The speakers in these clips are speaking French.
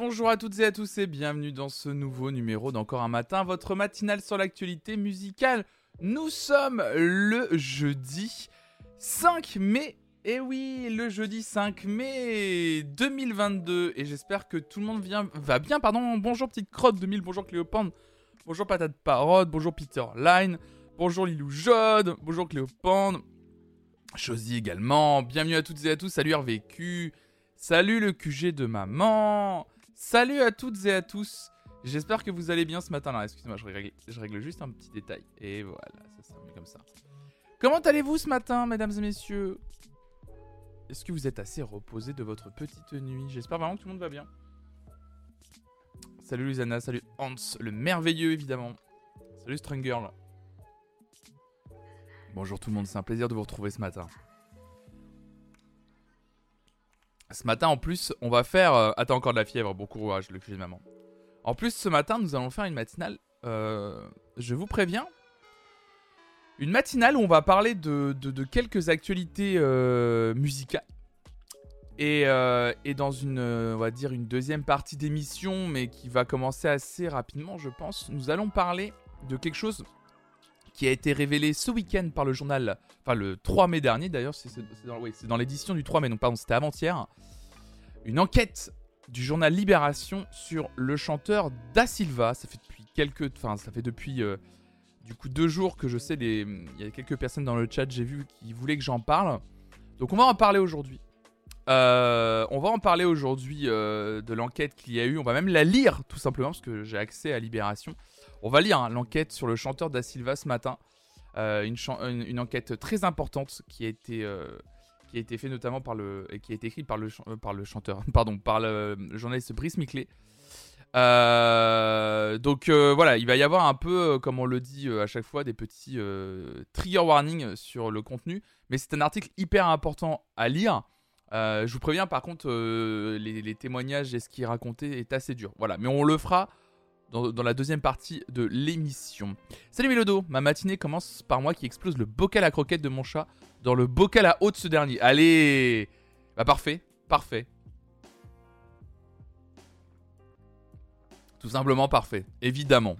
bonjour à toutes et à tous et bienvenue dans ce nouveau numéro d'Encore un matin, votre matinale sur l'actualité musicale. Nous sommes le jeudi 5 mai, et oui, le jeudi 5 mai 2022, et j'espère que tout le monde va bien. Bonjour petite crotte 2000, bonjour Cléopande, bonjour Patate Parode, bonjour Peter Line, bonjour Lilou Jode, bonjour Cléopande, Chosy également, bienvenue à toutes et à tous, salut RVQ. Salut le QG de maman. Salut à toutes et à tous. J'espère que vous allez bien ce matin. Alors excusez-moi, je règle juste un petit détail. Et voilà, ça sera mieux comme ça. Comment allez-vous ce matin, mesdames et messieurs? Est-ce que vous êtes assez reposés de votre petite nuit? J'espère vraiment que tout le monde va bien. Salut Lusana, salut Hans, le merveilleux évidemment. Salut Strunggirl. Bonjour tout le monde, c'est un plaisir de vous retrouver ce matin. Ce matin, en plus, on va faire... Attends, encore de la fièvre, bon courage, le QG de maman. En plus, ce matin, nous allons faire une matinale, je vous préviens, une matinale où on va parler de quelques actualités musicales. Et dans une, on va dire, une deuxième partie d'émission, mais qui va commencer assez rapidement, je pense, nous allons parler de quelque chose qui a été révélé ce week-end par le journal, enfin le 3 mai dernier d'ailleurs, c'est dans l'édition du 3 mai, donc pardon, c'était avant-hier, une enquête du journal Libération sur le chanteur Da Silva. Ça fait depuis du coup 2 jours que je sais, il y a quelques personnes dans le chat, j'ai vu, qui voulaient que j'en parle. Donc on va en parler aujourd'hui. De l'enquête qu'il y a eu, on va même la lire tout simplement, parce que j'ai accès à Libération. On va lire l'enquête sur le chanteur Da Silva ce matin. Une enquête très importante qui a été faite notamment qui a été écrite par le chanteur, pardon, par le journaliste Brice Miclé. Voilà, il va y avoir un peu, comme on le dit à chaque fois, des petits trigger warnings sur le contenu. Mais c'est un article hyper important à lire. Je vous préviens, par contre, les témoignages et ce qu'il racontait est assez dur. Voilà, mais on le fera dans la deuxième partie de l'émission. Salut Mélodo, ma matinée commence par moi qui explose le bocal à croquettes de mon chat dans le bocal à eau de ce dernier. Allez, bah parfait. Tout simplement parfait, évidemment.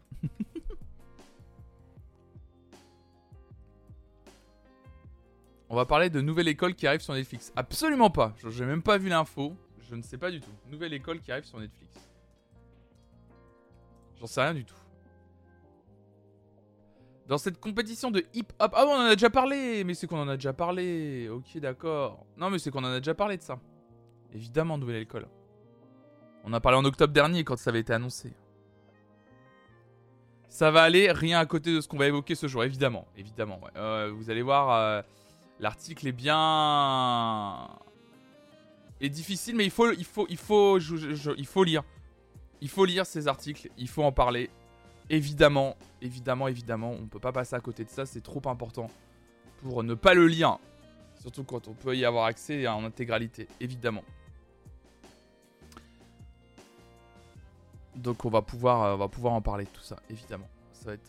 On va parler de Nouvelle École qui arrive sur Netflix. Absolument pas, j'ai même pas vu l'info, je ne sais pas du tout. Nouvelle École qui arrive sur Netflix. J'en sais rien du tout. Dans cette compétition de hip-hop... Ah bon, on en a déjà parlé. Mais c'est qu'on en a déjà parlé. Ok, d'accord. Non, mais c'est qu'on en a déjà parlé de ça. Évidemment, Nouvelle École. On en a parlé en octobre dernier quand ça avait été annoncé. Ça va aller, rien à côté de ce qu'on va évoquer ce jour, évidemment. Évidemment, ouais. Vous allez voir, l'article est bien... est difficile, mais il faut lire. Il faut lire ces articles, il faut en parler. Évidemment, on peut pas passer à côté de ça, c'est trop important pour ne pas le lire. Surtout quand on peut y avoir accès en intégralité, évidemment. Donc on va pouvoir en parler de tout ça, évidemment. Ça va être...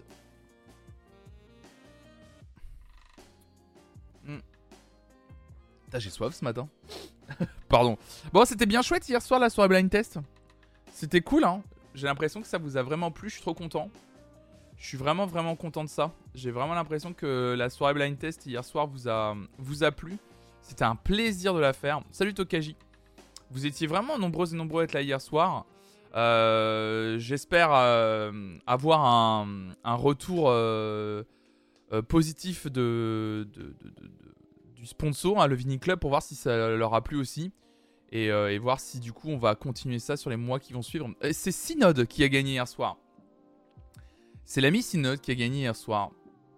Putain, j'ai soif ce matin. Pardon. Bon, c'était bien chouette hier soir la soirée blind test. C'était cool, hein. J'ai l'impression que ça vous a vraiment plu, je suis trop content. Je suis vraiment content de ça. J'ai vraiment l'impression que la soirée blind test hier soir vous a plu. C'était un plaisir de la faire. Salut Tokaji. Vous étiez vraiment nombreux et nombreux à être là hier soir. J'espère avoir un retour positif du sponsor, hein, le Vinny Club, pour voir si ça leur a plu aussi. Et voir si du coup on va continuer ça sur les mois qui vont suivre. C'est Synode qui a gagné hier soir. C'est l'ami Synode qui a gagné hier soir.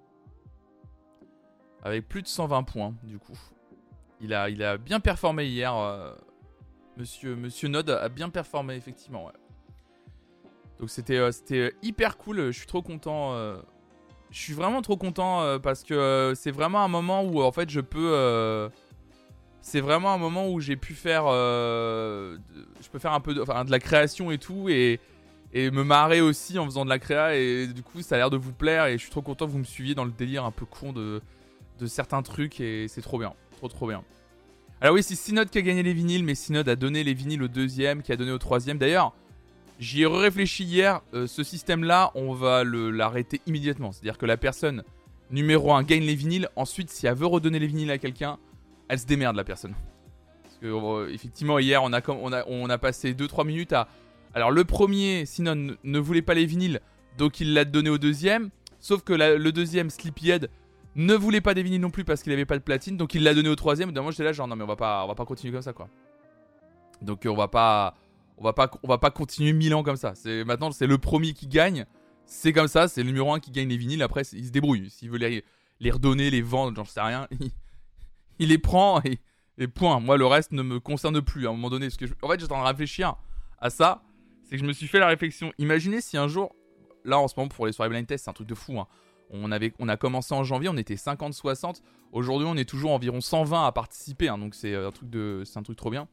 Avec plus de 120 points du coup. Il a bien performé hier. Monsieur Node a bien performé effectivement. Ouais. Donc c'était hyper cool. Je suis trop content. Je suis vraiment trop content parce que c'est vraiment un moment où en fait je peux... c'est vraiment un moment où j'ai pu faire... je peux faire un peu de la création et tout. Et me marrer aussi en faisant de la créa. Et du coup ça a l'air de vous plaire. Et je suis trop content que vous me suiviez dans le délire un peu con de certains trucs. Et c'est trop bien. Trop bien. Alors oui, c'est Synode qui a gagné les vinyles. Mais Synode a donné les vinyles au deuxième, qui a donné au troisième. D'ailleurs, J'y ai réfléchi hier. Ce système-là, on va l'arrêter immédiatement. C'est-à-dire que la personne numéro 1 gagne les vinyles. Ensuite, si elle veut redonner les vinyles à quelqu'un, elle se démerde, la personne. Parce que, effectivement, hier, on a passé 2-3 minutes à... Alors, le premier, Sinon, ne voulait pas les vinyles, donc il l'a donné au deuxième. Sauf que le deuxième, Sleepyhead, ne voulait pas des vinyles non plus parce qu'il avait pas de platine, donc il l'a donné au troisième. D'un moment, j'étais là, genre, non, mais on va pas continuer comme ça, quoi. Donc, on va pas continuer 1000 ans comme ça. Maintenant, c'est le premier qui gagne. C'est comme ça, c'est le numéro 1 qui gagne les vinyles. Après, il se débrouille. S'il veut les redonner, les vendre, j'en sais rien, il les prend et point. Moi, le reste ne me concerne plus à un moment donné. Parce que en fait, j'étais en train de réfléchir à ça. C'est que je me suis fait la réflexion. Imaginez si un jour, là en ce moment pour les soirées blind test, c'est un truc de fou. Hein. On a commencé en janvier, on était 50-60. Aujourd'hui, on est toujours environ 120 à participer. Hein, donc c'est un truc trop bien.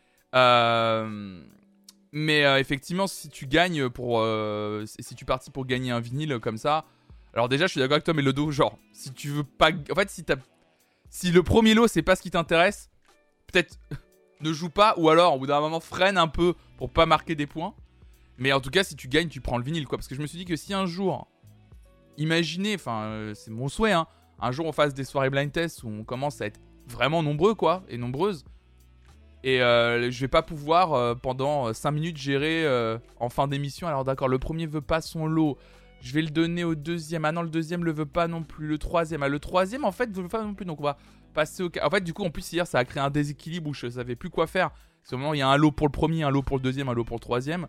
Mais effectivement, si tu gagnes si tu partis pour gagner un vinyle comme ça, alors déjà, je suis d'accord avec toi, mais le dos, genre, si tu veux pas, en fait, si le premier lot c'est pas ce qui t'intéresse, peut-être ne joue pas, ou alors au bout d'un moment freine un peu pour pas marquer des points. Mais en tout cas, si tu gagnes, tu prends le vinyle, quoi. Parce que je me suis dit que si un jour, imaginez, enfin, c'est mon souhait, hein, un jour on fasse des soirées blind test où on commence à être vraiment nombreux, quoi, et nombreuses. Et je vais pas pouvoir pendant 5 minutes gérer en fin d'émission. Alors d'accord, le premier veut pas son lot. Je vais le donner au deuxième. Ah non, le deuxième le veut pas non plus. Le troisième, le troisième en fait veut pas non plus. Donc on va passer au... En fait du coup en plus hier ça a créé un déséquilibre où je savais plus quoi faire. Parce qu'au moment il y a un lot pour le premier, un lot pour le deuxième, un lot pour le troisième.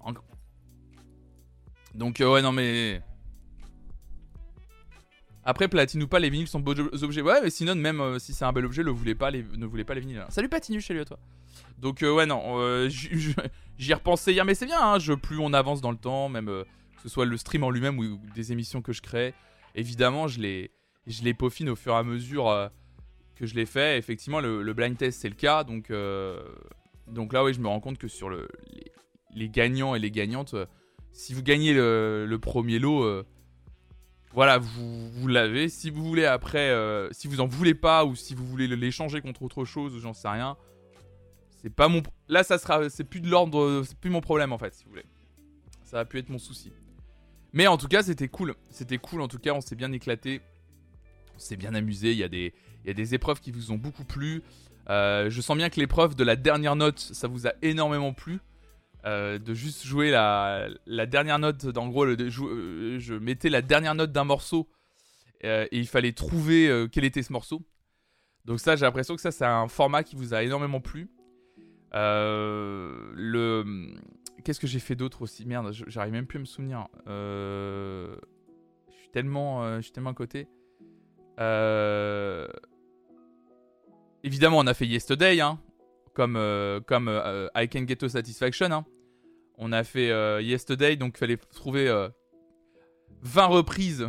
Donc ouais non mais... Après, platine ou pas, les vinyles sont beaux objets. Ouais, mais sinon, même si c'est un bel objet, ne voulait pas les vinyles. Alors, salut Patinus, salut à toi. Donc, ouais, non, j'y ai repensé hier, mais c'est bien, hein, plus on avance dans le temps, même que ce soit le stream en lui-même ou des émissions que je crée, évidemment, je les peaufine au fur et à mesure que je les fais. Effectivement, le blind test, c'est le cas. Donc là, oui, je me rends compte que sur les gagnants et les gagnantes, si vous gagnez le premier lot... Voilà, vous l'avez. Si vous voulez après, si vous en voulez pas ou si vous voulez l'échanger contre autre chose ou j'en sais rien, c'est pas mon. Là, c'est plus de l'ordre, c'est plus mon problème en fait, si vous voulez. Ça va plus être mon souci. Mais en tout cas, c'était cool. C'était cool. En tout cas, on s'est bien éclaté, on s'est bien amusé. Il y a des épreuves qui vous ont beaucoup plu. Je sens bien que l'épreuve de la dernière note, ça vous a énormément plu. De juste jouer la dernière note. En gros, je mettais la dernière note d'un morceau et il fallait trouver quel était ce morceau. Donc ça, j'ai l'impression que ça, c'est un format qui vous a énormément plu. Qu'est-ce que j'ai fait d'autre aussi? Merde, j'arrive même plus à me souvenir. Je suis tellement à côté. Évidemment, on a fait Yesterday, hein, comme I Can Get a Satisfaction. Hein. On a fait Yesterday, donc il fallait trouver 20 reprises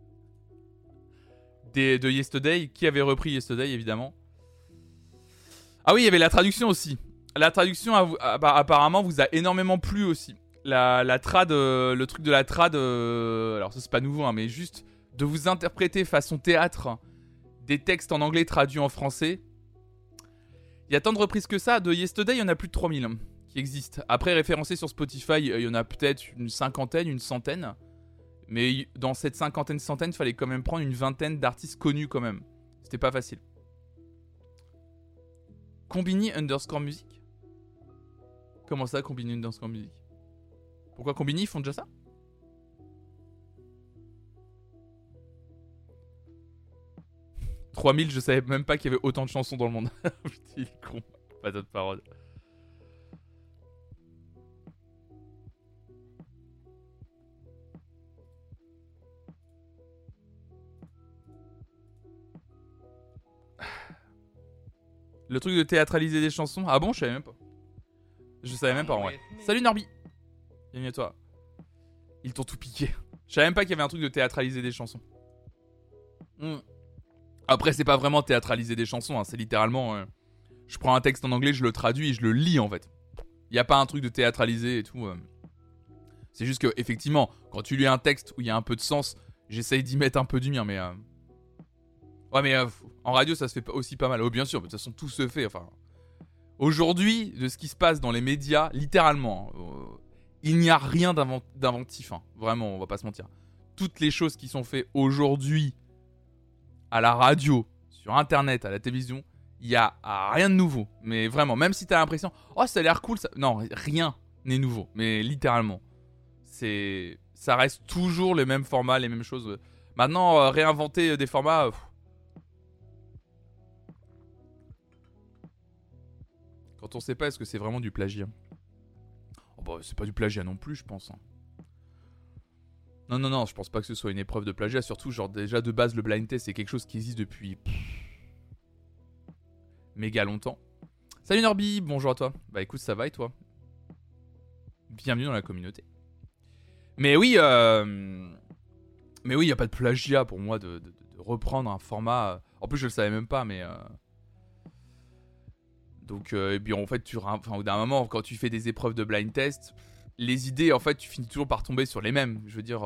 de Yesterday. Qui avait repris Yesterday, évidemment. Ah oui, il y avait la traduction aussi. La traduction, apparemment, vous a énormément plu aussi. La trad, le truc de la trad, alors ça c'est pas nouveau, hein, mais juste de vous interpréter façon théâtre des textes en anglais traduits en français. Il y a tant de reprises que ça. De Yesterday, il y en a plus de 3000 qui existent. Après, référencés sur Spotify, il y en a peut-être une cinquantaine, une centaine. Mais dans cette cinquantaine, centaine, il fallait quand même prendre une vingtaine d'artistes connus quand même. C'était pas facile. Combini underscore musique. Comment ça, Combini underscore musique? Pourquoi Combini, ils font déjà ça? « 3000, je savais même pas qu'il y avait autant de chansons dans le monde. » Putain, il est con. Pas d'autres paroles. Le truc de théâtraliser des chansons. Ah bon, je savais même pas. Je savais même pas en vrai. Salut Norby. Bienvenue à toi. Ils t'ont tout piqué. Je savais même pas qu'il y avait un truc de théâtraliser des chansons. Après, c'est pas vraiment théâtraliser des chansons, hein. C'est littéralement... je prends un texte en anglais, je le traduis et je le lis en fait. Il n'y a pas un truc de théâtraliser et tout. C'est juste que, effectivement, quand tu lis un texte où il y a un peu de sens, j'essaye d'y mettre un peu du mien, mais... Ouais, mais en radio, ça se fait aussi pas mal. Oh, bien sûr, de toute façon, tout se fait. Enfin, aujourd'hui, de ce qui se passe dans les médias, littéralement, il n'y a rien d'inventif, hein. Vraiment, on va pas se mentir. Toutes les choses qui sont faites aujourd'hui à la radio, sur internet, à la télévision, il y a rien de nouveau. Mais vraiment, même si t'as l'impression, oh ça a l'air cool, ça... non, rien n'est nouveau. Mais littéralement, ça reste toujours le même format, les mêmes choses. Maintenant, réinventer des formats. Quand on sait pas, est-ce que c'est vraiment du plagiat? Oh bah, c'est pas du plagiat non plus, je pense. Hein. Non, je pense pas que ce soit une épreuve de plagiat. Surtout, genre, déjà de base, le blind test, c'est quelque chose qui existe depuis méga longtemps. Salut Norby, bonjour à toi. Bah écoute, ça va et toi? Bienvenue dans la communauté. Mais oui, y a pas de plagiat pour moi de reprendre un format. En plus, je le savais même pas, mais. Donc, et puis en fait, au d'un moment, quand tu fais des épreuves de blind test, les idées, en fait, tu finis toujours par tomber sur les mêmes. Je veux dire,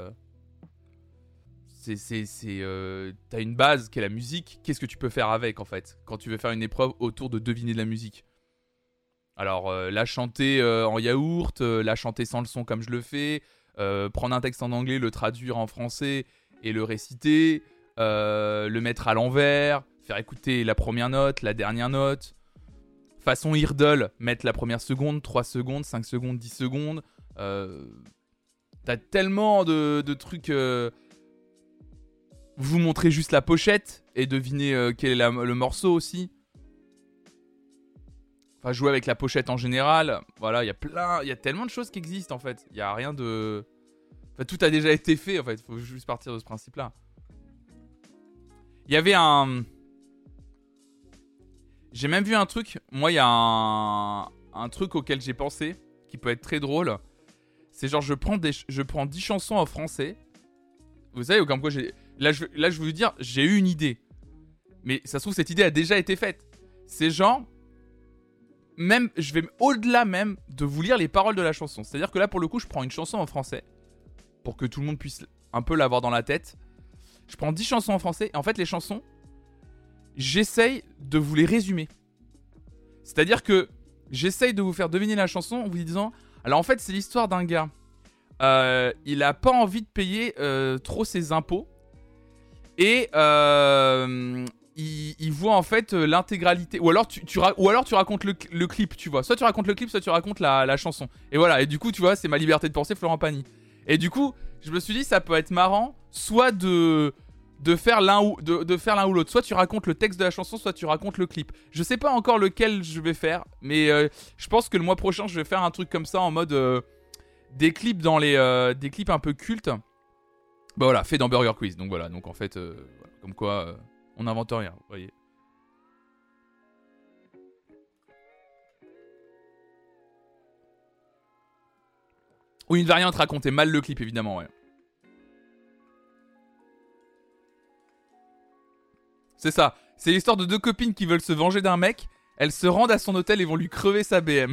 t'as une base qui est la musique. Qu'est-ce que tu peux faire avec, en fait, quand tu veux faire une épreuve autour de deviner de la musique? Alors, la chanter en yaourt, la chanter sans le son comme je le fais, prendre un texte en anglais, le traduire en français et le réciter, le mettre à l'envers, faire écouter la première note, la dernière note. Façon Irdle, mettre la première seconde, 3 secondes, 5 secondes, 10 secondes. T'as tellement de trucs. Vous montrez juste la pochette et devinez quel est le morceau aussi. Enfin, jouer avec la pochette en général. Voilà, il y a tellement de choses qui existent en fait. Il y a rien de. Enfin, tout a déjà été fait en fait. Faut juste partir de ce principe-là. Il y avait un. J'ai même vu un truc. Moi, il y a un truc auquel j'ai pensé qui peut être très drôle. C'est genre, je prends 10 chansons en français. Vous savez, comme quoi j'ai. Là, je veux vous dire, j'ai eu une idée. Mais ça se trouve, cette idée a déjà été faite. C'est genre. Même, je vais au-delà même de vous lire les paroles de la chanson. C'est-à-dire que là, pour le coup, je prends une chanson en français. Pour que tout le monde puisse un peu l'avoir dans la tête. Je prends 10 chansons en français. Et en fait, les chansons. J'essaye de vous les résumer. C'est-à-dire que j'essaye de vous faire deviner la chanson en vous disant... Alors en fait, c'est l'histoire d'un gars. Il a pas envie de payer trop ses impôts. Et il voit en fait l'intégralité. Ou alors tu racontes le clip, tu vois. Soit tu racontes le clip, soit tu racontes la chanson. Et voilà, et du coup, tu vois, c'est ma liberté de penser, Florent Pagny. Et du coup, je me suis dit, ça peut être marrant, soit de faire l'un ou l'autre. Soit tu racontes le texte de la chanson, soit tu racontes le clip. Je sais pas encore lequel je vais faire, mais je pense que le mois prochain, je vais faire un truc comme ça en mode des clips des clips un peu cultes. Bah voilà, fait dans Burger Quiz. Donc voilà, donc en fait, voilà, comme quoi, on n'invente rien, vous voyez. Ou une variante racontait mal le clip, évidemment, ouais. C'est ça. C'est l'histoire de deux copines qui veulent se venger d'un mec. Elles se rendent à son hôtel et vont lui crever sa BM.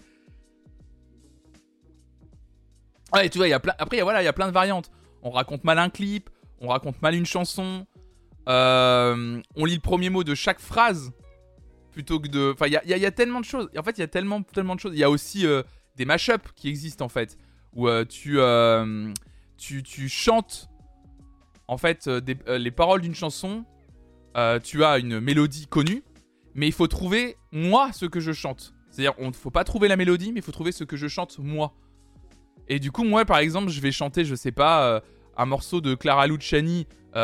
Ouais, tu vois, il y a plein. Après, voilà, il y a plein de variantes. On raconte mal un clip, on raconte mal une chanson. On lit le premier mot de chaque phrase plutôt que de. Enfin, il y a tellement de choses. En fait, il y a tellement de choses. Il y a aussi des mashups qui existent en fait, où tu chantes en fait les paroles d'une chanson. Tu as une mélodie connue, mais il faut trouver moi ce que je chante. C'est-à-dire, il ne faut pas trouver la mélodie, mais il faut trouver ce que je chante moi. Et du coup, moi, par exemple, je vais chanter, je sais pas, un morceau de Clara Luciani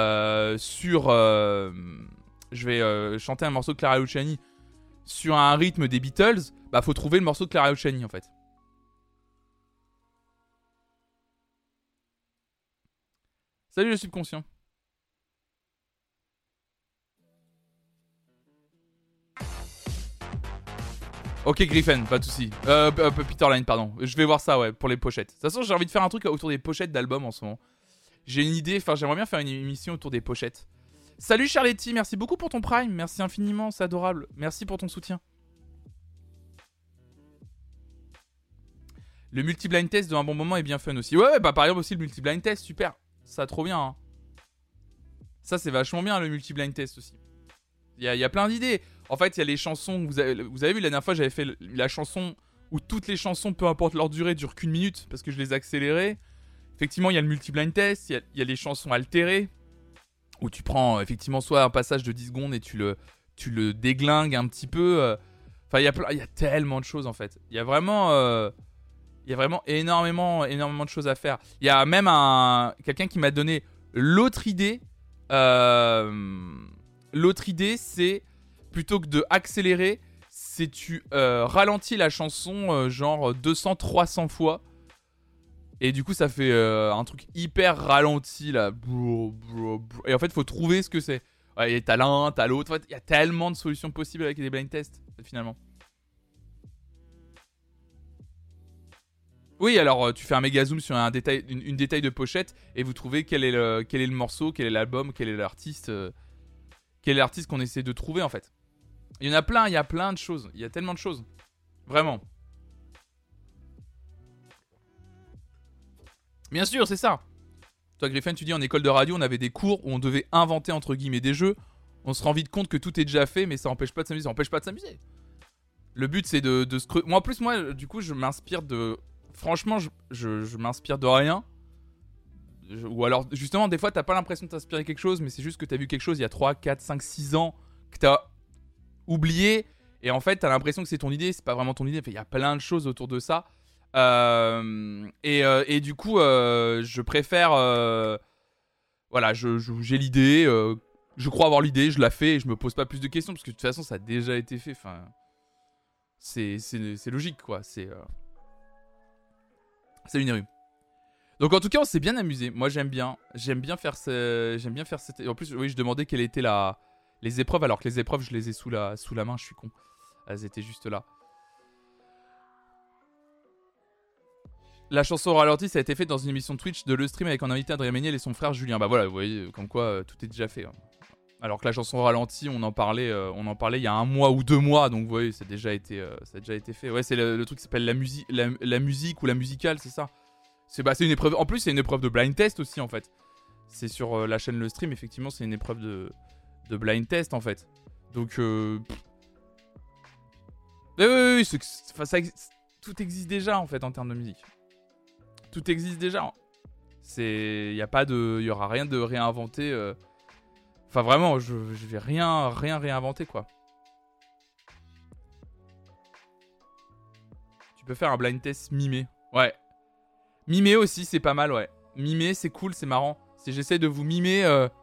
je vais chanter un morceau de Clara Luciani sur un rythme des Beatles. Bah, faut trouver le morceau de Clara Luciani, en fait. Salut le subconscient. Ok Griffin, pas de soucis. Peter Line, pardon. Je vais voir ça, ouais, pour les pochettes. De toute façon, j'ai envie de faire un truc autour des pochettes d'albums en ce moment. J'ai une idée, enfin j'aimerais bien faire une émission autour des pochettes. Salut Charletti, merci beaucoup pour ton prime. Merci infiniment, c'est adorable. Merci pour ton soutien. Le multi-blind test de un bon moment est bien fun aussi. Ouais, bah par exemple aussi le multi-blind test, super. Ça trop bien, hein. Ça c'est vachement bien le multi-blind test aussi. Il y a plein d'idées. En fait, il y a les chansons. Vous avez vu la dernière fois, j'avais fait la chanson où toutes les chansons, peu importe leur durée, durent qu'une minute parce que je les ai accélérées. Effectivement, il y a le multi-blind test, il y a les chansons altérées, où tu prends effectivement soit un passage de 10 secondes et tu le déglingues un petit peu. Enfin, il y a tellement de choses en fait. Il y a vraiment énormément de choses à faire. Il y a même quelqu'un qui m'a donné l'autre idée. L'autre idée, c'est plutôt que de accélérer, c'est tu ralentis la chanson genre 200-300 fois. Et du coup, ça fait un truc hyper ralenti là. Et en fait, il faut trouver ce que c'est. Ouais, et t'as l'un, t'as l'autre. En fait, il y a tellement de solutions possibles avec des blind tests, finalement. Oui, alors tu fais un méga zoom sur un détail, une détail de pochette et vous trouvez quel est le morceau, quel est l'album, quel est l'artiste, qu'on essaie de trouver en fait. Il y en a plein, il y a plein de choses, il y a tellement de choses, vraiment. Bien sûr, c'est ça. Toi, Griffin, tu dis en école de radio, on avait des cours où on devait inventer entre guillemets des jeux. On se rend vite compte que tout est déjà fait, mais ça empêche pas de s'amuser. Ça empêche pas de s'amuser. Le but, c'est de se creuser. Moi, en plus, du coup, je m'inspire de. Franchement, je m'inspire de rien. Ou alors, justement, des fois, t'as pas l'impression de t'inspirer quelque chose, mais c'est juste que t'as vu quelque chose il y a 3, 4, 5, 6 ans, que t'as oublié. Et en fait, t'as l'impression que c'est ton idée, c'est pas vraiment ton idée. Il y a plein de choses autour de ça. Et du coup, je préfère. Voilà, j'ai l'idée. Je crois avoir l'idée, je la fais et je me pose pas plus de questions parce que de toute façon, ça a déjà été fait. Enfin, c'est logique, quoi. C'est une rue. Donc en tout cas, on s'est bien amusé. Moi, j'aime bien faire cette. En plus, oui, je demandais quelles étaient les épreuves, alors que les épreuves, je les ai sous la main. Je suis con. Elles étaient juste là. La chanson au ralenti, ça a été fait dans une émission de Twitch de Le Stream avec un invité Adrien Méniel et son frère Julien. Bah voilà, vous voyez, comme quoi tout est déjà fait. Hein. Alors que la chanson au ralenti, on en parlait il y a 1 mois ou 2 mois, donc vous voyez, ça a déjà été fait. Ouais, c'est le truc qui s'appelle la musique ou la musicale, c'est ça. C'est une épreuve. En plus, c'est une épreuve de blind test aussi en fait. C'est sur la chaîne Le Stream, effectivement, c'est une épreuve de blind test en fait. Donc oui, tout existe déjà en fait en termes de musique. Tout existe déjà. Il y aura rien de réinventé. Enfin vraiment, je vais rien réinventer quoi. Tu peux faire un blind test mimé. Ouais. Mimé aussi, c'est pas mal, ouais. Mimé, c'est cool, c'est marrant. J'essaie de vous mimer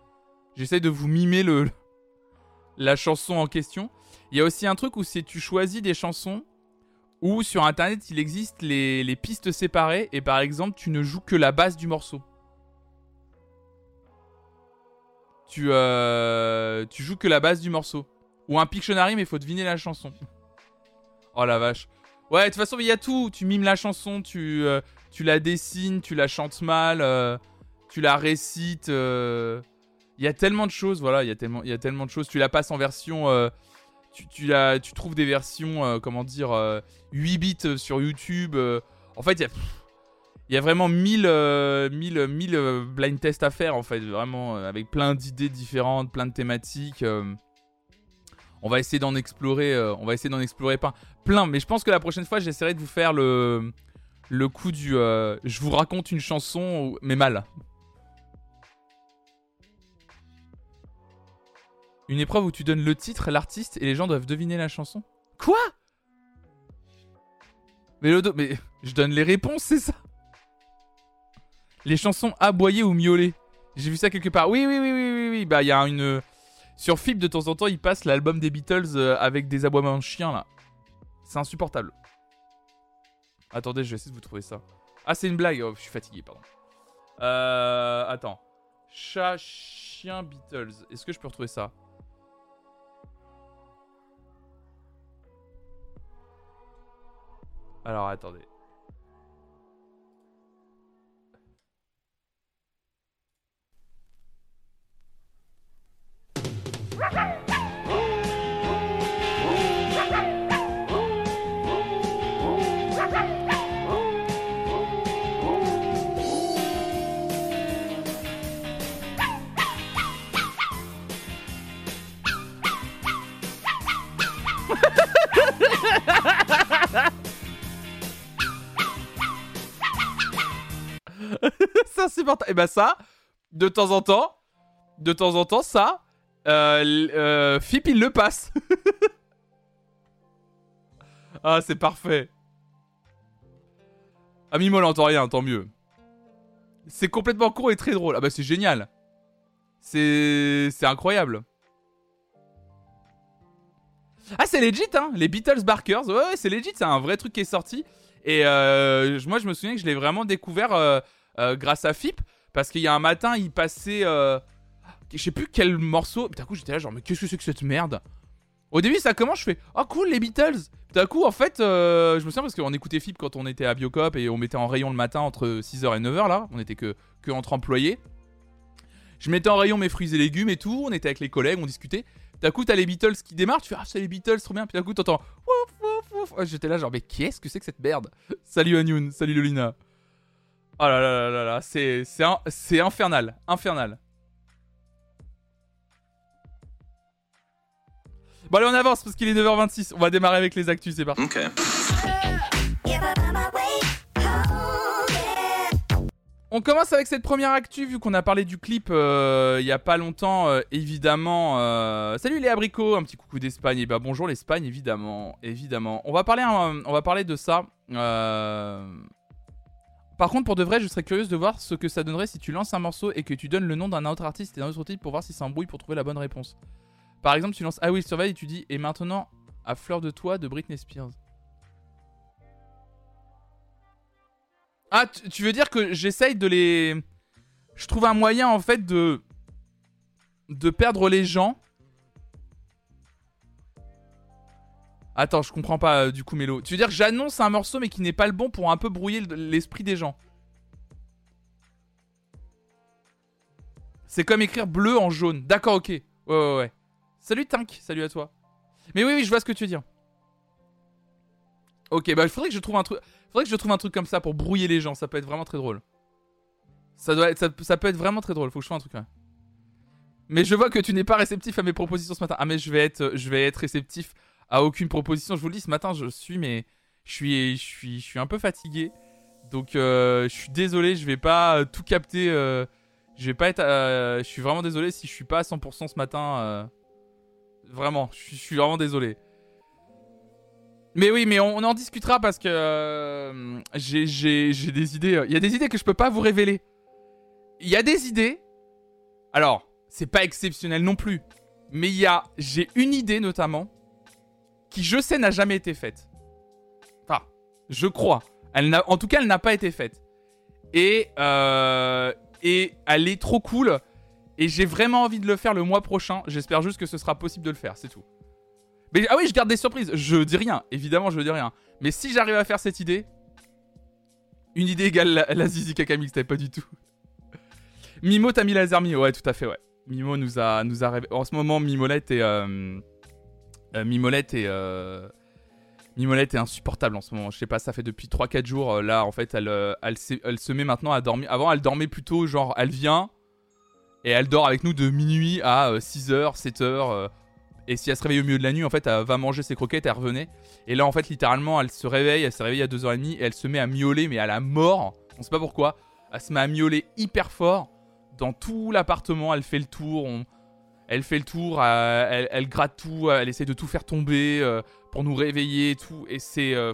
la chanson en question. Il y a aussi un truc où tu choisis des chansons où sur internet il existe les pistes séparées et par exemple tu ne joues que la base du morceau. Tu joues que la base du morceau. Ou un Pictionary mais il faut deviner la chanson. Oh la vache. Ouais, de toute façon il y a tout. Tu mimes la chanson, tu la dessines, tu la chantes mal, tu la récites. Il y a tellement de choses, voilà, il y a tellement de choses. Tu la passes en version... Tu trouves des versions, 8 bits sur YouTube. En fait, il y a vraiment 1000 blind tests à faire, en fait. Vraiment, avec plein d'idées différentes, plein de thématiques. On va essayer d'en explorer, plein. Mais je pense que la prochaine fois, j'essaierai de vous faire le coup du... je vous raconte une chanson, mais mal. Une épreuve où tu donnes le titre, l'artiste, et les gens doivent deviner la chanson. Quoi ? Mais je donne les réponses, c'est ça ? Les chansons aboyées ou miaulées. J'ai vu ça quelque part. Oui. Bah, il y a une... Sur FIP, de temps en temps, ils passent l'album des Beatles avec des aboiements de chiens, là. C'est insupportable. Attendez, je vais essayer de vous trouver ça. Ah, c'est une blague. Oh, je suis fatigué, pardon. Attends. Chat, chien, Beatles. Est-ce que je peux retrouver ça ? Alors, attendez. C'est insupportable. Et bah ça, de temps en temps, ça, Fip il le passe. Ah, c'est parfait. Ah, Mimo elle entend rien, tant mieux. C'est complètement con et très drôle. Ah bah c'est génial. C'est incroyable. Ah, c'est legit, hein. Les Beatles Barkers. Ouais, c'est legit. C'est un vrai truc qui est sorti. Et moi, je me souviens que je l'ai vraiment découvert grâce à Fip. Parce qu'il y a un matin, il passait... je sais plus quel morceau. D'un coup, j'étais là genre, mais qu'est-ce que c'est que cette merde? Au début, ça commence, je fais, oh cool, les Beatles. D'un coup, en fait, je me souviens parce qu'on écoutait Fip quand on était à Biocop et on mettait en rayon le matin entre 6h et 9h, là. On était que entre employés. Je mettais en rayon mes fruits et légumes et tout. On était avec les collègues, on discutait. D'un coup, t'as les Beatles qui démarrent. Tu fais, ah, c'est les Beatles, trop bien. Puis d'un coup, t'entends, ouf, ouf, ouf. J'étais là, genre, mais qu'est-ce que c'est que cette merde? Salut Anyoun, salut Lolina. Oh là là là là là, c'est infernal. Infernal. Bon, allez, on avance parce qu'il est 9h26. On va démarrer avec les actus, c'est parti. Ok. On commence avec cette première actu, vu qu'on a parlé du clip il y a pas longtemps, évidemment. Salut les abricots, un petit coucou d'Espagne. Et bah bonjour l'Espagne, évidemment. On va parler de ça. Par contre, pour de vrai, je serais curieuse de voir ce que ça donnerait si tu lances un morceau et que tu donnes le nom d'un autre artiste et d'un autre titre pour voir si ça embrouille pour trouver la bonne réponse. Par exemple, tu lances I Will Survive et tu dis « Et maintenant, à fleur de toi » de Britney Spears. Ah, tu veux dire que j'essaye de les... Je trouve un moyen, en fait, de perdre les gens. Attends, je comprends pas, du coup, Mélo. Tu veux dire que j'annonce un morceau, mais qui n'est pas le bon pour un peu brouiller l'esprit des gens. C'est comme écrire bleu en jaune. D'accord, ok. Ouais. Salut Tank, salut à toi. Mais oui, je vois ce que tu veux dire. Ok, bah il faudrait que je trouve un truc comme ça pour brouiller les gens, ça peut être vraiment très drôle. Ça peut être vraiment très drôle, faut que je fasse un truc là. Mais je vois que tu n'es pas réceptif à mes propositions ce matin. Ah mais je vais être réceptif à aucune proposition, je vous le dis, ce matin je suis un peu fatigué. Donc je suis désolé, je vais pas tout capter, je suis vraiment désolé si je suis pas à 100% ce matin. Vraiment, je suis vraiment désolé. Mais oui, mais on en discutera parce que j'ai des idées. Il y a des idées que je peux pas vous révéler. Il y a des idées. Alors, c'est pas exceptionnel non plus. Mais j'ai une idée notamment qui, je sais, n'a jamais été faite. Enfin, je crois. En tout cas, elle n'a pas été faite. Et elle est trop cool. Et j'ai vraiment envie de le faire le mois prochain. J'espère juste que ce sera possible de le faire, c'est tout. Mais ah oui, je garde des surprises. Je dis rien, évidemment, je dis rien. Mais si j'arrive à faire cette idée, une idée égale la Zizi Kaka Mixtape, pas du tout. Mimo, t'as mis laser Mimo, ouais, tout à fait, ouais. Mimo nous a rêvé. En ce moment, Mimolette est insupportable en ce moment. Je sais pas, ça fait depuis 3-4 jours. Là, en fait, elle se met maintenant à dormir. Avant, elle dormait plutôt, genre, elle vient et elle dort avec nous de minuit à 6h, 7h. Et si elle se réveille au milieu de la nuit, en fait, elle va manger ses croquettes, elle revenait. Et là, en fait, littéralement, elle s'est réveillée à 2h30 et elle se met à miauler, mais à la mort. On sait pas pourquoi. Elle se met à miauler hyper fort dans tout l'appartement. Elle fait le tour. Elle gratte tout. Elle essaie de tout faire tomber pour nous réveiller et tout. Et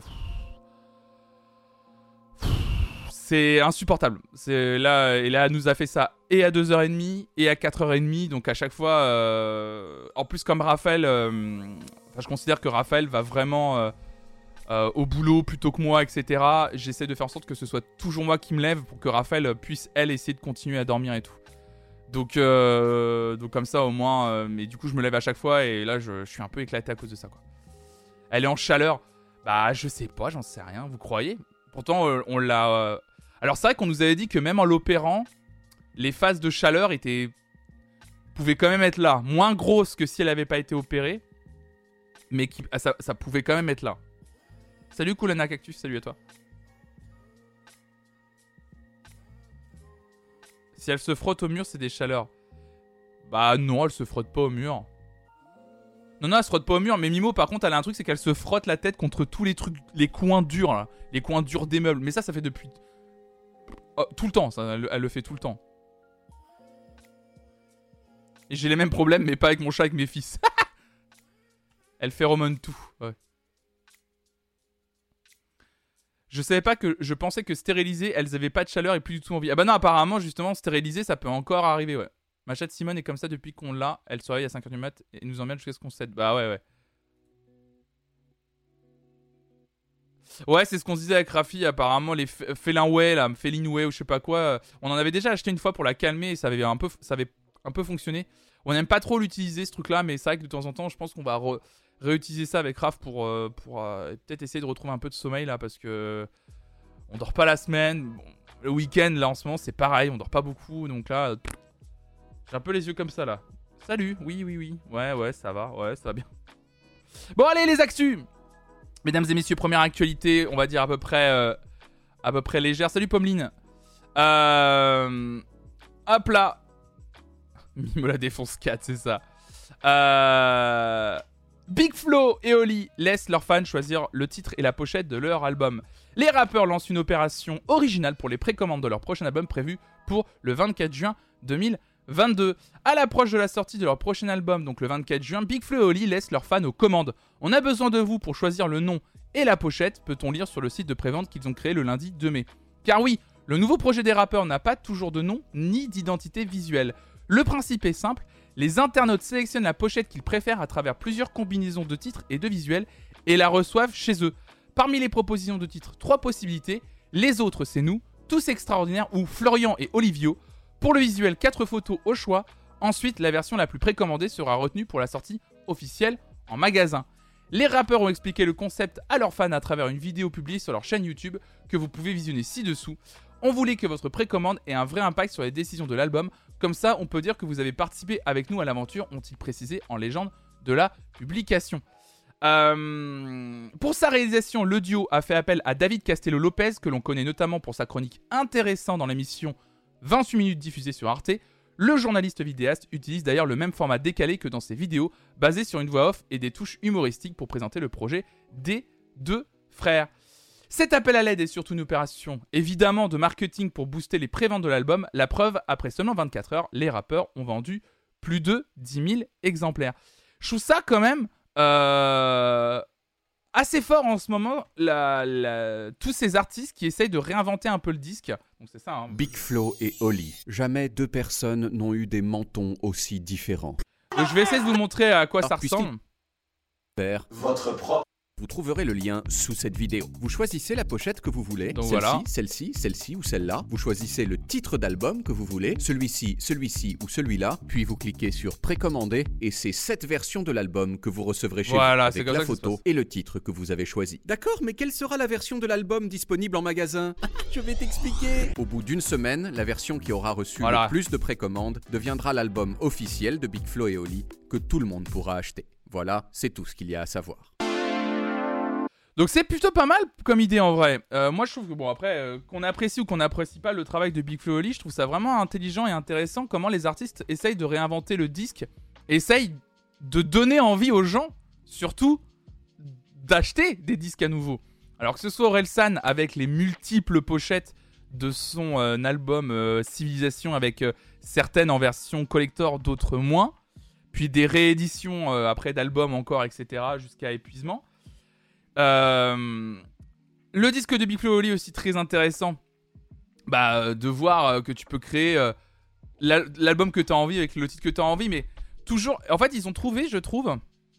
c'est insupportable. Là, elle nous a fait ça et à 2h30 et à 4h30. Donc à chaque fois... En plus, comme Raphaël... je considère que Raphaël va vraiment au boulot plutôt que moi, etc. J'essaie de faire en sorte que ce soit toujours moi qui me lève pour que Raphaël puisse, elle, essayer de continuer à dormir et tout. Donc comme ça, au moins... mais du coup, je me lève à chaque fois et là, je suis un peu éclaté à cause de ça, quoi. Elle est en chaleur. Bah, je sais pas, j'en sais rien. Vous croyez? Pourtant, on l'a... Alors c'est vrai qu'on nous avait dit que même en l'opérant, les phases de chaleur pouvaient quand même être là. Moins grosses que si elle n'avait pas été opérée. Mais ça pouvait quand même être là. Salut Koulana Cactus, salut à toi. Si elle se frotte au mur, c'est des chaleurs. Bah non, elle se frotte pas au mur. Non, elle se frotte pas au mur. Mais Mimo, par contre, elle a un truc, c'est qu'elle se frotte la tête contre tous les trucs, les coins durs, là. Les coins durs des meubles. Mais ça fait depuis... Oh, tout le temps, ça, elle le fait tout le temps. Et j'ai les mêmes problèmes, mais pas avec mon chat, avec mes fils. Elle phéromone tout. Ouais. Je pensais que stériliser, elles avaient pas de chaleur et plus du tout envie. Ah bah non, apparemment, justement, stériliser, ça peut encore arriver, ouais. Ma chatte Simone est comme ça depuis qu'on l'a. Elle se réveille à 5h du mat et nous emmène jusqu'à ce qu'on cède. Bah ouais. Ouais, c'est ce qu'on se disait avec Rafi. Apparemment, les Felinway, là, Felinway ou je sais pas quoi. On en avait déjà acheté une fois pour la calmer et ça avait un peu fonctionné. On n'aime pas trop l'utiliser, ce truc-là, mais c'est vrai que de temps en temps, je pense qu'on va réutiliser ça avec Raph pour peut-être essayer de retrouver un peu de sommeil là, parce que on dort pas la semaine. Bon, le week-end, là, en ce moment, c'est pareil, on dort pas beaucoup, donc là, j'ai un peu les yeux comme ça, là. Salut, oui. Ouais, ça va bien. Bon, allez, les actus. Mesdames et messieurs, première actualité, on va dire à peu près légère. Salut, Pommeline. Hop là. Mimo la défonce 4, c'est ça. Big Flo et Oli laissent leurs fans choisir le titre et la pochette de leur album. Les rappeurs lancent une opération originale pour les précommandes de leur prochain album prévu pour le 24 juin 2022. À l'approche de la sortie de leur prochain album, donc le 24 juin, Big Flo et Oli laissent leurs fans aux commandes. On a besoin de vous pour choisir le nom et la pochette, peut-on lire sur le site de prévente qu'ils ont créé le lundi 2 mai. Car oui, le nouveau projet des rappeurs n'a pas toujours de nom ni d'identité visuelle. Le principe est simple, les internautes sélectionnent la pochette qu'ils préfèrent à travers plusieurs combinaisons de titres et de visuels et la reçoivent chez eux. Parmi les propositions de titres, 3 possibilités. Les autres, c'est nous, Tous Extraordinaires ou Florian et Olivio. Pour le visuel, 4 photos au choix. Ensuite, la version la plus précommandée sera retenue pour la sortie officielle en magasin. Les rappeurs ont expliqué le concept à leurs fans à travers une vidéo publiée sur leur chaîne YouTube que vous pouvez visionner ci-dessous. On voulait que votre précommande ait un vrai impact sur les décisions de l'album. Comme ça, on peut dire que vous avez participé avec nous à l'aventure, ont-ils précisé en légende de la publication. Pour sa réalisation, le duo a fait appel à David Castello-Lopez, que l'on connaît notamment pour sa chronique intéressante dans l'émission 28 minutes diffusée sur Arte. Le journaliste vidéaste utilise d'ailleurs le même format décalé que dans ses vidéos, basé sur une voix off et des touches humoristiques pour présenter le projet des deux frères. Cet appel à l'aide est surtout une opération évidemment de marketing pour booster les préventes de l'album. La preuve, après seulement 24 heures, les rappeurs ont vendu plus de 10 000 exemplaires. Je trouve ça quand même assez fort en ce moment, tous ces artistes qui essayent de réinventer un peu le disque. Donc c'est ça, hein. Big Flo et Oli. Jamais 2 personnes n'ont eu des mentons aussi différents. Donc je vais essayer de vous montrer à quoi ça ressemble. Votre propre. Vous trouverez le lien sous cette vidéo. Vous choisissez la pochette que vous voulez. Donc celle-ci, voilà. celle-ci ou celle-là. Vous choisissez le titre d'album que vous voulez. Celui-ci ou celui-là. Puis vous cliquez sur précommander et c'est cette version de l'album que vous recevrez chez vous avec la photo et le titre que vous avez choisi. D'accord, mais quelle sera la version de l'album disponible en magasin? Je vais t'expliquer. Au bout d'une semaine, la version qui aura reçu le plus de précommandes deviendra l'album officiel de Big Flo et Oli que tout le monde pourra acheter. Voilà, c'est tout ce qu'il y a à savoir. Donc c'est plutôt pas mal comme idée en vrai. Moi je trouve que bon après qu'on apprécie ou qu'on n'apprécie pas le travail de Big Flo et Oli, je trouve ça vraiment intelligent et intéressant comment les artistes essayent de réinventer le disque, essayent de donner envie aux gens, surtout d'acheter des disques à nouveau. Alors que ce soit Orelsan avec les multiples pochettes de son album Civilisation avec certaines en version collector, d'autres moins, puis des rééditions après d'albums encore, etc. jusqu'à épuisement. Le disque de Big Flo et Oli aussi très intéressant, de voir que tu peux créer l'album que tu as envie avec le titre que tu as envie, mais toujours, en fait ils ont trouvé, je trouve,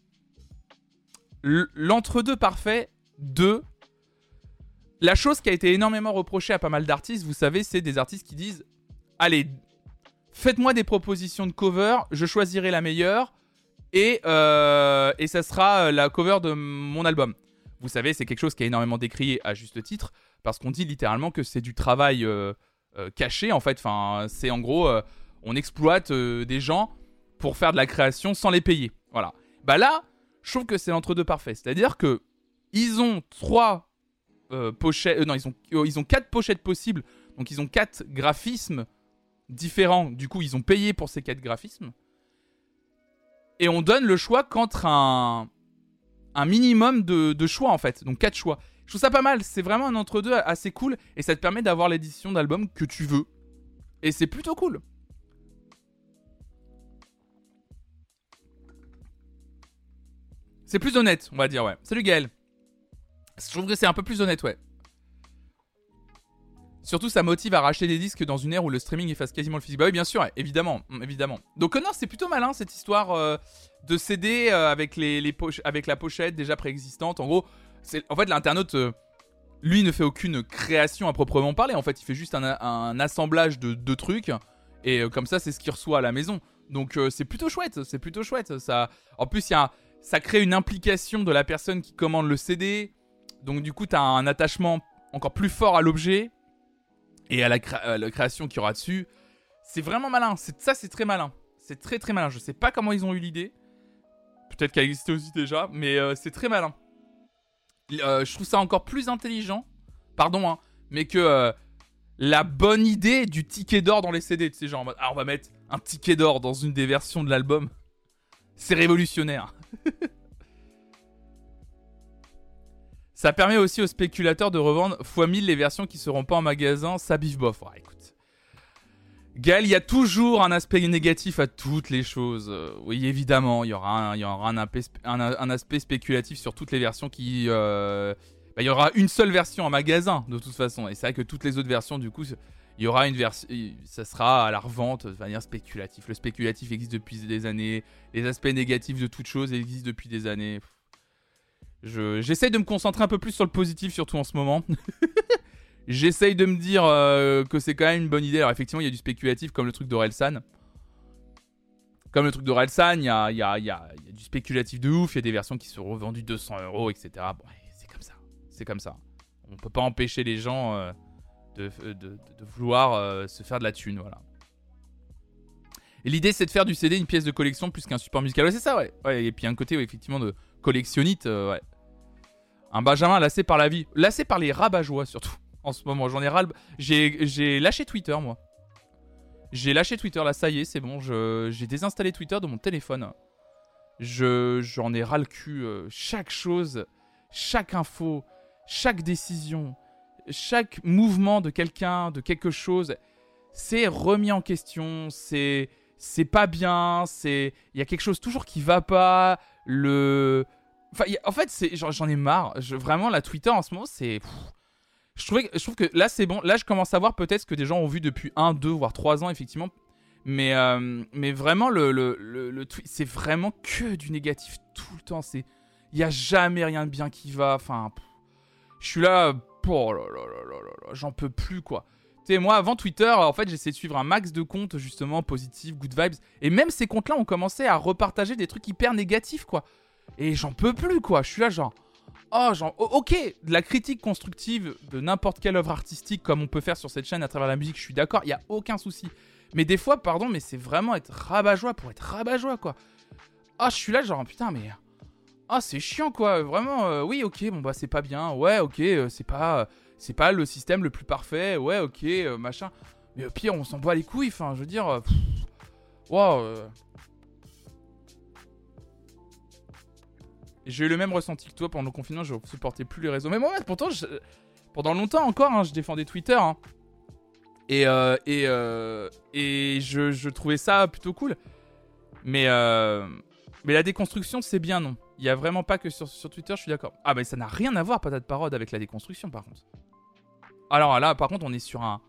l'entre-deux parfait de la chose qui a été énormément reprochée à pas mal d'artistes. Vous savez, c'est des artistes qui disent allez, faites-moi des propositions de cover, je choisirai la meilleure et ça sera la cover de mon album. Vous savez, c'est quelque chose qui est énormément décrié à juste titre, parce qu'on dit littéralement que c'est du travail caché, en fait. Enfin, c'est en gros, on exploite des gens pour faire de la création sans les payer. Voilà. Là, je trouve que c'est l'entre-deux parfait. C'est-à-dire que ils ont 3 pochettes... ils ont 4 pochettes possibles. Donc, ils ont 4 graphismes différents. Du coup, ils ont payé pour ces 4 graphismes. Et on donne le choix qu'entre un minimum de choix, en fait. Donc 4 choix. trouve ça pas mal. C'est vraiment un entre-deux assez cool. Et ça te permet d'avoir l'édition d'album que tu veux. Et c'est plutôt cool. C'est plus honnête, on va dire, ouais. Salut Gaël. Je trouve que c'est un peu plus honnête, ouais. Surtout, ça motive à racheter des disques dans une ère où le streaming efface quasiment le physique. Bah oui, bien sûr, évidemment. Donc non, c'est plutôt malin cette histoire de CD avec avec la pochette déjà préexistante. En gros, en fait, l'internaute, lui, ne fait aucune création à proprement parler. En fait, il fait juste un assemblage de trucs. Et comme ça, c'est ce qu'il reçoit à la maison. Donc c'est plutôt chouette. Ça... En plus, ça crée une implication de la personne qui commande le CD. Donc du coup, t'as un attachement encore plus fort à l'objet. Et à la création qu'il y aura dessus. C'est vraiment malin. C'est très malin. C'est très très malin. Je sais pas comment ils ont eu l'idée. Peut-être qu'elle existait aussi déjà. Mais c'est très malin. Je trouve ça encore plus intelligent. Pardon, hein. Mais que la bonne idée du ticket d'or dans les CD. Tu sais, genre en mode, on va mettre un ticket d'or dans une des versions de l'album. C'est révolutionnaire. Ça permet aussi aux spéculateurs de revendre x1000 les versions qui seront pas en magasin. Ça biffe bof. Ouais, écoute. Gaël, il y a toujours un aspect négatif à toutes les choses. Oui, évidemment, il y aura un aspect spéculatif sur toutes les versions qui... il y aura une seule version en magasin, de toute façon. Et c'est vrai que toutes les autres versions, du coup, il y aura une version... Ça sera à la revente de manière spéculative. Le spéculatif existe depuis des années. Les aspects négatifs de toute chose existent depuis des années. J'essaye de me concentrer un peu plus sur le positif, surtout en ce moment. J'essaye de me dire que c'est quand même une bonne idée. Alors effectivement, il y a du spéculatif comme le truc d'Orelsan. Il y a du spéculatif de ouf. Il y a des versions qui sont revendues 200€, etc. Bon, c'est comme ça. On peut pas empêcher les gens de vouloir se faire de la thune, voilà. Et l'idée, c'est de faire du CD une pièce de collection plus qu'un support musical. Ouais, c'est ça, ouais. Et puis un côté, ouais, effectivement, de collectionnite, ouais. Un Benjamin lassé par la vie. Lassé par les rabat-joie, surtout. En ce moment, j'en ai ras le... J'ai lâché Twitter, moi. J'ai lâché Twitter, là, ça y est, c'est bon. J'ai désinstallé Twitter de mon téléphone. J'en ai ras le cul. Chaque chose, chaque info, chaque décision, chaque mouvement de quelqu'un, de quelque chose, c'est remis en question, c'est pas bien, il y a quelque chose toujours qui va pas, en fait, j'en ai marre. Vraiment, la Twitter en ce moment, c'est... Je trouve que là, c'est bon. Là, je commence à voir peut-être ce que des gens ont vu depuis 1, 2, voire 3 ans, effectivement. Mais vraiment, le tweet, c'est vraiment que du négatif tout le temps. Il n'y a jamais rien de bien qui va. Enfin, je suis là... Oh là là là là là, j'en peux plus, quoi. Tu sais, moi, avant Twitter, en fait, j'essayais de suivre un max de comptes, justement, positifs, good vibes. Et même ces comptes-là ont commencé à repartager des trucs hyper négatifs, quoi. Et j'en peux plus, quoi. Je suis là, genre... ok, de la critique constructive de n'importe quelle œuvre artistique, comme on peut faire sur cette chaîne à travers la musique, je suis d'accord, il n'y a aucun souci. Mais des fois, pardon, mais c'est vraiment être rabat-joie pour être rabat-joie, quoi. Je suis là, genre, putain, mais... c'est chiant, quoi. Vraiment, oui, ok, bon, bah, c'est pas bien. Ouais, ok, c'est pas le système le plus parfait. Ouais, ok, machin. Mais au pire, on s'en bat les couilles. Enfin, je veux dire... J'ai eu le même ressenti que toi pendant le confinement, je ne supportais plus les réseaux. Mais moi, pourtant, pendant longtemps encore, hein, je défendais Twitter. Hein. Et je trouvais ça plutôt cool. Mais la déconstruction, c'est bien, non. Il n'y a vraiment pas que sur Twitter, je suis d'accord. Ah, mais ça n'a rien à voir, Patate Parode, avec la déconstruction, par contre. Alors là, par contre, on est sur un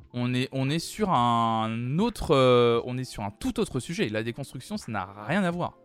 tout autre sujet. La déconstruction, ça n'a rien à voir.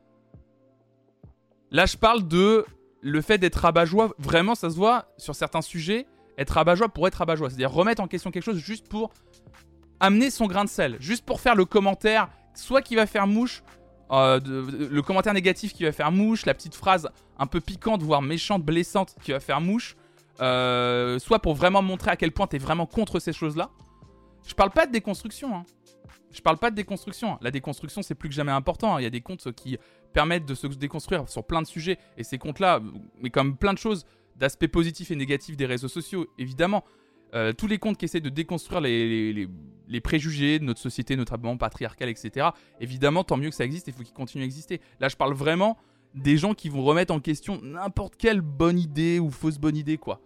Là, je parle de le fait d'être rabat-joie. Vraiment, ça se voit sur certains sujets. Être rabat-joie pour être rabat-joie. C'est-à-dire remettre en question quelque chose juste pour amener son grain de sel. Juste pour faire le commentaire, soit qui va faire mouche, le commentaire négatif qui va faire mouche, la petite phrase un peu piquante, voire méchante, blessante qui va faire mouche. Soit pour vraiment montrer à quel point t'es vraiment contre ces choses-là. Je parle pas de déconstruction, hein. La déconstruction, c'est plus que jamais important. Il y a des comptes qui permettent de se déconstruire sur plein de sujets. Et ces comptes-là, mais comme plein de choses, d'aspects positifs et négatifs des réseaux sociaux, évidemment. Tous les comptes qui essaient de déconstruire les préjugés de notre société, notamment patriarcale, etc. Évidemment, tant mieux que ça existe, il faut qu'ils continuent à exister. Là, je parle vraiment des gens qui vont remettre en question n'importe quelle bonne idée ou fausse bonne idée, quoi.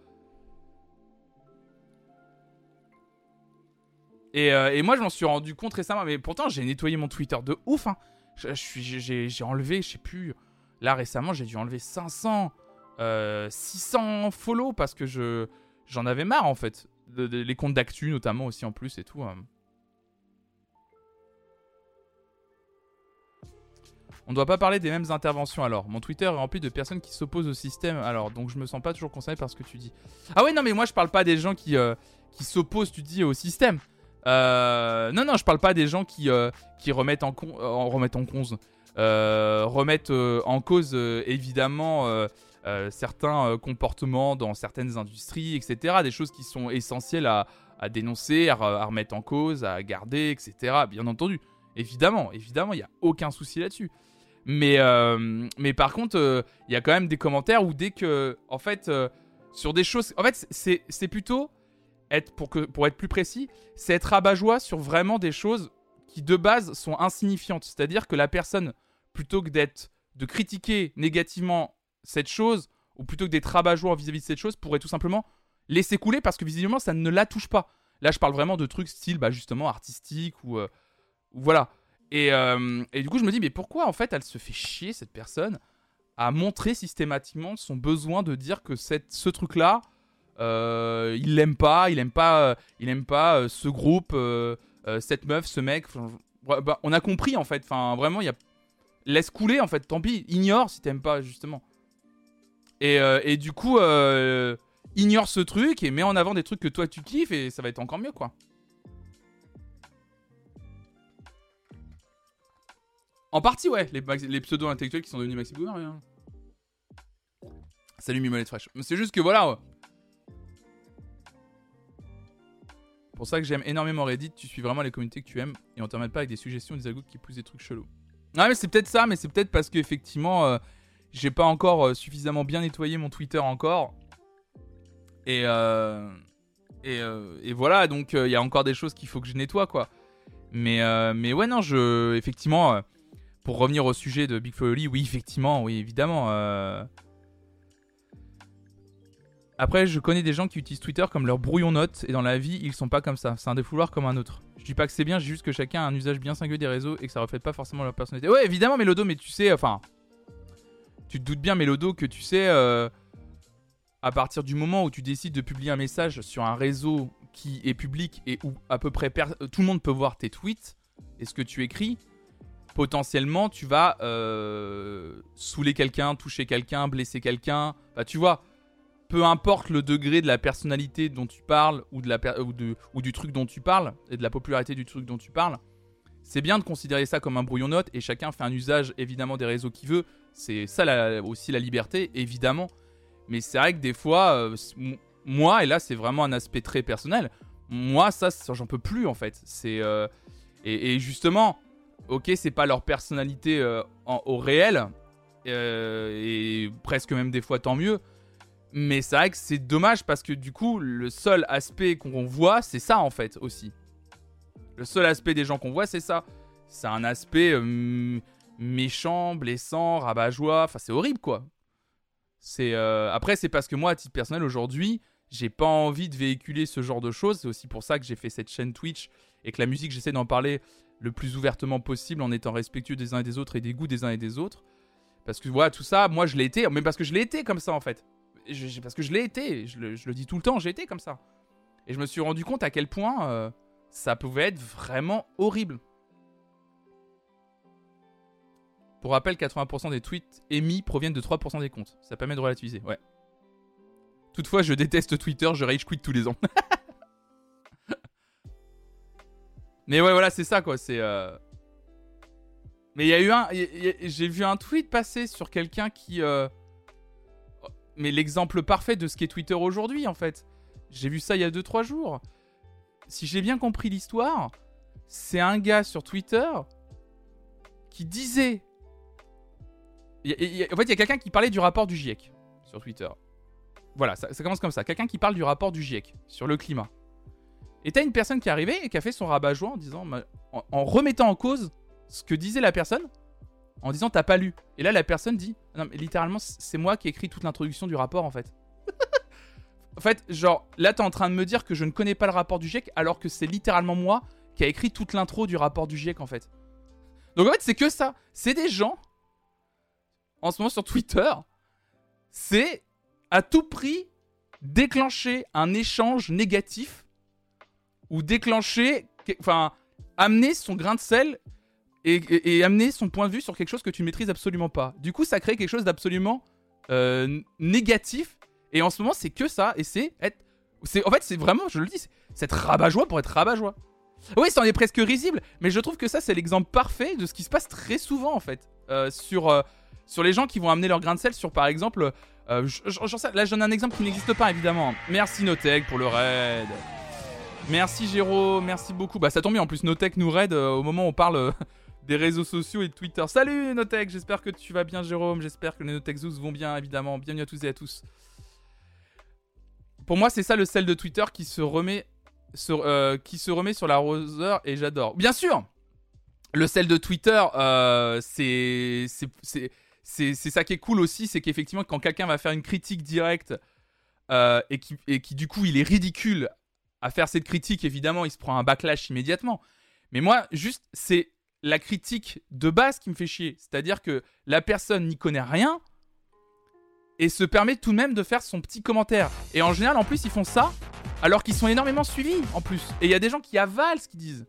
Et moi, je m'en suis rendu compte récemment, mais pourtant, j'ai nettoyé mon Twitter de ouf, hein. J'ai enlevé, je sais plus, là récemment, j'ai dû enlever 500, 600 follow parce que j'en avais marre, en fait. Les comptes d'actu, notamment, aussi, en plus, et tout. On ne doit pas parler des mêmes interventions, alors. Mon Twitter est rempli de personnes qui s'opposent au système, alors. Donc, je me sens pas toujours concerné par ce que tu dis. Ah ouais, non, mais moi, je parle pas des gens qui s'opposent, tu dis, au système. Non, je parle pas des gens qui remettent en cause, évidemment, certains comportements dans certaines industries, etc. Des choses qui sont essentielles à dénoncer, à remettre en cause, à garder, etc. Bien entendu. Évidemment, il n'y a aucun souci là-dessus. Mais par contre, il y a quand même des commentaires où dès que, en fait, sur des choses... En fait, c'est plutôt... pour être plus précis, c'est être rabat-joie sur vraiment des choses qui de base sont insignifiantes. C'est-à-dire que la personne, plutôt que de critiquer négativement cette chose, ou plutôt que d'être rabat-joie vis-à-vis de cette chose, pourrait tout simplement laisser couler parce que visiblement ça ne la touche pas. Là, je parle vraiment de trucs style justement artistique ou voilà. Et du coup, je me dis, mais pourquoi en fait elle se fait chier, cette personne, à montrer systématiquement son besoin de dire que ce truc-là, il l'aime pas ce groupe, cette meuf, ce mec. On a compris en fait. Enfin, vraiment, laisse couler en fait. Tant pis, ignore si t'aimes pas justement. Et du coup, ignore ce truc et mets en avant des trucs que toi tu kiffes et ça va être encore mieux, quoi. En partie, ouais, les pseudo-intellectuels qui sont devenus maxi boomers. Hein. Salut Mimolette fraîche. Mais c'est juste que voilà. Ouais. Pour ça que j'aime énormément Reddit, tu suis vraiment les communautés que tu aimes et on t'emmène pas avec des suggestions, des algos qui poussent des trucs chelous. Ah mais c'est peut-être ça, mais c'est peut-être parce qu'effectivement j'ai pas encore suffisamment bien nettoyé mon Twitter encore. Et voilà, donc il y a encore des choses qu'il faut que je nettoie, quoi. Mais ouais, non, effectivement, pour revenir au sujet de Big Folly, oui, effectivement, oui, évidemment. Après, je connais des gens qui utilisent Twitter comme leur brouillon note et dans la vie, ils sont pas comme ça. C'est un défouloir comme un autre. Je dis pas que c'est bien, je dis juste que chacun a un usage bien singulier des réseaux et que ça reflète pas forcément leur personnalité. Ouais, évidemment, Mélodo, mais tu sais, enfin, tu te doutes bien, Mélodo, que tu sais, à partir du moment où tu décides de publier un message sur un réseau qui est public et où à peu près tout le monde peut voir tes tweets et ce que tu écris, potentiellement, tu vas saouler quelqu'un, toucher quelqu'un, blesser quelqu'un. Bah, tu vois. Peu importe le degré de la personnalité dont tu parles ou du truc dont tu parles et de la popularité du truc dont tu parles, c'est bien de considérer ça comme un brouillon note et chacun fait un usage évidemment des réseaux qu'il veut. C'est ça aussi la liberté, évidemment. Mais c'est vrai que des fois, moi, et là c'est vraiment un aspect très personnel, moi ça j'en peux plus en fait. Et justement, ok, c'est pas leur personnalité au réel, et presque même des fois tant mieux. Mais c'est vrai que c'est dommage parce que du coup, le seul aspect qu'on voit, c'est ça en fait aussi. Le seul aspect des gens qu'on voit, c'est ça. C'est un aspect méchant, blessant, rabat-joie. Enfin, c'est horrible, quoi. Après, c'est parce que moi, à titre personnel, aujourd'hui, j'ai pas envie de véhiculer ce genre de choses. C'est aussi pour ça que j'ai fait cette chaîne Twitch et que la musique, j'essaie d'en parler le plus ouvertement possible en étant respectueux des uns et des autres et des goûts des uns et des autres. Parce que voilà, tout ça, moi, je l'ai été. Mais parce que je l'ai été comme ça, en fait. Parce que je l'ai été, je le dis tout le temps, j'ai été comme ça. Et je me suis rendu compte à quel point ça pouvait être vraiment horrible. Pour rappel, 80% des tweets émis proviennent de 3% des comptes. Ça permet de relativiser, ouais. Toutefois, je déteste Twitter, je rage quit tous les ans. Mais ouais, voilà, c'est ça, quoi. Mais il y a eu j'ai vu un tweet passer sur quelqu'un qui... Mais l'exemple parfait de ce qu'est Twitter aujourd'hui, en fait. J'ai vu ça il y a 2-3 jours. Si j'ai bien compris l'histoire, c'est un gars sur Twitter qui disait... En fait, il y a quelqu'un qui parlait du rapport du GIEC sur Twitter. Voilà, ça commence comme ça. Quelqu'un qui parle du rapport du GIEC sur le climat. Et t'as une personne qui est arrivée et qui a fait son rabat-joie en disant... En remettant en cause ce que disait la personne, en disant t'as pas lu. Et là, la personne dit non, mais littéralement, c'est moi qui ai écrit toute l'introduction du rapport en fait. En fait, genre, là, t'es en train de me dire que je ne connais pas le rapport du GIEC alors que c'est littéralement moi qui a écrit toute l'intro du rapport du GIEC en fait. Donc en fait, c'est que ça. C'est des gens, en ce moment sur Twitter, c'est à tout prix déclencher un échange négatif ou déclencher, enfin, amener son grain de sel et amener son point de vue sur quelque chose que tu ne maîtrises absolument pas. Du coup, ça crée quelque chose d'absolument négatif. Et en ce moment, c'est que ça. Et en fait, c'est vraiment, je le dis, c'est être rabat-joie pour être rabat-joie. Oui, ça en est presque risible, mais je trouve que ça, c'est l'exemple parfait de ce qui se passe très souvent, en fait. Sur les gens qui vont amener leur grain de sel sur, par exemple... là, je donne un exemple qui n'existe pas, évidemment. Merci Notech pour le raid. Merci Jérôme, merci beaucoup. Bah, ça tombe bien, en plus, Notech nous raid au moment où on parle des réseaux sociaux et de Twitter. Salut Notech, j'espère que tu vas bien, Jérôme. J'espère que les Notech Zoos vont bien, évidemment. Bienvenue à tous et à tous. Pour moi, c'est ça le sel de Twitter qui se remet sur l'arroseur et j'adore. Bien sûr, le sel de Twitter, c'est ça qui est cool aussi, c'est qu'effectivement quand quelqu'un va faire une critique directe et qui du coup il est ridicule à faire cette critique, évidemment il se prend un backlash immédiatement. Mais moi juste c'est la critique de base qui me fait chier, c'est-à-dire que la personne n'y connaît rien et se permet tout de même de faire son petit commentaire. Et en général en plus ils font ça alors qu'ils sont énormément suivis en plus. Et il y a des gens qui avalent ce qu'ils disent.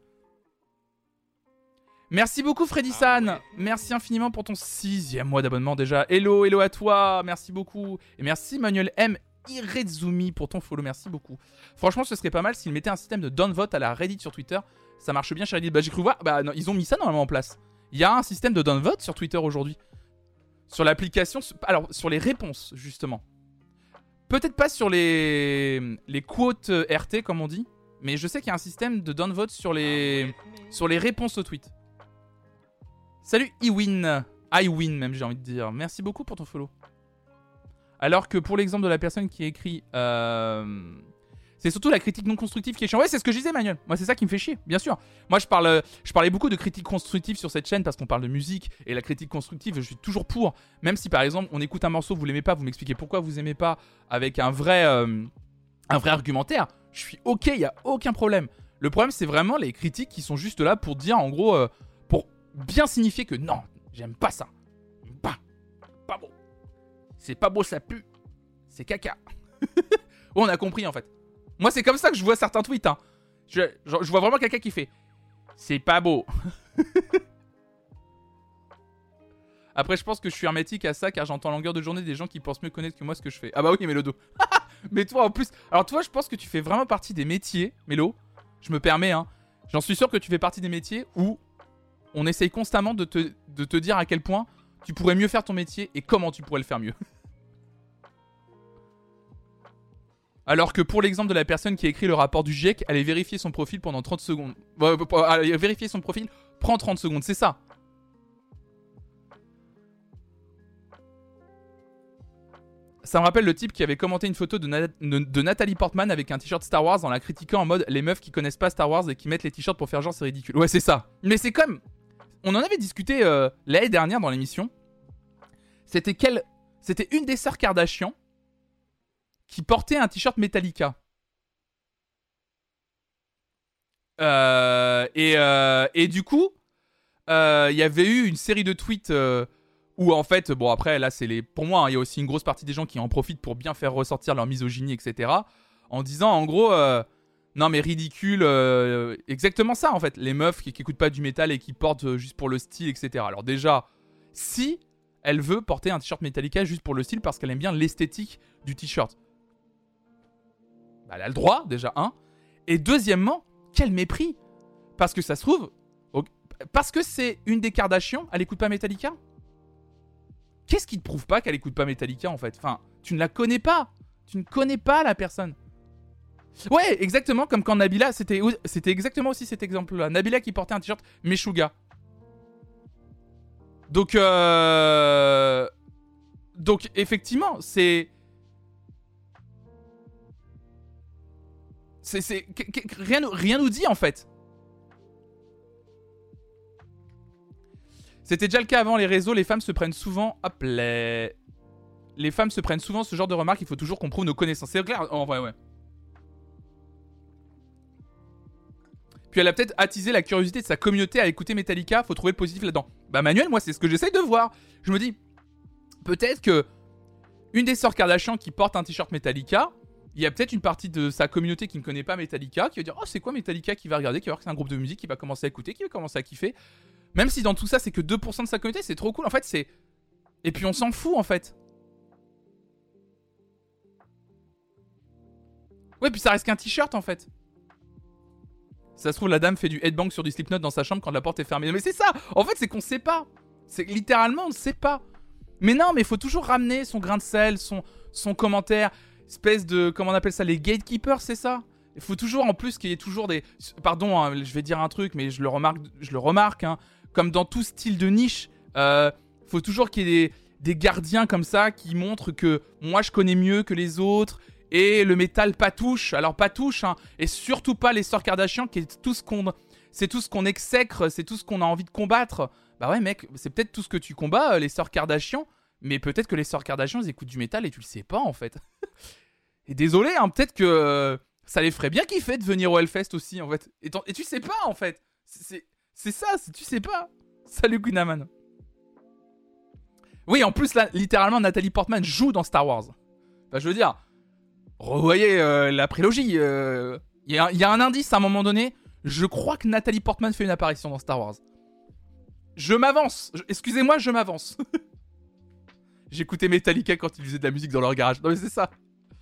Merci beaucoup Freddy-san. Ouais. Merci infiniment pour ton 6e mois d'abonnement déjà. Hello à toi. Merci beaucoup. Et merci Manuel M. Irezumi pour ton follow. Merci beaucoup. Franchement, ce serait pas mal s'ils mettaient un système de downvote à la Reddit sur Twitter. Ça marche bien chez Reddit. Bah j'ai cru voir. Bah non, ils ont mis ça normalement en place. Il y a un système de downvote sur Twitter aujourd'hui. Sur l'application. Alors, sur les réponses, justement. Peut-être pas sur les quotes RT, comme on dit. Mais je sais qu'il y a un système de downvote sur les réponses aux tweets. Salut iWin. iWin même, j'ai envie de dire. Merci beaucoup pour ton follow. Alors que pour l'exemple de la personne qui écrit... c'est surtout la critique non constructive qui est chiant. Ouais, c'est ce que je disais, Manuel. Moi, c'est ça qui me fait chier, bien sûr. Moi, je parlais beaucoup de critique constructive sur cette chaîne parce qu'on parle de musique. Et la critique constructive, je suis toujours pour. Même si, par exemple, on écoute un morceau, vous l'aimez pas, vous m'expliquez pourquoi vous aimez pas avec un vrai argumentaire. Je suis OK, il n'y a aucun problème. Le problème, c'est vraiment les critiques qui sont juste là pour dire, en gros, pour bien signifier que non, j'aime pas ça. Pas beau. C'est pas beau, ça pue. C'est caca. On a compris, en fait. Moi, c'est comme ça que je vois certains tweets. Hein. Je vois vraiment quelqu'un qui fait « C'est pas beau ». Après, je pense que je suis hermétique à ça, car j'entends en longueur de journée des gens qui pensent mieux connaître que moi ce que je fais. Ah bah oui, Mélodo. Mais toi, en plus... Alors toi, je pense que tu fais vraiment partie des métiers, Mélo. Je me permets, hein. J'en suis sûr que tu fais partie des métiers où on essaye constamment de te dire à quel point tu pourrais mieux faire ton métier et comment tu pourrais le faire mieux. Alors que pour l'exemple de la personne qui a écrit le rapport du GIEC, aller vérifier son profil pendant 30 secondes. Aller vérifier son profil prend 30 secondes, c'est ça. Ça me rappelle le type qui avait commenté une photo de Nathalie Portman avec un t-shirt Star Wars en la critiquant en mode les meufs qui connaissent pas Star Wars et qui mettent les t-shirts pour faire genre c'est ridicule. Ouais, c'est ça. Mais c'est comme... On en avait discuté l'année dernière dans l'émission. C'était une des sœurs Kardashian qui portait un t-shirt Metallica. Et du coup, il y avait eu une série de tweets où en fait, bon après là c'est pour moi, il y a aussi une grosse partie des gens qui en profitent pour bien faire ressortir leur misogynie, etc. En disant en gros, non mais ridicule, exactement ça en fait, les meufs qui écoutent pas du métal et qui portent juste pour le style, etc. Alors déjà, si elle veut porter un t-shirt Metallica juste pour le style parce qu'elle aime bien l'esthétique du t-shirt, bah, elle a le droit déjà, hein. Et deuxièmement, quel mépris, parce que ça se trouve, parce que c'est une des Kardashian, elle écoute pas Metallica. Qu'est-ce qui te prouve pas qu'elle écoute pas Metallica en fait? Enfin, tu ne la connais pas. Tu ne connais pas la personne. Ouais, exactement comme quand Nabila, c'était exactement aussi cet exemple-là. Nabila qui portait un t-shirt Meshuggah. Donc effectivement, rien nous dit en fait. C'était déjà le cas avant les réseaux, les femmes se prennent souvent... Hop là. Les femmes se prennent souvent ce genre de remarques, il faut toujours qu'on prouve nos connaissances. C'est clair, en vrai, ouais. Puis elle a peut-être attisé la curiosité de sa communauté à écouter Metallica, faut trouver le positif là-dedans. Bah Manuel, moi c'est ce que j'essaye de voir. Je me dis, peut-être que une des sœurs Kardashian qui porte un t-shirt Metallica, il y a peut-être une partie de sa communauté qui ne connaît pas Metallica, qui va dire « Oh, c'est quoi Metallica ?» qui va regarder, qui va voir que c'est un groupe de musique, qui va commencer à écouter, qui va commencer à kiffer. Même si dans tout ça, c'est que 2% de sa communauté, c'est trop cool. En fait, c'est... Et puis on s'en fout, en fait. Ouais, puis ça reste qu'un t-shirt, en fait. Ça se trouve, la dame fait du headbang sur du Slipknot dans sa chambre quand la porte est fermée. Mais c'est ça. En fait, c'est qu'on sait pas. C'est littéralement, on ne sait pas. Mais non, mais il faut toujours ramener son grain de sel, son commentaire. Espèce de... Comment on appelle ça? Les gatekeepers, c'est ça? Il faut toujours, en plus, qu'il y ait toujours des... Pardon, hein, je vais dire un truc, mais je le remarque hein, comme dans tout style de niche, faut toujours qu'il y ait des gardiens comme ça qui montrent que moi, je connais mieux que les autres. Et le métal patouche. Alors patouche, hein, et surtout pas les sœurs Kardashian, qui est tout ce qu'on... C'est tout ce qu'on exècre, c'est tout ce qu'on a envie de combattre. Bah ouais, mec, c'est peut-être tout ce que tu combats, les sœurs Kardashian. Mais peut-être que les sœurs Kardashian, elles écoutent du métal et tu le sais pas, en fait. Et désolé, hein, peut-être que ça les ferait bien kiffer de venir au Hellfest aussi, en fait. Et tu sais pas, en fait. C'est ça, tu sais pas. Salut, Gunaman. Oui, en plus, là, littéralement, Nathalie Portman joue dans Star Wars. Enfin, je veux dire, revoyez la prélogie. Il y a un indice à un moment donné. Je crois que Nathalie Portman fait une apparition dans Star Wars. Je m'avance. Excusez-moi, je m'avance. J'écoutais Metallica quand ils faisaient de la musique dans leur garage. Non mais c'est ça.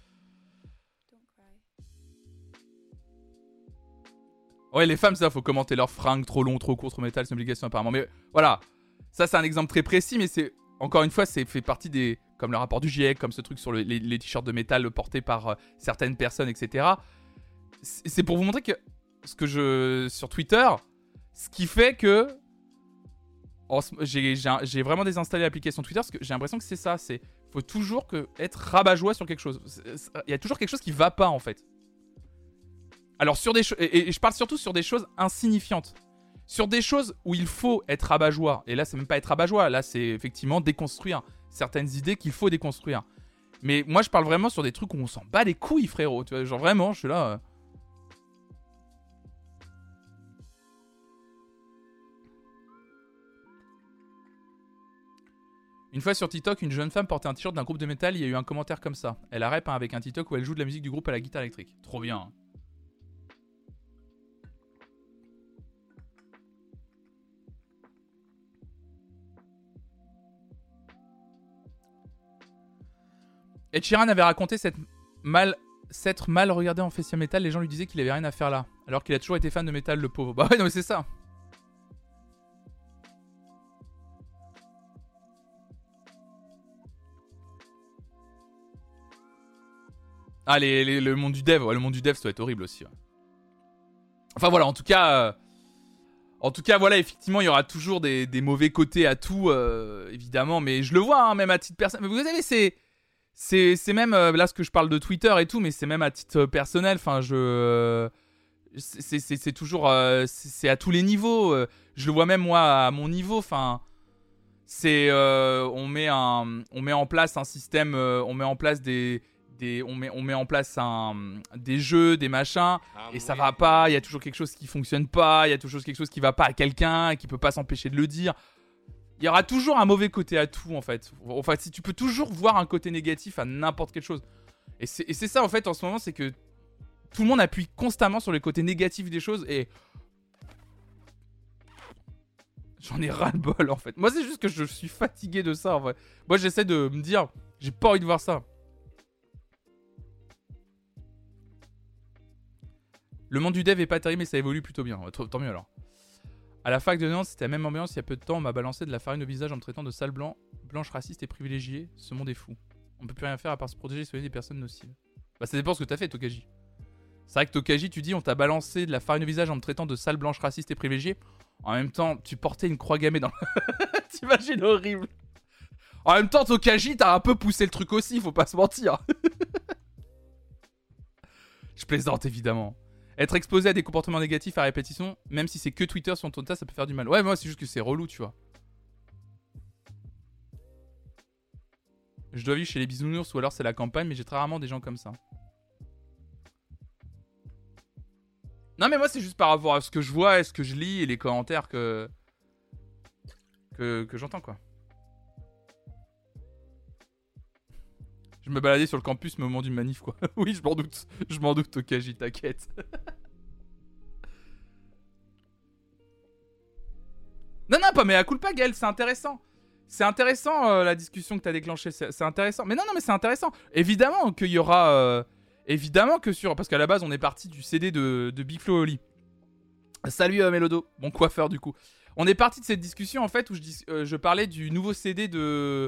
Ouais, les femmes, ça, faut commenter leurs fringues trop long, trop court, trop métal, c'est une obligation apparemment. Mais voilà, ça c'est un exemple très précis, mais c'est encore une fois, c'est fait partie des, comme le rapport du GIEC, comme ce truc sur les t-shirts de métal portés par certaines personnes, etc. C'est pour vous montrer que sur Twitter, ce qui fait que j'ai vraiment désinstallé l'application Twitter parce que j'ai l'impression que c'est ça. Faut toujours être rabat-joie sur quelque chose. Il y a toujours quelque chose qui va pas en fait. Alors sur des choses, et je parle surtout sur des choses insignifiantes. Sur des choses où il faut être rabat-joie. Et là, c'est même pas être rabat-joie. Là, c'est effectivement déconstruire certaines idées qu'il faut déconstruire. Mais moi, je parle vraiment sur des trucs où on s'en bat les couilles, frérot. Tu vois, genre vraiment, je suis là. Une fois sur TikTok, une jeune femme portait un t-shirt d'un groupe de métal. Il y a eu un commentaire comme ça. Elle a rep avec un TikTok où elle joue de la musique du groupe à la guitare électrique. Trop bien. Ed Sheeran avait raconté s'être mal regardé en festival métal. Les gens lui disaient qu'il avait rien à faire là. Alors qu'il a toujours été fan de métal, le pauvre. Bah ouais, non mais c'est ça. Ah, le monde du dev. Ouais, le monde du dev, ça doit être horrible aussi. Ouais. Enfin voilà, en tout cas, voilà, effectivement, il y aura toujours des mauvais côtés à tout, évidemment. Mais je le vois, hein, même à titre personnel. Vous savez, c'est même, là, ce que je parle de Twitter et tout, mais c'est même à titre personnel. Enfin, c'est toujours... c'est à tous les niveaux. Je le vois même, moi, à mon niveau. Enfin, on met en place un système... on met en place on met en place des jeux, des machins, et ça va pas, il y a toujours quelque chose qui fonctionne pas, il y a toujours quelque chose qui va pas à quelqu'un et qui peut pas s'empêcher de le dire. Il y aura toujours un mauvais côté à tout en fait. Enfin, si tu peux toujours voir un côté négatif à n'importe quelle chose. Et c'est ça en fait en ce moment, c'est que tout le monde appuie constamment sur les côtés négatifs des choses et j'en ai ras-le-bol en fait. Moi c'est juste que je suis fatigué de ça en vrai. Moi j'essaie de me dire, j'ai pas envie de voir ça. Le monde du dev est pas terrible mais ça évolue plutôt bien. Tant mieux alors. À la fac de Nantes, c'était la même ambiance. Il y a peu de temps, on m'a balancé de la farine au visage en me traitant de sale blanche raciste et privilégiée. Ce monde est fou. On peut plus rien faire à part se protéger et soigner des personnes nocives. Bah ça dépend ce que t'as fait, Tokaji. C'est vrai que Tokaji, tu dis on t'a balancé de la farine au visage en me traitant de sale blanche raciste et privilégiée. En même temps, tu portais une croix gammée dans le... T'imagines, horrible. En même temps, Tokaji, t'as un peu poussé le truc aussi, faut pas se mentir. Je plaisante évidemment. Être exposé à des comportements négatifs à répétition, même si c'est que Twitter sur ton tas, ça peut faire du mal. Ouais, moi c'est juste que c'est relou, tu vois. Je dois vivre chez les bisounours ou alors c'est la campagne, mais j'ai très rarement des gens comme ça. Non mais moi c'est juste par rapport à ce que je vois et ce que je lis et les commentaires que j'entends quoi. Je me baladais sur le campus au moment d'une manif quoi. Oui, je m'en doute, ok, j'y t'inquiète. Non, pas mais à culpa, Gaël, c'est intéressant. C'est intéressant la discussion que t'as déclenchée, c'est intéressant. Mais non, mais c'est intéressant. Évidemment qu'il y aura... évidemment que sur... Parce qu'à la base, on est parti du CD de Big Flo et Oli. Salut Mélodo, mon coiffeur du coup. On est parti de cette discussion en fait où je parlais du nouveau CD de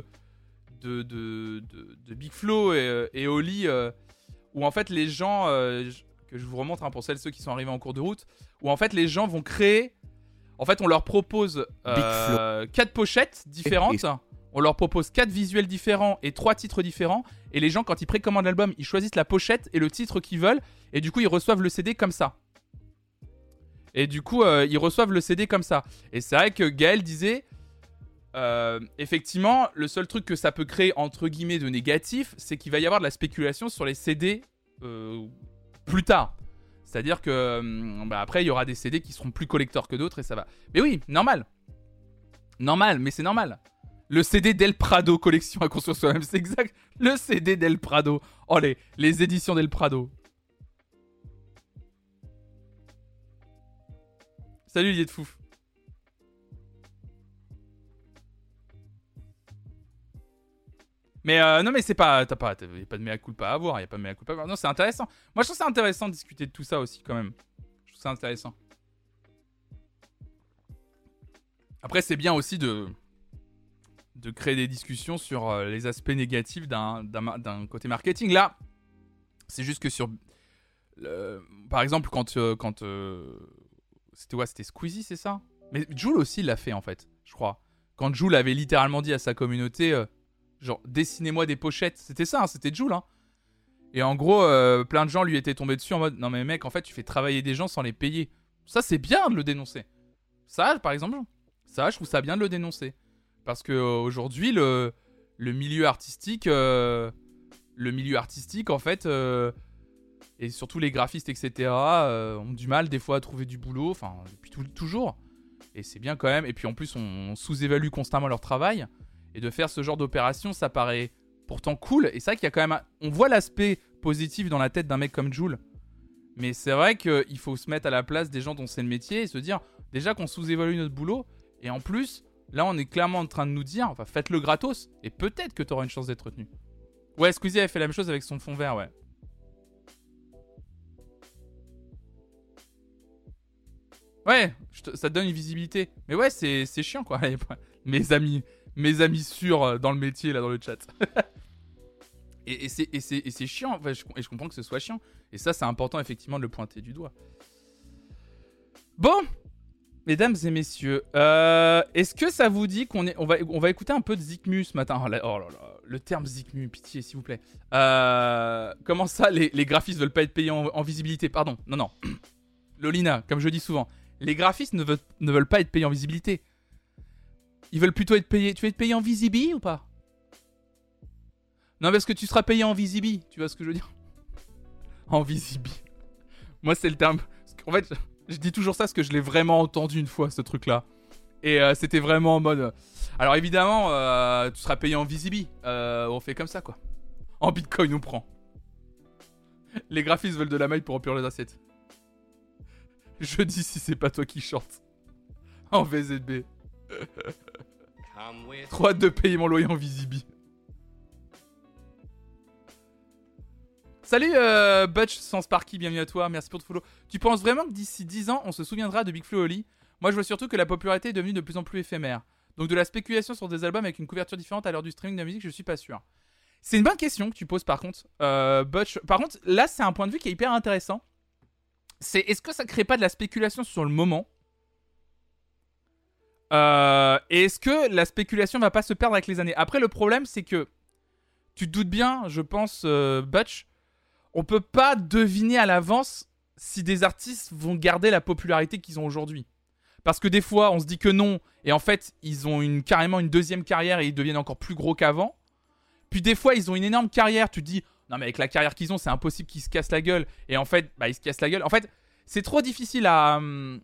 Big Flo et Oli où en fait les gens... que je vous remontre hein, pour ceux qui sont arrivés en cours de route, où en fait les gens vont créer... En fait, on leur propose 4 pochettes différentes. On leur propose 4 visuels différents et 3 titres différents. Et les gens, quand ils précommandent l'album, ils choisissent la pochette et le titre qu'ils veulent. Et du coup, ils reçoivent le CD comme ça. Et c'est vrai que Gaël disait... effectivement, le seul truc que ça peut créer, entre guillemets, de négatif, c'est qu'il va y avoir de la spéculation sur les CD plus tard. C'est-à-dire que après il y aura des CD qui seront plus collector que d'autres et ça va. Mais oui, normal, mais c'est normal. Le CD d'El Prado collection à construire soi-même, c'est exact. Le CD d'El Prado. Oh les éditions d'El Prado. Salut Lié de Fouf. Mais non mais c'est pas... y a pas de mea culpa à avoir, Non, c'est intéressant. Moi je trouve ça intéressant de discuter de tout ça aussi quand même. Je trouve ça intéressant. Après c'est bien aussi de créer des discussions sur les aspects négatifs d'un côté marketing. Là, c'est juste que sur... par exemple quand c'était Squeezie, c'est ça? Mais Jul aussi l'a fait en fait, je crois. Quand Jul avait littéralement dit à sa communauté... genre, dessinez-moi des pochettes. C'était ça, hein, c'était Jul. Hein. Et en gros, plein de gens lui étaient tombés dessus en mode non, mais mec, en fait, tu fais travailler des gens sans les payer. Ça, c'est bien de le dénoncer. Ça, par exemple, ça, je trouve ça bien de le dénoncer. Parce qu'aujourd'hui, le milieu artistique, en fait, et surtout les graphistes, etc., ont du mal des fois à trouver du boulot. Enfin, depuis toujours. Et c'est bien quand même. Et puis en plus, on sous-évalue constamment leur travail. Et de faire ce genre d'opération, ça paraît pourtant cool. Et c'est vrai qu'il y a quand même... On voit l'aspect positif dans la tête d'un mec comme Jul. Mais c'est vrai qu'il faut se mettre à la place des gens dont c'est le métier et se dire déjà qu'on sous-évalue notre boulot. Et en plus, là, on est clairement en train de nous dire enfin, faites-le gratos. Et peut-être que tu auras une chance d'être retenu. Ouais, Squeezie avait fait la même chose avec son fond vert, ouais. Ouais, ça te donne une visibilité. Mais ouais, c'est chiant, quoi. Mes amis sûrs dans le métier, là, dans le chat. et c'est chiant. Enfin, je comprends que ce soit chiant. Et ça, c'est important, effectivement, de le pointer du doigt. Bon, mesdames et messieurs, est-ce que ça vous dit qu'on va écouter un peu de Zikmu ce matin? Oh là là, le terme Zikmu, pitié, s'il vous plaît. Comment ça, les graphistes veulent pas être payés en visibilité? Pardon, non. Lolina, comme je dis souvent, les graphistes ne veulent pas être payés en visibilité. Ils veulent plutôt être payés. Tu veux être payé en visibi ou pas? Non, parce que tu seras payé en visibi. Tu vois ce que je veux dire? En visibi. Moi, c'est le terme. En fait, je dis toujours ça parce que je l'ai vraiment entendu une fois, ce truc-là. Et c'était vraiment en mode. Alors, évidemment, tu seras payé en visibi. On fait comme ça, quoi. En bitcoin, on prend. Les graphistes veulent de la maille pour remplir les assiettes. Je dis si c'est pas toi qui chante. En VZB. Trop hâte de payer mon loyer en visibi. Salut Butch sans Sparky, bienvenue à toi, merci pour ton follow. Tu penses vraiment que d'ici 10 ans on se souviendra de Big Flo et Oli? Moi je vois surtout que la popularité est devenue de plus en plus éphémère. Donc de la spéculation sur des albums avec une couverture différente à l'heure du streaming de la musique, je suis pas sûr. C'est une bonne question que tu poses par contre, Butch. Par contre là c'est un point de vue qui est hyper intéressant. C'est est-ce que ça crée pas de la spéculation sur le moment? Et est-ce que la spéculation va pas se perdre avec les années? Après le problème c'est que tu te doutes bien, je pense, Butch, on peut pas deviner à l'avance si des artistes vont garder la popularité qu'ils ont aujourd'hui. Parce que des fois on se dit que non et en fait ils ont carrément une deuxième carrière et ils deviennent encore plus gros qu'avant. Puis des fois, ils ont une énorme carrière. Tu te dis, non, mais avec la carrière qu'ils ont, c'est impossible qu'ils se cassent la gueule. Et en fait, ils se cassent la gueule. En fait, c'est trop difficile à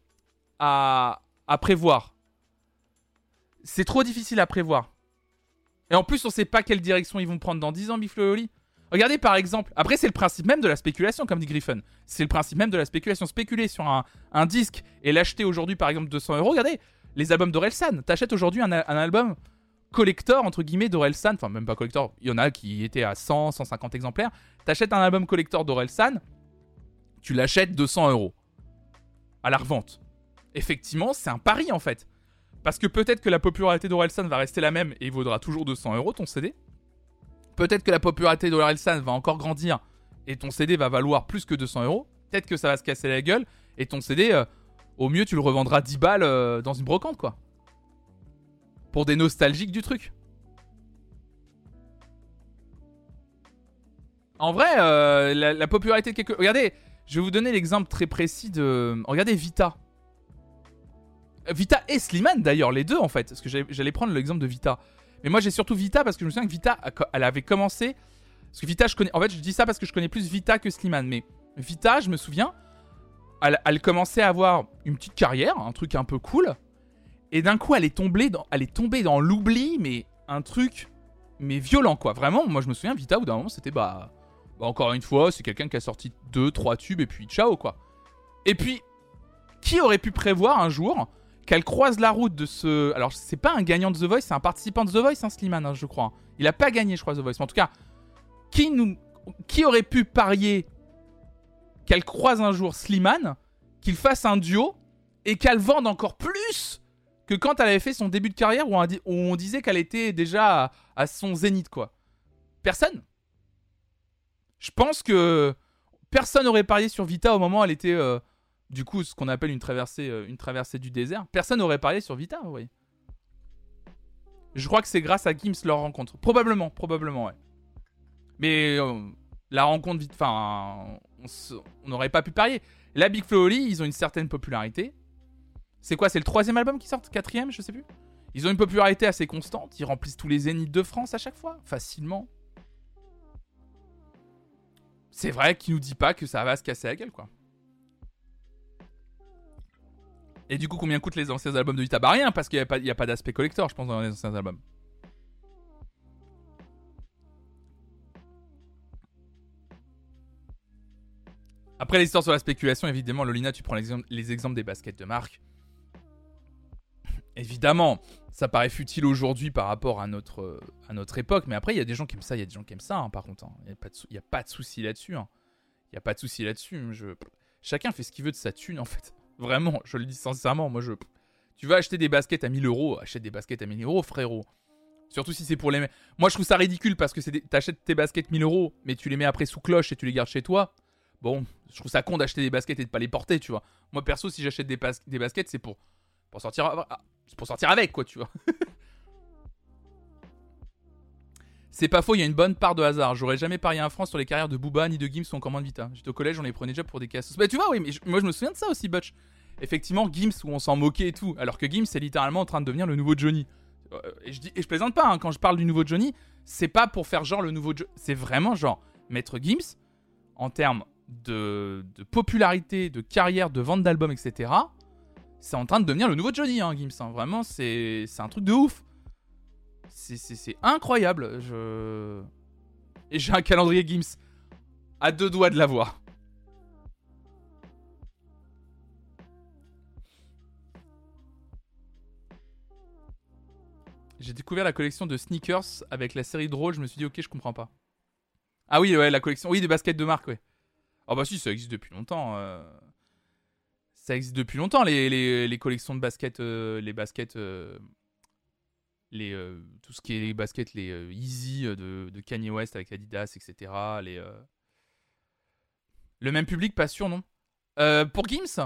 prévoir. C'est trop difficile à prévoir. Et en plus, on sait pas quelle direction ils vont prendre dans 10 ans, Big Flo et Oli. Regardez par exemple, après c'est le principe même de la spéculation, comme dit Griffon. C'est le principe même de la spéculation. Spéculer sur un disque et l'acheter aujourd'hui par exemple 200 €. Regardez, les albums d'Orelsan. T'achètes aujourd'hui un album collector, entre guillemets, d'Orelsan. Enfin, même pas collector, il y en a qui étaient à 100, 150 exemplaires. T'achètes un album collector d'Orelsan, tu l'achètes 200 € à la revente. Effectivement, c'est un pari en fait. Parce que peut-être que la popularité d'Orelsan va rester la même et il vaudra toujours 200 € ton CD. Peut-être que la popularité d'Orelsan va encore grandir et ton CD va valoir plus que 200 €. Peut-être que ça va se casser la gueule et ton CD, au mieux, tu le revendras 10 balles dans une brocante, quoi. Pour des nostalgiques du truc. En vrai, la popularité de quelques... Regardez, je vais vous donner l'exemple très précis de... Regardez Vita. Vita et Slimane d'ailleurs, les deux en fait. Parce que j'allais prendre l'exemple de Vita. Mais moi j'ai surtout Vita parce que je me souviens que Vita, elle avait commencé... Parce que Vita, je connais... En fait, je dis ça parce que je connais plus Vita que Slimane. Mais Vita, je me souviens, elle commençait à avoir une petite carrière, un truc un peu cool. Et d'un coup, elle est tombée dans l'oubli, mais un truc... Mais violent quoi. Vraiment, moi je me souviens, Vita, au bout d'un moment, c'était encore une fois, c'est quelqu'un qui a sorti 2-3 tubes et puis ciao quoi. Et puis, qui aurait pu prévoir un jour qu'elle croise la route de ce... Alors, c'est pas un gagnant de The Voice, c'est un participant de The Voice, hein, Slimane, hein, je crois. Il a pas gagné, je crois, The Voice. Mais en tout cas, qui aurait pu parier qu'elle croise un jour Slimane, qu'il fasse un duo, et qu'elle vende encore plus que quand elle avait fait son début de carrière où on disait qu'elle était déjà à son zénith, quoi. Personne. Je pense que personne n'aurait parié sur Vita au moment où elle était... du coup, ce qu'on appelle une traversée du désert. Personne n'aurait parié sur Vita, oui. Je crois que c'est grâce à Gims leur rencontre. Probablement, ouais. Mais la rencontre, enfin, on n'aurait pas pu parier. La Big Flo et Oli, ils ont une certaine popularité. C'est quoi, c'est le 3e album qui sort, 4e, je sais plus. Ils ont une popularité assez constante. Ils remplissent tous les zéniths de France à chaque fois, facilement. C'est vrai qu'il nous dit pas que ça va se casser la gueule, quoi. Et du coup, combien coûtent les anciens albums de Vita ? Bah rien, parce qu'il n'y a pas d'aspect collector, je pense, dans les anciens albums. Après l'histoire sur la spéculation, évidemment, Lolina, tu prends les exemples des baskets de marque. Évidemment, ça paraît futile aujourd'hui par rapport à notre époque, mais après, il y a des gens qui aiment ça, hein, par contre. Il n'y a pas de souci là-dessus. Il n'y a pas de souci là-dessus. Chacun fait ce qu'il veut de sa thune, en fait. Vraiment, je le dis sincèrement. Tu vas acheter des baskets à 1000 €, achète des baskets à 1000 €, frérot. Surtout si c'est pour les... Moi, je trouve ça ridicule parce que t'achètes tes baskets 1000 €, mais tu les mets après sous cloche et tu les gardes chez toi. Bon, je trouve ça con d'acheter des baskets et de pas les porter, tu vois. Moi, perso, si j'achète des baskets, c'est pour sortir... C'est pour sortir avec, quoi, tu vois. C'est pas faux, il y a une bonne part de hasard. J'aurais jamais parié en France sur les carrières de Booba ni de Gims ou encore moins de Vita. J'étais au collège, on les prenait déjà pour des cassos. Bah tu vois, oui, mais moi je me souviens de ça aussi, Butch. Effectivement, Gims, où on s'en moquait et tout. Alors que Gims, c'est littéralement en train de devenir le nouveau Johnny. Et je plaisante pas, hein, quand je parle du nouveau Johnny, c'est pas pour faire genre le nouveau Johnny. C'est vraiment genre, Maître Gims, en termes de popularité, de carrière, de vente d'albums, etc., c'est en train de devenir le nouveau Johnny, hein, Gims. Hein. Vraiment, c'est un truc de ouf. C'est incroyable. Et j'ai un calendrier Gims à 2 doigts de l'avoir. J'ai découvert la collection de sneakers avec la série Drôle. Je me suis dit, ok, je comprends pas. Ah oui, ouais, la collection. Oui, des baskets de marque, ouais. Ah bah si, ça existe depuis longtemps. Ça existe depuis longtemps, les collections de baskets. Les baskets. Tout ce qui est les baskets, les Yeezy de Kanye West avec Adidas, etc. Le même public, pas sûr, non. Pour Gims,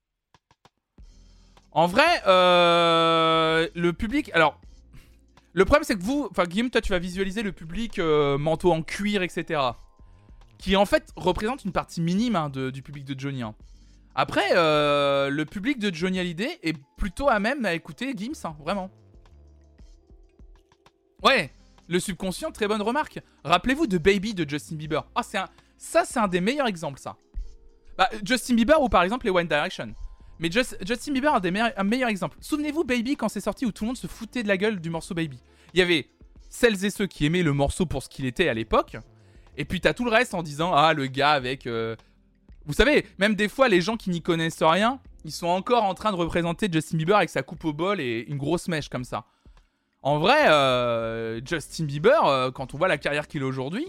en vrai, le public... Alors, le problème, c'est que Gims, toi, tu vas visualiser le public manteau en cuir, etc. Qui, en fait, représente une partie minime, hein, du public de Johnny. Hein. Après, le public de Johnny Hallyday est plutôt à même à écouter Gims, hein, vraiment. Ouais, Le subconscient, très bonne remarque. Rappelez-vous de Baby de Justin Bieber. Ah, c'est un des meilleurs exemples, ça. Bah, Justin Bieber ou par exemple les One Direction. Mais Justin Bieber un meilleur exemple. Souvenez-vous Baby quand c'est sorti où tout le monde se foutait de la gueule du morceau Baby. Il y avait celles et ceux qui aimaient le morceau pour ce qu'il était à l'époque. Et puis t'as tout le reste en disant ah le gars avec... Vous savez, même des fois les gens qui n'y connaissent rien, ils sont encore en train de représenter Justin Bieber avec sa coupe au bol et une grosse mèche comme ça. En vrai, Justin Bieber, quand on voit la carrière qu'il a aujourd'hui...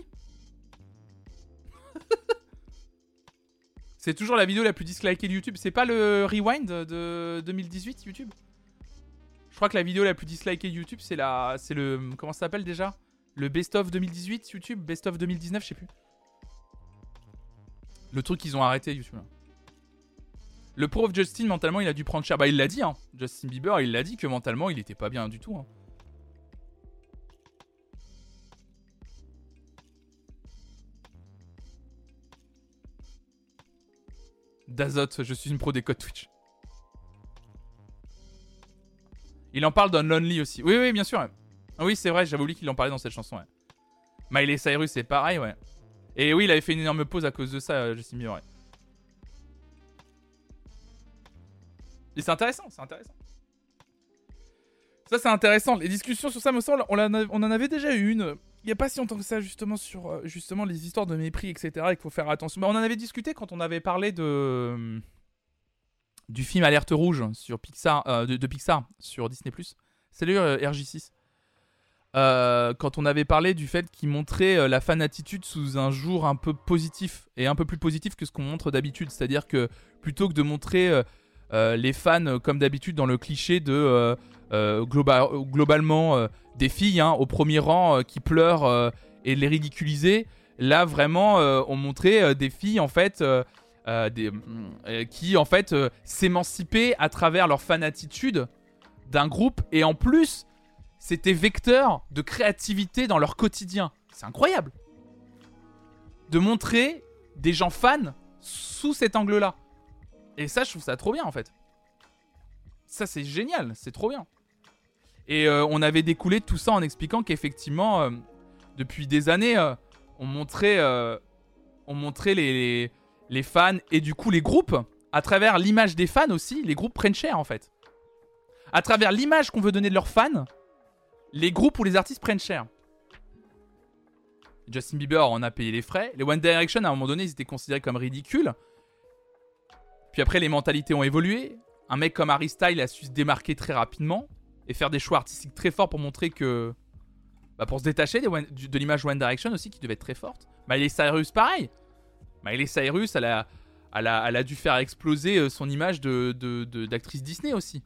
C'est toujours la vidéo la plus dislikée de YouTube. C'est pas le Rewind de 2018 YouTube? Je crois que la vidéo la plus dislikée de YouTube, c'est le... Comment ça s'appelle déjà? Le Best of 2018 YouTube? Best of 2019, je sais plus. Le truc qu'ils ont arrêté YouTube. Là. Le pauvre Justin, mentalement, il a dû prendre cher. Bah, il l'a dit, hein. Justin Bieber, il l'a dit que mentalement, il était pas bien du tout, hein. Dazot, je suis une pro des codes Twitch. Il en parle dans Lonely aussi. Oui, oui, bien sûr. Ouais. Oui, c'est vrai, j'avais oublié qu'il en parlait dans cette chanson. Ouais. Miley Cyrus, c'est pareil, ouais. Et oui, il avait fait une énorme pause à cause de ça, Justin Bieber. Ouais. Et c'est intéressant, c'est intéressant. Ça, c'est intéressant. Les discussions sur ça, me semble, on en avait déjà eu une. Il n'y a pas si longtemps que ça, justement, sur justement les histoires de mépris, etc. Et qu'il faut faire attention. Bah, on en avait discuté quand on avait parlé du film Alerte Rouge sur Pixar, de Pixar sur Disney+. Salut RJ6. Quand on avait parlé du fait qu'il montrait la fan attitude sous un jour un peu positif et un peu plus positif que ce qu'on montre d'habitude. C'est-à-dire que plutôt que de montrer les fans comme d'habitude dans le cliché de globalement des filles hein, au premier rang qui pleurent et les ridiculiser, là vraiment on montrait des filles en fait qui en fait s'émancipaient à travers leur fan attitude d'un groupe et en plus c'était vecteur de créativité dans leur quotidien. C'est incroyable de montrer des gens fans sous cet angle-là. Et ça, je trouve ça trop bien, en fait. Ça, c'est génial. C'est trop bien. Et on avait découlé de tout ça en expliquant qu'effectivement, depuis des années, on montrait les fans et du coup les groupes, à travers l'image des fans aussi, les groupes prennent cher, en fait. À travers l'image qu'on veut donner de leurs fans, les groupes ou les artistes prennent cher. Justin Bieber en a payé les frais. Les One Direction, à un moment donné, ils étaient considérés comme ridicules. Puis après, les mentalités ont évolué. Un mec comme Harry Styles a su se démarquer très rapidement et faire des choix artistiques très forts pour montrer que... Bah pour se détacher de l'image One Direction aussi, qui devait être très forte. Miley Cyrus, pareil. Miley Cyrus, elle a dû faire exploser son image d'actrice Disney aussi.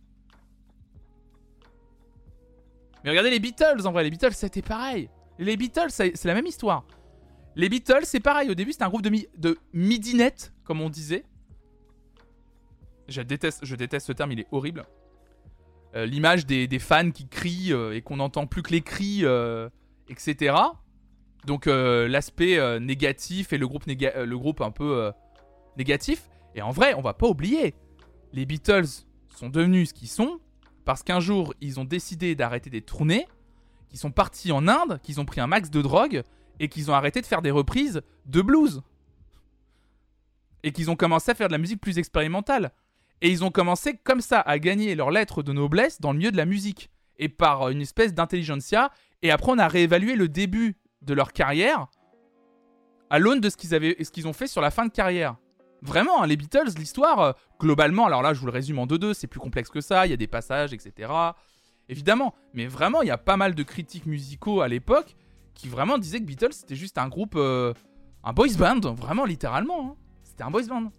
Mais regardez les Beatles, en vrai. Les Beatles, c'était pareil. Les Beatles, c'est la même histoire. Les Beatles, c'est pareil. Au début, c'était un groupe de midinette, comme on disait. Je déteste ce terme, il est horrible. L'image des fans qui crient et qu'on n'entend plus que les cris, etc. Donc, l'aspect négatif et le groupe un peu négatif. Et en vrai, on va pas oublier. Les Beatles sont devenus ce qu'ils sont. Parce qu'un jour, ils ont décidé d'arrêter des tournées, qu'ils sont partis en Inde, qu'ils ont pris un max de drogue et qu'ils ont arrêté de faire des reprises de blues. Et qu'ils ont commencé à faire de la musique plus expérimentale. Et ils ont commencé comme ça à gagner leur lettre de noblesse dans le milieu de la musique. Et par une espèce d'intelligentsia. Et après, on a réévalué le début de leur carrière à l'aune de ce qu'ils ont fait sur la fin de carrière. Vraiment, hein, les Beatles, l'histoire, globalement, alors là, je vous le résume en 2-2, c'est plus complexe que ça, il y a des passages, etc. Évidemment, mais vraiment, il y a pas mal de critiques musicaux à l'époque qui vraiment disaient que Beatles, c'était juste un groupe, un boys band, vraiment, littéralement. Hein. C'était un boys band.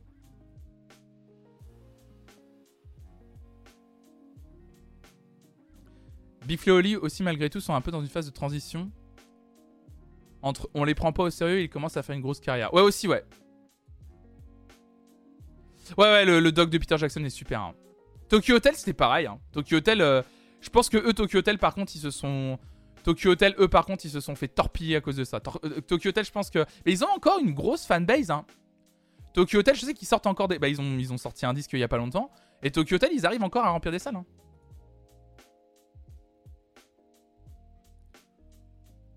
Big Flo et Oli aussi, malgré tout, sont un peu dans une phase de transition. Entre on les prend pas au sérieux et ils commencent à faire une grosse carrière. Ouais, aussi, ouais. Ouais, le doc de Peter Jackson est super. Hein. Tokyo Hotel, c'était pareil. Hein. Tokyo Hotel, je pense que eux, Tokyo Hotel, par contre, ils se sont fait torpiller à cause de ça. Tokyo Hotel, je pense que... Mais ils ont encore une grosse fanbase. Hein. Tokyo Hotel, je sais qu'ils sortent encore des... Bah, ils ont sorti un disque il y a pas longtemps. Et Tokyo Hotel, ils arrivent encore à remplir des salles. Hein.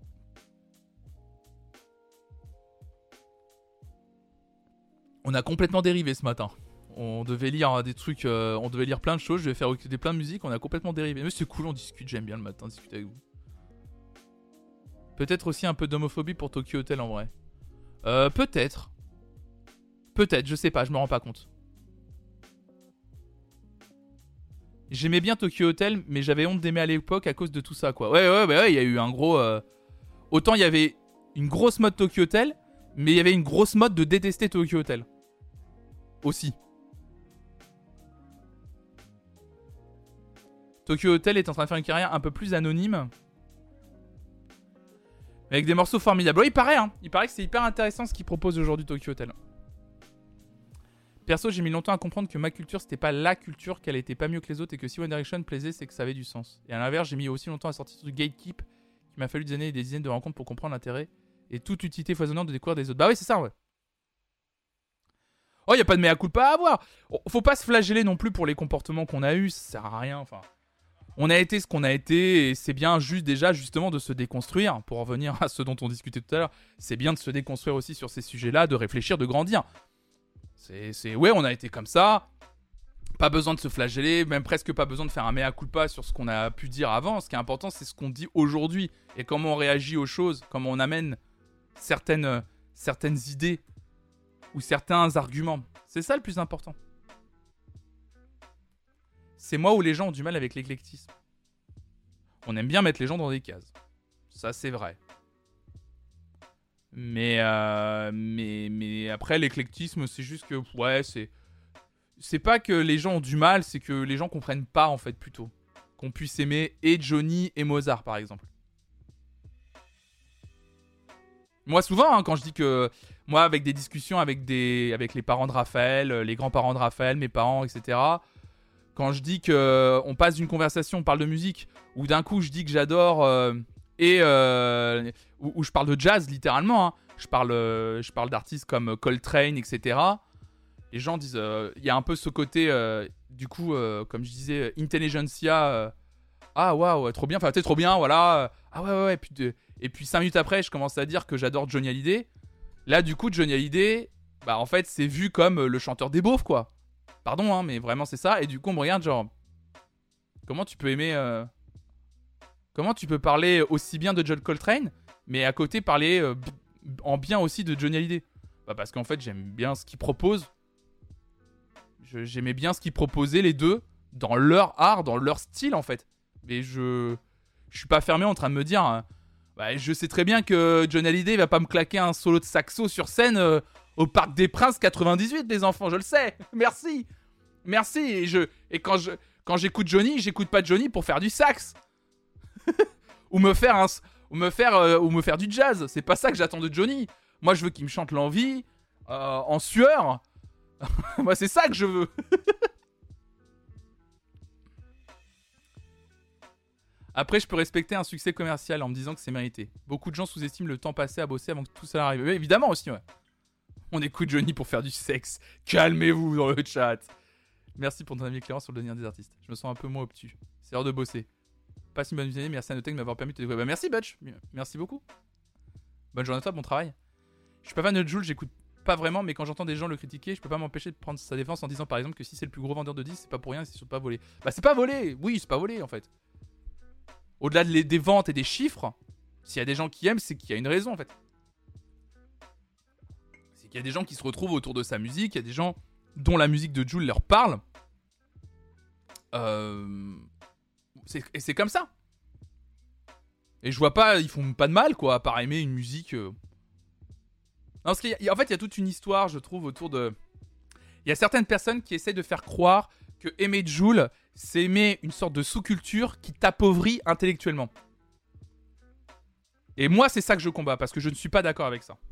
On a complètement dérivé ce matin. On devait lire des trucs, on devait lire plein de choses, je vais faire écouter plein de musique, on a complètement dérivé. Mais c'est cool, on discute, j'aime bien le matin discuter avec vous. Peut-être aussi un peu d'homophobie pour Tokyo Hotel en vrai. Peut-être. Peut-être, je sais pas, je me rends pas compte. J'aimais bien Tokyo Hotel, mais j'avais honte d'aimer à l'époque à cause de tout ça, quoi. Ouais, il y a eu un gros... Autant il y avait une grosse mode Tokyo Hotel, mais il y avait une grosse mode de détester Tokyo Hotel. Aussi. Tokyo Hotel est en train de faire une carrière un peu plus anonyme. Mais avec des morceaux formidables. Oui, il paraît, hein. Il paraît que c'est hyper intéressant ce qu'il propose aujourd'hui Tokyo Hotel. Perso, j'ai mis longtemps à comprendre que ma culture, c'était pas la culture, qu'elle était pas mieux que les autres et que si One Direction plaisait, c'est que ça avait du sens. Et à l'inverse, j'ai mis aussi longtemps à sortir du gatekeep, qu'il m'a fallu des années et des dizaines de rencontres pour comprendre l'intérêt et toute utilité foisonnante de découvrir des autres. Bah oui, c'est ça, ouais. Oh, y a pas de mea culpa à avoir. Faut pas se flageller non plus pour les comportements qu'on a eus, ça sert à rien, enfin. On a été ce qu'on a été et c'est bien juste déjà justement de se déconstruire. Pour revenir à ce dont on discutait tout à l'heure, c'est bien de se déconstruire aussi sur ces sujets-là, de réfléchir, de grandir. Ouais, on a été comme ça. Pas besoin de se flageller, même presque pas besoin de faire un mea culpa sur ce qu'on a pu dire avant. Ce qui est important, c'est ce qu'on dit aujourd'hui et comment on réagit aux choses, comment on amène certaines idées ou certains arguments. C'est ça le plus important. C'est moi où les gens ont du mal avec l'éclectisme. On aime bien mettre les gens dans des cases. Ça, c'est vrai. Mais après, l'éclectisme, c'est juste que... Ouais, c'est pas que les gens ont du mal, c'est que les gens comprennent pas, en fait, plutôt. Qu'on puisse aimer et Johnny et Mozart, par exemple. Moi, souvent, hein, quand je dis que... Moi, avec des discussions avec les parents de Raphaël, les grands-parents de Raphaël, mes parents, etc., quand je dis qu'on passe d'une conversation, on parle de musique, ou d'un coup, je dis que j'adore... où je parle de jazz, littéralement, hein. Je parle d'artistes comme Coltrane, etc. Les gens disent... Il y a un peu ce côté, du coup, comme je disais, intelligentsia... ah, waouh, trop bien, enfin, t'es trop bien, voilà. Ah ouais, et puis 5 minutes après, je commence à dire que j'adore Johnny Hallyday. Là, du coup, Johnny Hallyday, bah, en fait, c'est vu comme le chanteur des beaufs, quoi. Pardon, hein, mais vraiment, c'est ça. Et du coup, on me regarde, genre... Comment tu peux aimer... Comment tu peux parler aussi bien de John Coltrane, mais à côté parler en bien aussi de Johnny Hallyday? Bah, parce qu'en fait, j'aime bien ce qu'il propose. J'aimais bien ce qu'il proposait, les deux, dans leur art, dans leur style, en fait. Mais je suis pas fermé en train de me dire... bah, je sais très bien que Johnny Hallyday va pas me claquer un solo de saxo sur scène au Parc des Princes 98, les enfants, je le sais. Merci. Et quand j'écoute Johnny, j'écoute pas Johnny pour faire du sax. ou me faire du jazz. C'est pas ça que j'attends de Johnny. Moi, je veux qu'il me chante l'envie en sueur. Moi, c'est ça que je veux. Après, je peux respecter un succès commercial en me disant que c'est mérité. Beaucoup de gens sous-estiment le temps passé à bosser avant que tout ça arrive. Oui, évidemment aussi, ouais. On écoute Johnny pour faire du sexe. Calmez-vous dans le chat. Merci pour ton avis éclairant sur le devenir des artistes. Je me sens un peu moins obtus. C'est l'heure de bosser. Passe une bonne journée. Merci à Notech de m'avoir permis de te découvrir. Bah, merci, Butch. Merci beaucoup. Bonne journée à toi, bon travail. Je suis pas fan de Jul, j'écoute pas vraiment, mais quand j'entends des gens le critiquer, je peux pas m'empêcher de prendre sa défense en disant par exemple que si c'est le plus gros vendeur de disques, c'est pas pour rien, c'est pas volé. Bah, c'est pas volé. Oui, c'est pas volé en fait. Au-delà des ventes et des chiffres, s'il y a des gens qui aiment, c'est qu'il y a une raison en fait. C'est qu'il y a des gens qui se retrouvent autour de sa musique, il y a des gens dont la musique de Jul leur parle. Et c'est comme ça. Et je vois pas, ils font pas de mal quoi, à part aimer une musique. Non, parce qu'en fait, il y a toute une histoire, je trouve, autour de. Il y a certaines personnes qui essaient de faire croire que aimer Jul, c'est aimer une sorte de sous-culture qui t'appauvrit intellectuellement. Et moi, c'est ça que je combats, parce que je ne suis pas d'accord avec ça.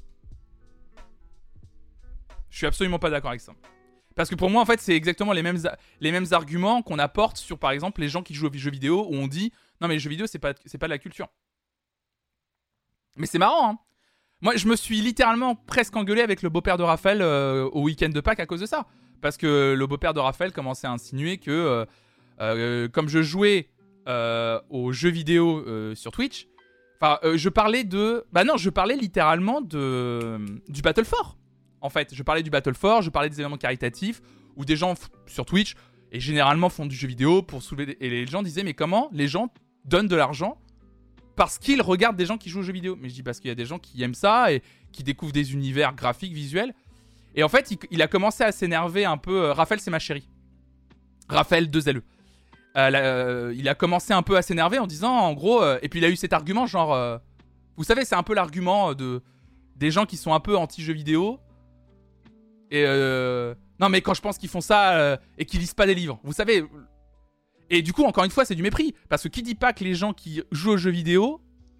Je suis absolument pas d'accord avec ça. Parce que pour moi, en fait, c'est exactement les mêmes arguments qu'on apporte sur, par exemple, les gens qui jouent aux jeux vidéo, où on dit « Non, mais les jeux vidéo, c'est pas de la culture. » Mais c'est marrant, hein. Moi, je me suis littéralement presque engueulé avec le beau-père de Raphaël au week-end de Pâques à cause de ça. Parce que le beau-père de Raphaël commençait à insinuer que, comme je jouais aux jeux vidéo sur Twitch, je parlais littéralement du Battle 4. en fait. Je parlais du Battle for, je parlais des événements caritatifs, où des gens sur Twitch, et généralement font du jeu vidéo pour soulever... Et les gens disaient, mais comment les gens donnent de l'argent parce qu'ils regardent des gens qui jouent aux jeux vidéo? Mais je dis, parce qu'il y a des gens qui aiment ça, et qui découvrent des univers graphiques, visuels. Et en fait, il a commencé à s'énerver un peu. Raphaël, c'est ma chérie. Raphaël 2LE. Il a commencé un peu à s'énerver en disant, en gros... et puis il a eu cet argument, genre... vous savez, c'est un peu l'argument des gens qui sont un peu anti-jeux vidéo. Et... non, mais quand je pense qu'ils font ça et qu'ils lisent pas des livres. Vous savez... Et du coup, encore une fois, c'est du mépris. Parce que qui dit pas que les gens qui jouent aux jeux vidéo...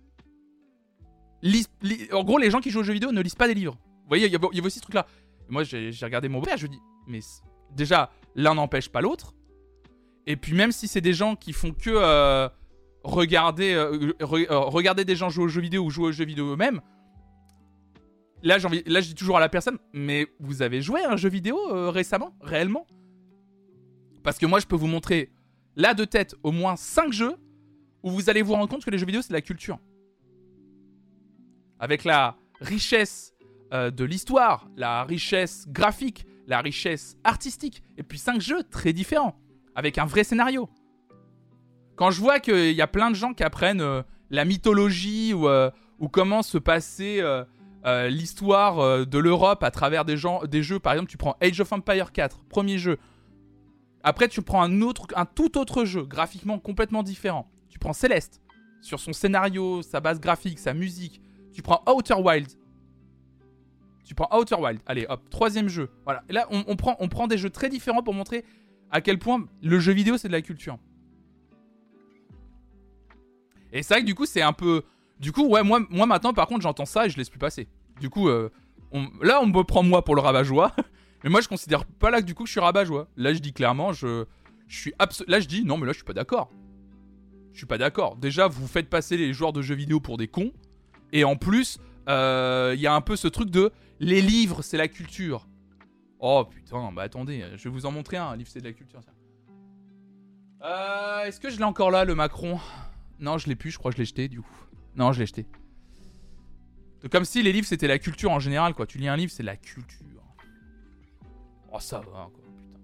En gros, les gens qui jouent aux jeux vidéo ne lisent pas des livres. Vous voyez, il y a aussi ce truc-là. Et moi, j'ai regardé mon père, je dis... Mais déjà, l'un n'empêche pas l'autre. Et puis même si c'est des gens qui font que regarder des gens jouer aux jeux vidéo ou jouer aux jeux vidéo eux-mêmes, là je dis toujours à la personne, mais vous avez joué à un jeu vidéo récemment, réellement? Parce que moi je peux vous montrer là de tête au moins 5 jeux où vous allez vous rendre compte que les jeux vidéo c'est de la culture. Avec la richesse de l'histoire, la richesse graphique, la richesse artistique, et puis 5 jeux très différents, avec un vrai scénario. Quand je vois qu'il y a plein de gens qui apprennent la mythologie ou comment se passait l'histoire de l'Europe à travers des jeux, par exemple, tu prends Age of Empires 4, premier jeu. Après, tu prends un tout autre jeu, graphiquement complètement différent. Tu prends Celeste, sur son scénario, sa base graphique, sa musique. Tu prends Outer Wilds. Allez, hop, troisième jeu. Voilà. Et là, on prend des jeux très différents pour montrer à quel point le jeu vidéo, c'est de la culture. Et c'est vrai que du coup, c'est un peu... Du coup, ouais, moi maintenant, par contre, j'entends ça et je laisse plus passer. Du coup, là, on me prend moi pour le rabat-joie. Mais moi, je considère pas là que du coup, je suis rabat-joie. Là, je dis clairement, là, je dis, non, mais là, je suis pas d'accord. Je suis pas d'accord. Déjà, vous faites passer les joueurs de jeux vidéo pour des cons. Et en plus, y a un peu ce truc de... Les livres, c'est la culture. Oh putain, bah attendez, je vais vous en montrer un livre, c'est de la culture. Est-ce que je l'ai encore là, le Macron? Non, je l'ai plus, je crois que je l'ai jeté du coup. Non, je l'ai jeté. Comme si les livres c'était la culture en général, quoi. Tu lis un livre, c'est la culture. Oh, ça va, quoi, putain.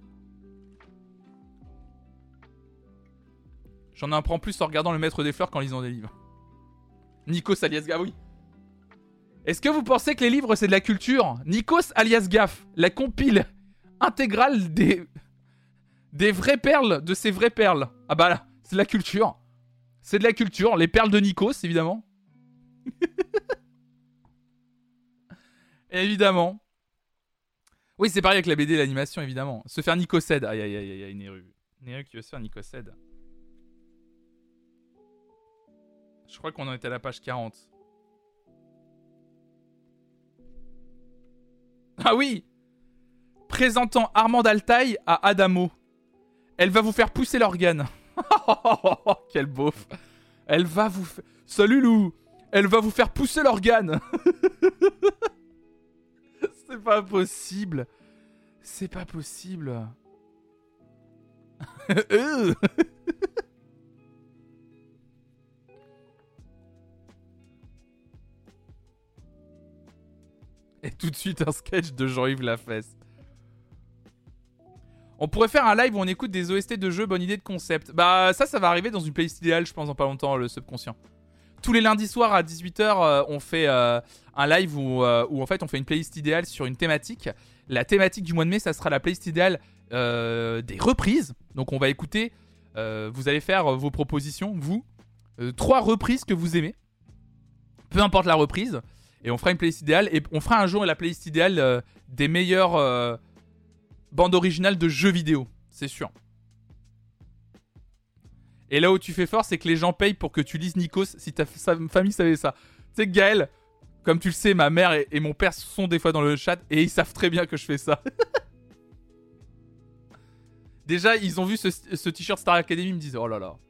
J'en apprends plus en regardant Le Maître des Fleurs qu'en lisant des livres. Nikos alias Gaff, oui. Est-ce que vous pensez que les livres c'est de la culture? Nikos alias Gaff, la compile intégrale des vraies perles de ces vraies perles. Ah bah là, c'est de la culture. C'est de la culture, les perles de Nikos, évidemment. Évidemment. Oui, c'est pareil avec la BD et l'animation, évidemment. Se faire Nicocède. Aïe, aïe, aïe, aïe, Neru. Neru qui veut se faire Nicocède. Je crois qu'on en était à la page 40. Ah oui! Présentant Armand Altaï à Adamo. Elle va vous faire pousser l'organe. Quel beauf. Elle va vous faire... Salut Lou. Elle va vous faire pousser l'organe. C'est pas possible. C'est pas possible. Et tout de suite un sketch de Jean-Yves Lafesse. On pourrait faire un live où on écoute des OST de jeux, bonne idée de concept. Bah ça va arriver dans une playlist idéale, je pense, dans pas longtemps, le subconscient. Tous les lundis soirs à 18h, on fait un live où en fait on fait une playlist idéale sur une thématique. La thématique du mois de mai, ça sera la playlist idéale des reprises. Donc on va écouter, vous allez faire vos propositions, vous. 3 reprises que vous aimez. Peu importe la reprise. Et on fera une playlist idéale. Et on fera un jour la playlist idéale des meilleures bandes originales de jeux vidéo. C'est sûr. Et là où tu fais fort, c'est que les gens payent pour que tu lises Nikos si ta famille savait ça. Tu sais que Gaël, comme tu le sais, ma mère et mon père sont des fois dans le chat et ils savent très bien que je fais ça. Déjà, ils ont vu ce t-shirt Star Academy, ils me disent oh là là.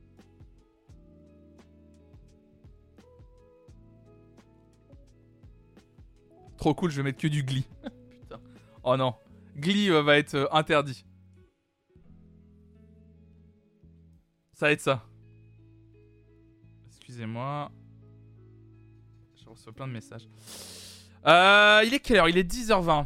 Trop cool, je vais mettre que du Glee. Putain. Oh non. Glee va être interdit. Ça va être ça. Excusez-moi. Je reçois plein de messages. Il est quelle heure? Il est 10h20.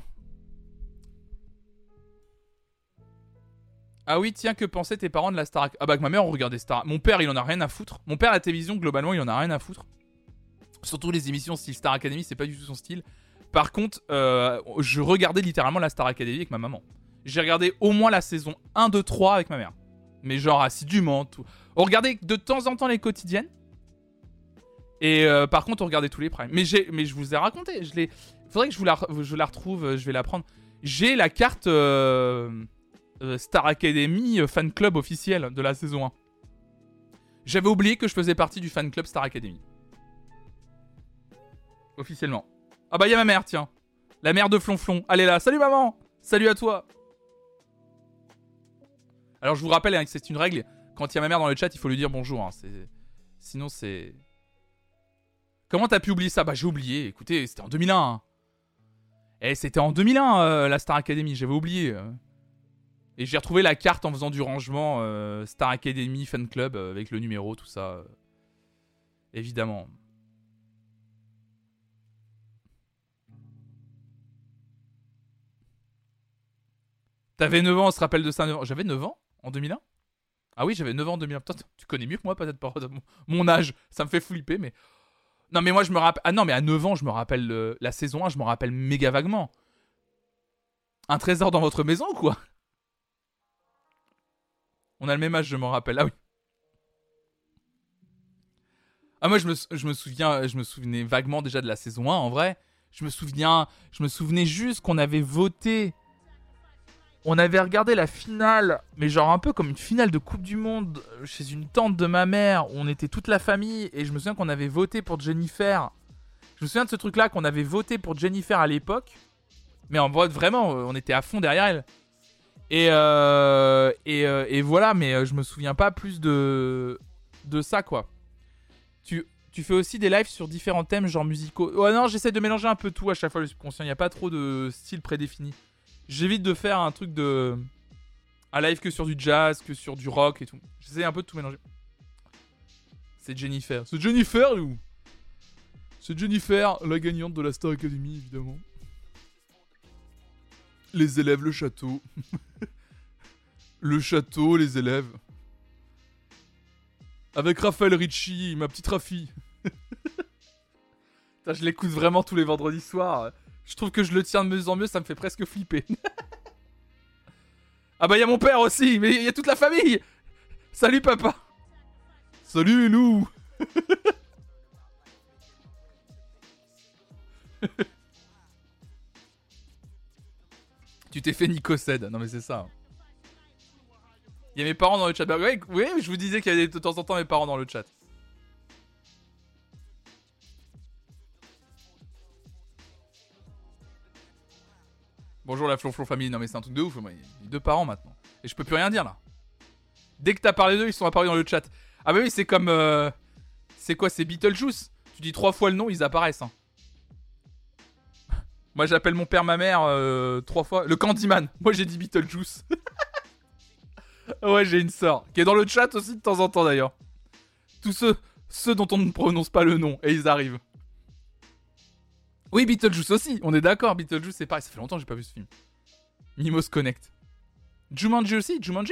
Ah oui, tiens, que pensaient tes parents de la Star... Ah bah que ma mère, on regardait Star... Mon père, il en a rien à foutre. Mon père, la télévision, globalement, il en a rien à foutre. Surtout les émissions style Star Academy, c'est pas du tout son style. Par contre, je regardais littéralement la Star Academy avec ma maman. J'ai regardé au moins la saison 1, 2, 3 avec ma mère. Mais genre assidûment, tout. On regardait de temps en temps les quotidiennes. Et par contre, on regardait tous les primes. Mais je vous ai raconté. Faudrait que je la retrouve, je vais la prendre. J'ai la carte Star Academy fan club officielle de la saison 1. J'avais oublié que je faisais partie du fan club Star Academy. Officiellement. Ah bah, il y a ma mère, tiens. La mère de Flonflon. Elle est là. Salut maman. Salut à toi. Alors, je vous rappelle que c'est une règle. Quand il y a ma mère dans le chat, il faut lui dire bonjour. Hein. Sinon, c'est... Comment t'as pu oublier ça? Bah, j'ai oublié. Écoutez, c'était en 2001. Hein. C'était en 2001, la Star Academy. J'avais oublié. Et j'ai retrouvé la carte en faisant du rangement Star Academy Fan Club avec le numéro, tout ça. Évidemment. T'avais 9 ans, on se rappelle de ça. J'avais 9 ans en 2001? Ah oui, j'avais 9 ans en 2001. Putain, tu connais mieux que moi, peut-être, mon âge. Ça me fait flipper, mais... Non, mais moi, je me rappelle... Ah non, mais à 9 ans, je me rappelle la saison 1, je me rappelle méga vaguement. Un trésor dans votre maison ou quoi? On a le même âge, je m'en rappelle. Ah oui. Ah moi, je me souvenais vaguement déjà de la saison 1, en vrai. Je me souvenais juste qu'on avait voté... On avait regardé la finale, mais genre un peu comme une finale de Coupe du Monde chez une tante de ma mère, où on était toute la famille, et je me souviens qu'on avait voté pour Jennifer. Je me souviens de ce truc-là, qu'on avait voté pour Jennifer à l'époque, mais en vrai, vraiment, on était à fond derrière elle. Et voilà, mais je me souviens pas plus de ça, quoi. Tu fais aussi des lives sur différents thèmes, genre musicaux. Ouais, non, j'essaie de mélanger un peu tout à chaque fois, le subconscient, il n'y a pas trop de style prédéfini. J'évite de faire un truc de... Un live que sur du jazz, que sur du rock et tout. J'essaie un peu de tout mélanger. C'est Jennifer. C'est Jennifer, ou... C'est Jennifer, la gagnante de la Star Academy, évidemment. Les élèves, le château. Le château, les élèves. Avec Raphaël Ricci, ma petite Rafi. Putain, je l'écoute vraiment tous les vendredis soirs. Je trouve que je le tiens de mieux en mieux, ça me fait presque flipper. Ah bah, il y a mon père aussi, mais il y a toute la famille. Salut papa. Salut Lou. Tu t'es fait Nicocède. Non mais c'est ça. Il y a mes parents dans le chat. Oui, je vous disais qu'il y avait de temps en temps mes parents dans le chat. Bonjour la Flonflon famille. Non mais c'est un truc de ouf. Moi, il y a 2 parents maintenant. Et je peux plus rien dire là. Dès que t'as parlé d'eux, ils sont apparus dans le chat. Ah bah oui, c'est comme... C'est quoi, c'est Beetlejuice. Tu dis 3 fois le nom, ils apparaissent. Hein. Moi j'appelle mon père, ma mère 3 fois. Le Candyman. Moi j'ai dit Beetlejuice. Ouais, j'ai une sœur. Qui est dans le chat aussi de temps en temps d'ailleurs. Tous ceux dont on ne prononce pas le nom. Et ils arrivent. Oui, Beetlejuice aussi, on est d'accord, Beetlejuice c'est pareil, ça fait longtemps que j'ai pas vu ce film. Mimos Connect. Jumanji aussi, Jumanji.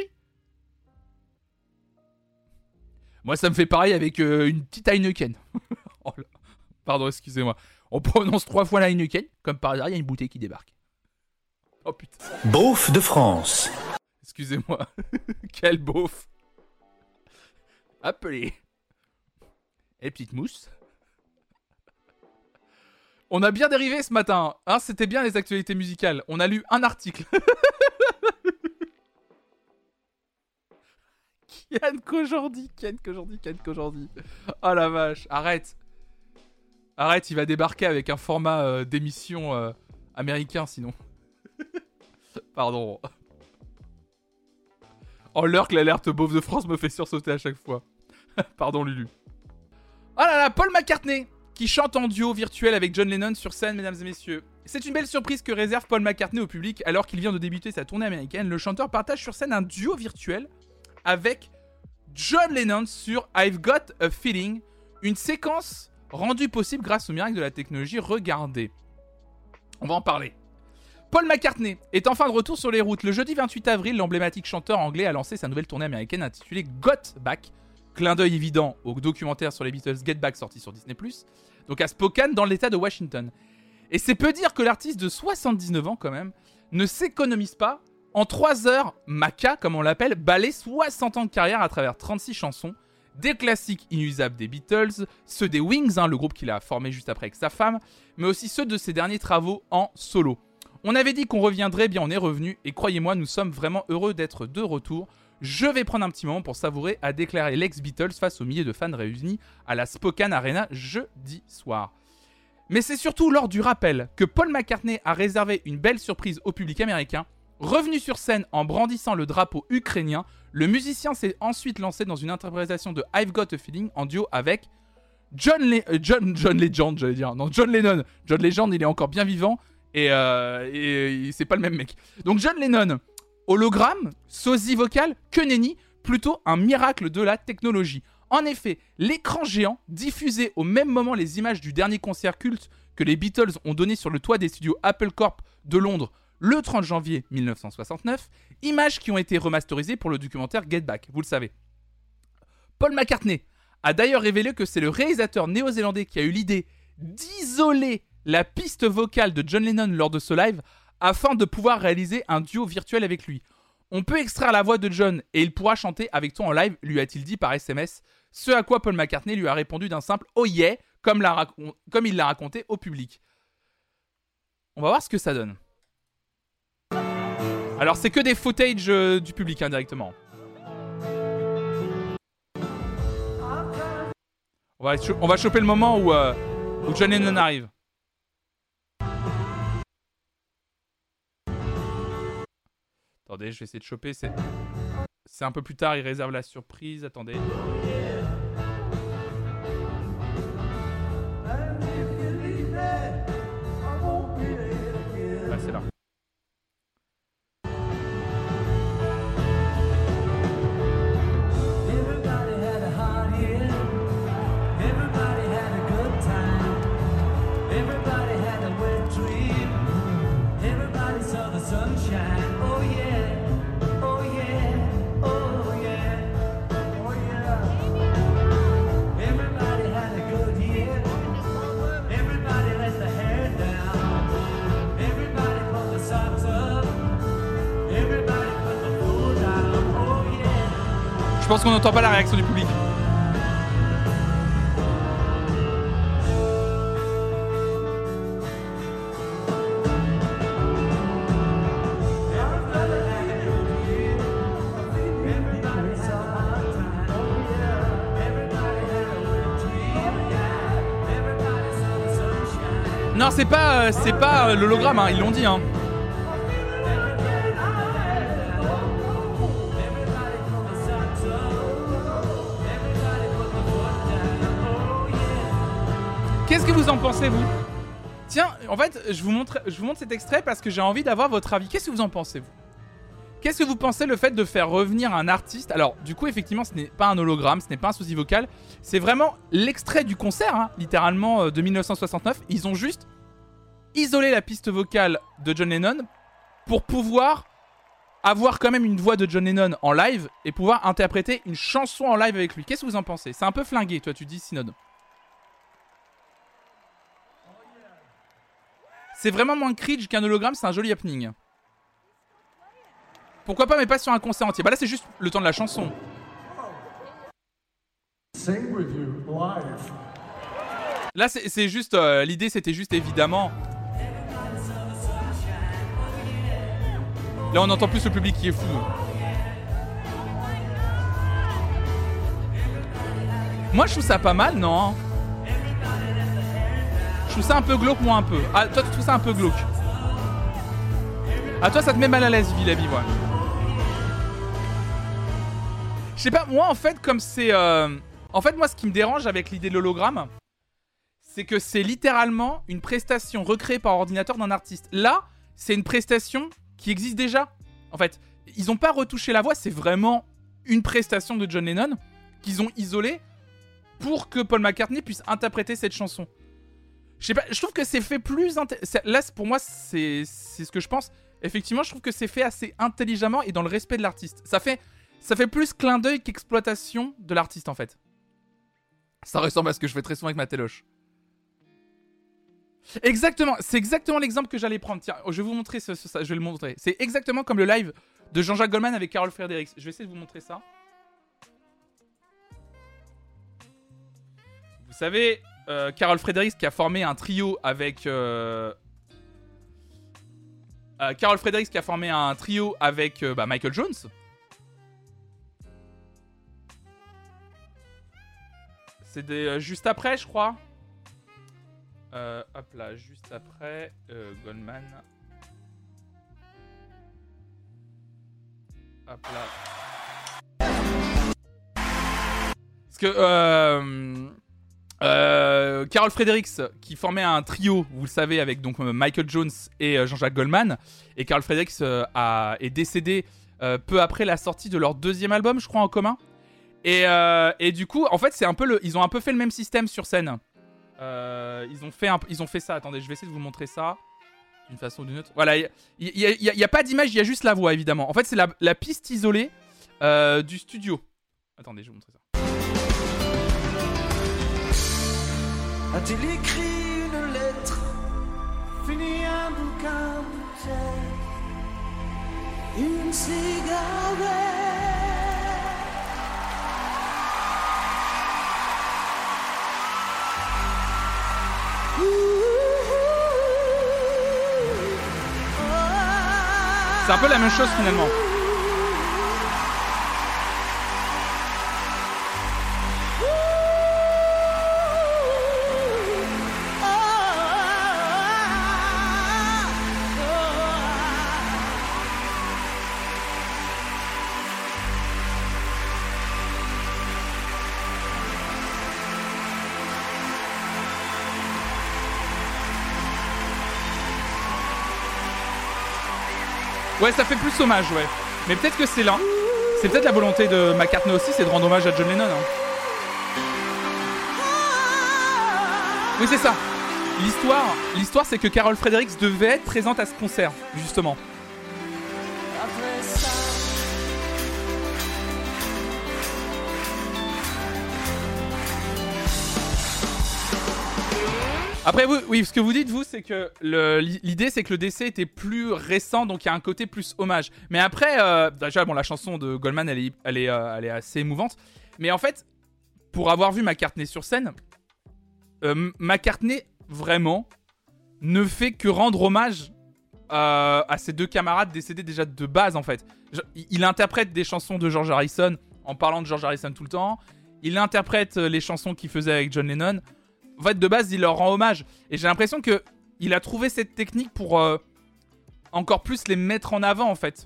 Moi ça me fait pareil avec une petite Heineken. Oh là. Pardon, excusez-moi. On prononce 3 fois la Heineken, comme par hasard, il y a une bouteille qui débarque. Oh putain. Beauf de France. Excusez-moi. Quel beauf. Appelez. Et petite mousse. On a bien dérivé ce matin, hein, c'était bien les actualités musicales. On a lu un article. Kian Kojandi. Oh la vache, arrête. Arrête, il va débarquer avec un format d'émission américain sinon. Pardon. Oh, l'heure que l'alerte beauf de France me fait sursauter à chaque fois. Pardon Lulu. Oh là là, Paul McCartney qui chante en duo virtuel avec John Lennon sur scène, mesdames et messieurs. C'est une belle surprise que réserve Paul McCartney au public alors qu'il vient de débuter sa tournée américaine. Le chanteur partage sur scène un duo virtuel avec John Lennon sur I've Got a Feeling, une séquence rendue possible grâce au miracle de la technologie. Regardez. On va en parler. Paul McCartney est enfin de retour sur les routes. Le jeudi 28 avril, l'emblématique chanteur anglais a lancé sa nouvelle tournée américaine intitulée Got Back. Clin d'œil évident au documentaire sur les Beatles Get Back sorti sur Disney+. Donc à Spokane, dans l'état de Washington. Et c'est peu dire que l'artiste de 79 ans quand même ne s'économise pas. En 3 heures, Maca, comme on l'appelle, balaye 60 ans de carrière à travers 36 chansons. Des classiques inusables des Beatles, ceux des Wings, le groupe qu'il a formé juste après avec sa femme, mais aussi ceux de ses derniers travaux en solo. On avait dit qu'on reviendrait, bien on est revenu, et croyez-moi, nous sommes vraiment heureux d'être de retour. Je vais prendre un petit moment pour savourer, a déclaré l'ex-Beatles face aux milliers de fans réunis à la Spokane Arena jeudi soir. Mais c'est surtout lors du rappel que Paul McCartney a réservé une belle surprise au public américain. Revenu sur scène en brandissant le drapeau ukrainien, le musicien s'est ensuite lancé dans une interprétation de I've Got a Feeling en duo avec John Legend, j'allais dire. Non, John Lennon. John Legend, il est encore bien vivant et c'est pas le même mec. Donc John Lennon, hologramme, sosie vocale, que nenni, plutôt un miracle de la technologie. En effet, l'écran géant diffusait au même moment les images du dernier concert culte que les Beatles ont donné sur le toit des studios Apple Corp de Londres le 30 janvier 1969, images qui ont été remasterisées pour le documentaire Get Back, vous le savez. Paul McCartney a d'ailleurs révélé que c'est le réalisateur néo-zélandais qui a eu l'idée d'isoler la piste vocale de John Lennon lors de ce live afin de pouvoir réaliser un duo virtuel avec lui. On peut extraire la voix de John et il pourra chanter avec toi en live, lui a-t-il dit par SMS, ce à quoi Paul McCartney lui a répondu d'un simple « Oh yeah !» comme il l'a raconté au public. On va voir ce que ça donne. Alors c'est que des footage du public directement. On va choper le moment où John Lennon arrive. Attendez, je vais essayer de choper. C'est un peu plus tard, il réserve la surprise. Attendez. Ah, c'est là. Je pense qu'on n'entend pas la réaction du public. Non, c'est pas l'hologramme, ils l'ont dit. Qu'est-ce que vous en pensez, vous? Tiens, en fait, je vous montre cet extrait parce que j'ai envie d'avoir votre avis. Qu'est-ce que vous en pensez, vous? Qu'est-ce que vous pensez le fait de faire revenir un artiste? Alors, du coup, effectivement, ce n'est pas un hologramme, ce n'est pas un sosie vocal. C'est vraiment l'extrait du concert, littéralement, de 1969. Ils ont juste isolé la piste vocale de John Lennon pour pouvoir avoir quand même une voix de John Lennon en live et pouvoir interpréter une chanson en live avec lui. Qu'est-ce que vous en pensez? C'est un peu flingué, toi, tu dis, Synode. C'est vraiment moins cringe qu'un hologramme, c'est un joli happening. Pourquoi pas, mais pas sur un concert entier. Bah là, c'est juste le temps de la chanson. Là, c'est juste... l'idée, c'était juste, évidemment... Là, on entend plus le public qui est fou. Moi, je trouve ça pas mal, non? Je trouve ça un peu glauque, moi un peu. Ah, toi, tu trouves ça un peu glauque? Ah, toi, ça te met mal à l'aise, Vilavi, ouais. Je sais pas, moi, en fait, comme c'est... En fait, moi, ce qui me dérange avec l'idée de l'hologramme, c'est que c'est littéralement une prestation recréée par ordinateur d'un artiste. Là, c'est une prestation qui existe déjà. En fait, ils n'ont pas retouché la voix, c'est vraiment une prestation de John Lennon qu'ils ont isolée pour que Paul McCartney puisse interpréter cette chanson. Je sais pas, je trouve que c'est fait plus... Là, pour moi, c'est ce que je pense. Effectivement, je trouve que c'est fait assez intelligemment et dans le respect de l'artiste. Ça fait plus clin d'œil qu'exploitation de l'artiste, en fait. Ça ressemble à ce que je fais très souvent avec ma téloche. Exactement, c'est exactement l'exemple que j'allais prendre. Tiens, je vais vous montrer ça, je vais le montrer. C'est exactement comme le live de Jean-Jacques Goldman avec Carol Fredericks. Je vais essayer de vous montrer ça. Vous savez, Carol Fredericks qui a formé un trio avec... Carol Fredericks qui a formé un trio avec Michael Jones. C'est juste après, je crois. Hop là, juste après, Goldman. Hop là. Parce que Carol Fredericks qui formait un trio, vous le savez, avec donc Michael Jones et Jean-Jacques Goldman. Et Carol Fredericks est décédé peu après la sortie de leur deuxième album, je crois, en commun. Et du coup, en fait, ils ont un peu fait le même système sur scène. Ils ont fait ça. Attendez, je vais essayer de vous montrer ça d'une façon ou d'une autre. Voilà, il y a pas d'image, il y a juste la voix, évidemment. En fait, c'est la piste isolée du studio. Attendez, je vais vous montrer ça. A-t-il écrit une lettre, fini un bouquin, une cigarette? C'est un peu la même chose finalement. Ouais, ça fait plus hommage, ouais. Mais peut-être que c'est là. C'est peut-être la volonté de McCartney aussi, c'est de rendre hommage à John Lennon. Hein. Oui, c'est ça. L'histoire, c'est que Carol Fredericks devait être présente à ce concert, justement. Après, oui, ce que vous dites, vous, c'est que l'idée, c'est que le décès était plus récent, donc il y a un côté plus hommage. Mais après, déjà, bon, la chanson de Goldman, elle est assez émouvante. Mais en fait, pour avoir vu McCartney sur scène, McCartney, vraiment, ne fait que rendre hommage à ses deux camarades décédés déjà de base, en fait. Il interprète des chansons de George Harrison en parlant de George Harrison tout le temps. Il interprète les chansons qu'il faisait avec John Lennon. En fait, de base, il leur rend hommage. Et j'ai l'impression qu'il a trouvé cette technique pour encore plus les mettre en avant, en fait.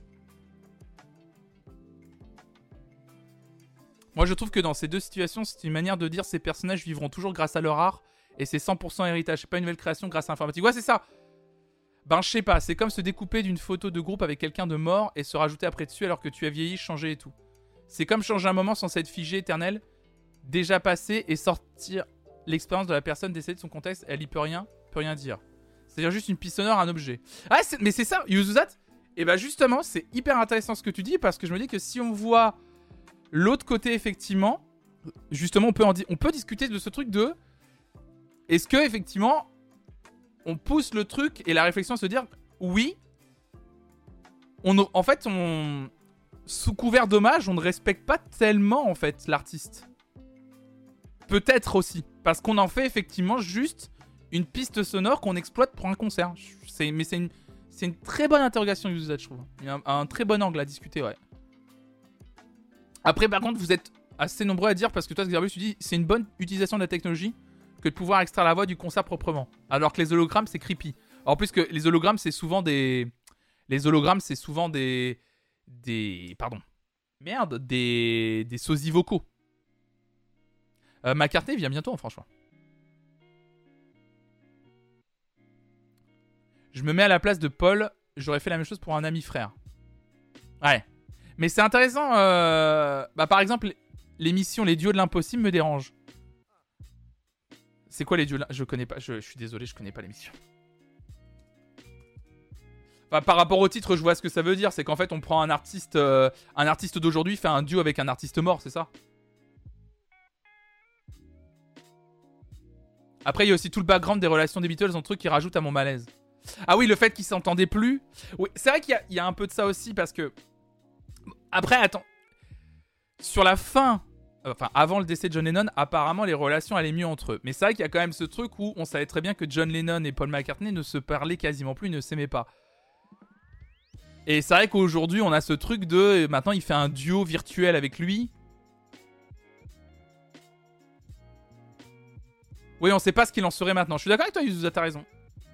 Moi, je trouve que dans ces deux situations, c'est une manière de dire ces personnages vivront toujours grâce à leur art et c'est 100% héritage. C'est pas une nouvelle création grâce à l'informatique. Ouais, c'est ça. Ben, je sais pas. C'est comme se découper d'une photo de groupe avec quelqu'un de mort et se rajouter après dessus alors que tu as vieilli, changé et tout. C'est comme changer un moment censé être figé, éternel, déjà passé et sortir l'expérience de la personne décédée de son contexte. Elle y peut rien dire. C'est-à-dire juste une piste sonore, un objet. Ah, mais c'est ça, Use That. Et bah justement, c'est hyper intéressant ce que tu dis parce que je me dis que si on voit l'autre côté, effectivement, justement, on peut discuter de ce truc de est-ce que effectivement on pousse le truc et la réflexion à se dire oui, en fait, sous couvert d'hommage, on ne respecte pas tellement en fait l'artiste. Peut-être aussi parce qu'on en fait effectivement juste une piste sonore qu'on exploite pour un concert. C'est une très bonne interrogation, Use That, je trouve. Il y a un très bon angle à discuter, ouais. Après, par contre, vous êtes assez nombreux à dire, parce que toi, Xerbius, tu dis c'est une bonne utilisation de la technologie que de pouvoir extraire la voix du concert proprement. Alors que les hologrammes, c'est creepy. En plus que les hologrammes, c'est souvent des... Pardon. Merde, des sosies vocaux. McCartney vient bientôt en France. Je me mets à la place de Paul. J'aurais fait la même chose pour un ami frère. Ouais. Mais c'est intéressant. Par exemple, l'émission Les Duos de l'Impossible me dérange. C'est quoi les dieux là? Je connais pas, je suis désolé, je connais pas l'émission. Enfin, par rapport au titre, je vois ce que ça veut dire. C'est qu'en fait, on prend un artiste d'aujourd'hui, fait un duo avec un artiste mort, c'est ça? Après, il y a aussi tout le background des relations des Beatles, un truc qui rajoute à mon malaise. Ah oui, le fait qu'ils s'entendaient plus. Oui, c'est vrai qu'il y a un peu de ça aussi, parce que... Après, attends. Sur la fin... Enfin, avant le décès de John Lennon, apparemment, les relations allaient mieux entre eux. Mais c'est vrai qu'il y a quand même ce truc où on savait très bien que John Lennon et Paul McCartney ne se parlaient quasiment plus, ne s'aimaient pas. Et c'est vrai qu'aujourd'hui, on a ce truc de... Maintenant, il fait un duo virtuel avec lui. Oui, on sait pas ce qu'il en serait maintenant. Je suis d'accord avec toi, Yuzuza, t'as raison.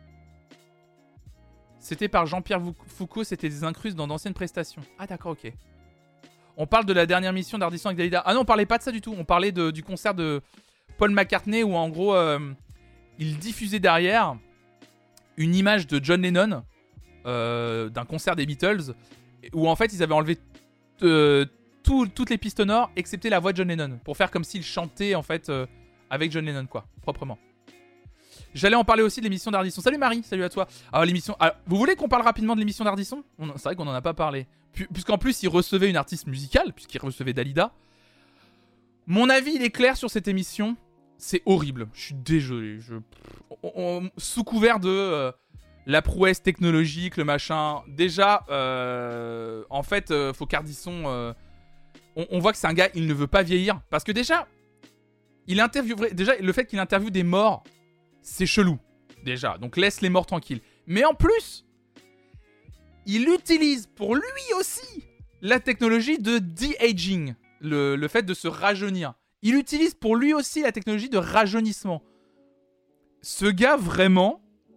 C'était par Jean-Pierre Foucault, c'était des incrustes dans d'anciennes prestations. Ah d'accord, ok. On parle de la dernière mission d'Ardisson avec Dalida. Ah non, on parlait pas de ça du tout. On parlait du concert de Paul McCartney où en gros, il diffusait derrière une image de John Lennon d'un concert des Beatles où en fait ils avaient enlevé toutes les pistes sonores excepté la voix de John Lennon pour faire comme s'il chantait en fait avec John Lennon quoi, proprement. J'allais en parler aussi de l'émission d'Ardisson. Salut Marie, salut à toi. Alors l'émission, vous voulez qu'on parle rapidement de l'émission d'Ardisson? C'est vrai qu'on en a pas parlé. Puisqu'en plus il recevait une artiste musicale, puisqu'il recevait Dalida. Mon avis il est clair sur cette émission. C'est horrible. Je suis désolé. Sous couvert de la prouesse technologique, le machin. Déjà, en fait, faut qu'Ardisson... on voit que c'est un gars, il ne veut pas vieillir. Parce que déjà, déjà le fait qu'il interviewe des morts, c'est chelou. Déjà, donc laisse les morts tranquilles. Mais en plus, il utilise pour lui aussi la technologie de de-aging. Le fait de se rajeunir. Il utilise pour lui aussi la technologie de rajeunissement. Ce gars, vraiment...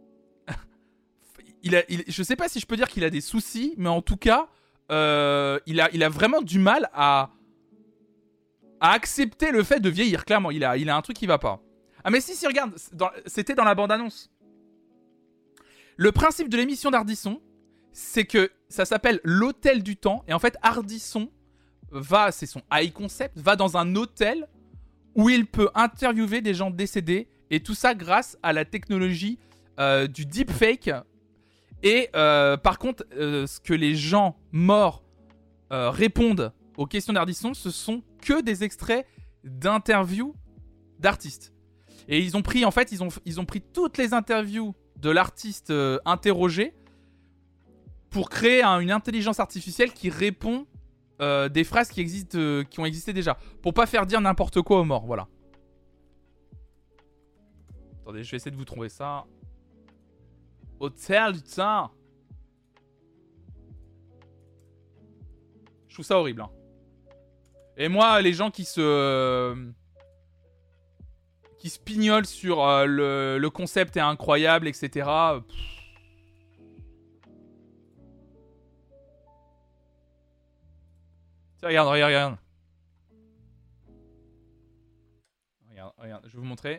je sais pas si je peux dire qu'il a des soucis, mais en tout cas, il a vraiment du mal à accepter le fait de vieillir, clairement. Il a un truc qui va pas. Ah mais si, regarde, c'était dans la bande-annonce. Le principe de l'émission d'Ardisson, c'est que ça s'appelle l'hôtel du temps. Et en fait, Ardisson c'est son high concept, va dans un hôtel où il peut interviewer des gens décédés. Et tout ça grâce à la technologie du deepfake. Et par contre, ce que les gens morts répondent aux questions d'Ardisson, ce sont que des extraits d'interviews d'artistes. Et ils ont pris, en fait, ils ont pris toutes les interviews de l'artiste interrogé pour créer une intelligence artificielle qui répond des phrases qui ont existé déjà. Pour pas faire dire n'importe quoi aux morts, voilà. Attendez, je vais essayer de vous trouver ça. Hôtel du temps. Je trouve ça horrible. Hein. Et moi, les gens qui se pignolent sur le concept est incroyable, etc. Tiens, regarde. Regarde, je vais vous montrer.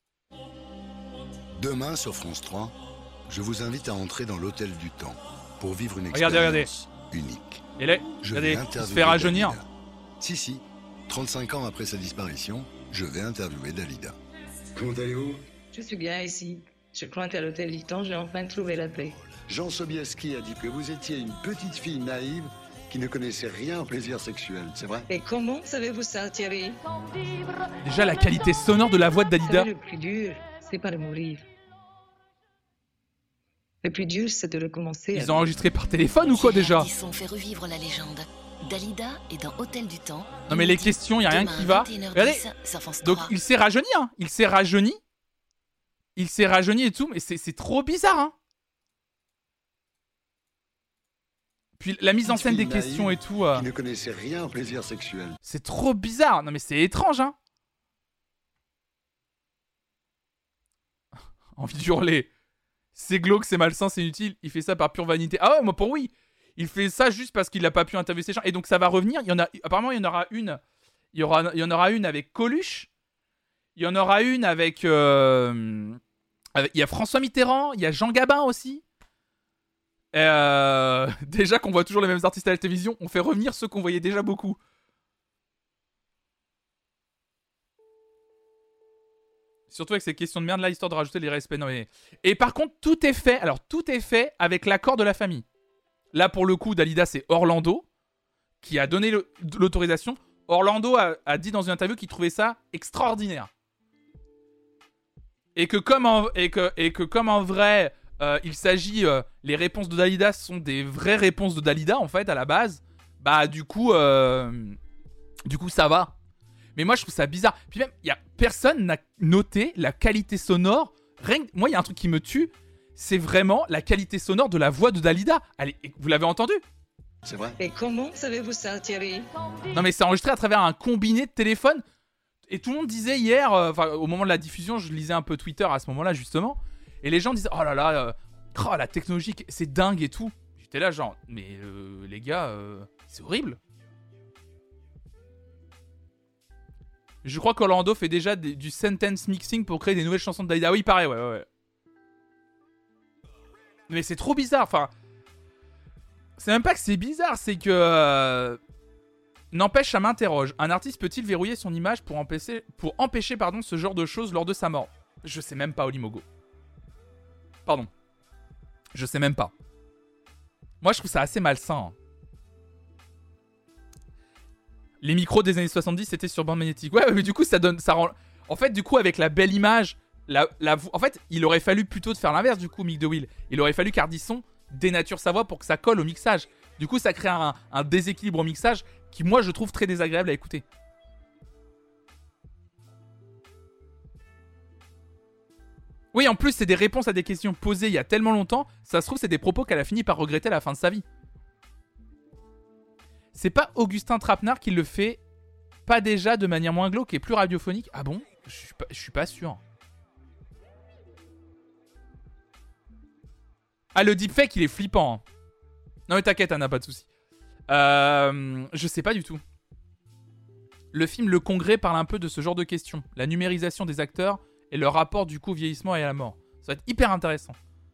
Demain sur France 3, je vous invite à entrer dans l'hôtel du temps pour vivre une expérience unique. Et là, regardez, il se fait rajeunir. Si, 35 ans après sa disparition, je vais interviewer Dalida. Comment allez-vous? Je suis bien ici. Je crois qu'à l'hôtel du temps, j'ai enfin trouvé la paix. Jean Sobieski a dit que vous étiez une petite fille naïve qui ne connaissait rien au plaisir sexuel, c'est vrai? Et comment savez-vous ça, Thierry? Déjà, la qualité sonore de la voix de Dalida. Le plus dur, c'est pas de mourir. Le plus dur, c'est de recommencer. Ils ont enregistré par téléphone ou quoi déjà? Ils ont fait revivre la légende. Dalida est dans Hôtel du Temps. Non mais les questions, y a rien qui va. Regardez. Donc il s'est rajeuni, hein. Il s'est rajeuni et tout, mais c'est trop bizarre, hein. Puis la mise en scène des questions et tout. Qui ne connaissait rien au plaisir sexuel. C'est trop bizarre. Non mais c'est étrange, hein. Envie d'hurler. C'est glauque, c'est malsain, c'est inutile. Il fait ça par pure vanité. Ah ouais, moi pour oui. Il fait ça juste parce qu'il n'a pas pu interviewer ces gens. Et donc ça va revenir. Apparemment, il y en aura une. Il y en aura une avec Coluche. Il y en aura une avec. Il y a François Mitterrand. Il y a Jean Gabin aussi. Déjà qu'on voit toujours les mêmes artistes à la télévision, on fait revenir ceux qu'on voyait déjà beaucoup. Surtout avec ces questions de merde là, histoire de rajouter les respects. Non, mais... Et par contre, tout est fait. Alors, tout est fait avec l'accord de la famille. Là, pour le coup, Dalida, c'est Orlando qui a donné l'autorisation. Orlando a dit dans une interview qu'il trouvait ça extraordinaire. Et que comme en vrai, il s'agit... les réponses de Dalida sont des vraies réponses de Dalida, en fait, à la base. Bah, du coup, ça va. Mais moi, je trouve ça bizarre. Puis même, personne n'a noté la qualité sonore. Moi, il y a un truc qui me tue. C'est vraiment la qualité sonore de la voix de Dalida. Allez, vous l'avez entendu ? C'est vrai ? Et comment savez-vous ça, Thierry ? Non, mais c'est enregistré à travers un combiné de téléphone. Et tout le monde disait hier, au moment de la diffusion, je lisais un peu Twitter à ce moment-là, justement. Et les gens disaient, oh là là, la technologie, c'est dingue et tout. J'étais là, genre, mais les gars, c'est horrible. Je crois qu'Orlando fait déjà du sentence mixing pour créer des nouvelles chansons de Dalida. Oui, pareil, ouais. Mais c'est trop bizarre, enfin... C'est même pas que c'est bizarre, c'est que... N'empêche, ça m'interroge. Un artiste peut-il verrouiller son image pour empêcher ce genre de choses lors de sa mort ? Je sais même pas, Olimogo. Pardon. Je sais même pas. Moi, je trouve ça assez malsain. Les micros des années 70, c'était sur bande magnétique. Ouais, mais du coup, ça rend... En fait, du coup, avec la belle image, en fait, il aurait fallu plutôt de faire l'inverse, du coup, Mick DeWill. Il aurait fallu qu'Ardisson dénature sa voix pour que ça colle au mixage. Du coup, ça crée un déséquilibre au mixage qui, moi, je trouve très désagréable à écouter. Oui, en plus, c'est des réponses à des questions posées il y a tellement longtemps. Ça se trouve, c'est des propos qu'elle a fini par regretter à la fin de sa vie. C'est pas Augustin Trapenard qui le fait pas déjà de manière moins glauque et plus radiophonique ? Ah bon ? Je suis pas sûr. Ah, le deepfake, il est flippant. Hein. Non mais t'inquiète, Anna, pas de soucis. Je sais pas du tout. Le film Le Congrès parle un peu de ce genre de questions. La numérisation des acteurs et leur rapport du coup au vieillissement et à la mort. Ça va être hyper intéressant.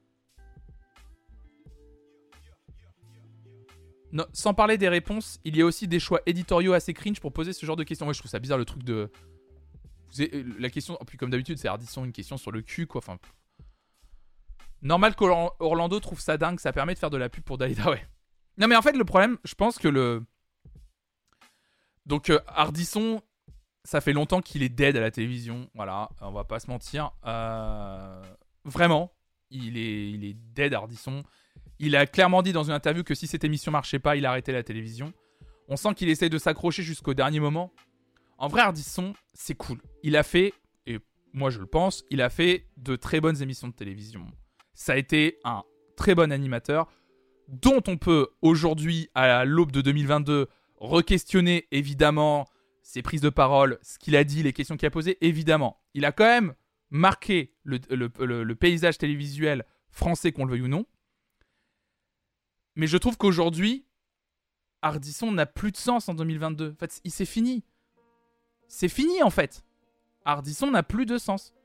Non, sans parler des réponses, il y a aussi des choix éditoriaux assez cringe pour poser ce genre de questions. Ouais, je trouve ça bizarre le truc de... La question... Puis comme d'habitude, c'est Ardisson, une question sur le cul, quoi. Enfin... Normal qu'Orlando trouve ça dingue, ça permet de faire de la pub pour Dalida, ouais. Non mais en fait, le problème, je pense que le... Donc, Ardisson, ça fait longtemps qu'il est dead à la télévision. Voilà, on va pas se mentir. Vraiment, il est dead, Ardisson. Il a clairement dit dans une interview que si cette émission marchait pas, il arrêtait la télévision. On sent qu'il essaie de s'accrocher jusqu'au dernier moment. En vrai, Ardisson, c'est cool. Il a fait, et moi je le pense, il a fait de très bonnes émissions de télévision. Ça a été un très bon animateur dont on peut aujourd'hui, à l'aube de 2022, re-questionner évidemment ses prises de parole, ce qu'il a dit, les questions qu'il a posées, évidemment. Il a quand même marqué le paysage télévisuel français, qu'on le veuille ou non. Mais je trouve qu'aujourd'hui, Ardisson n'a plus de sens en 2022. En fait, c'est fini. C'est fini, en fait. Ardisson n'a plus de sens.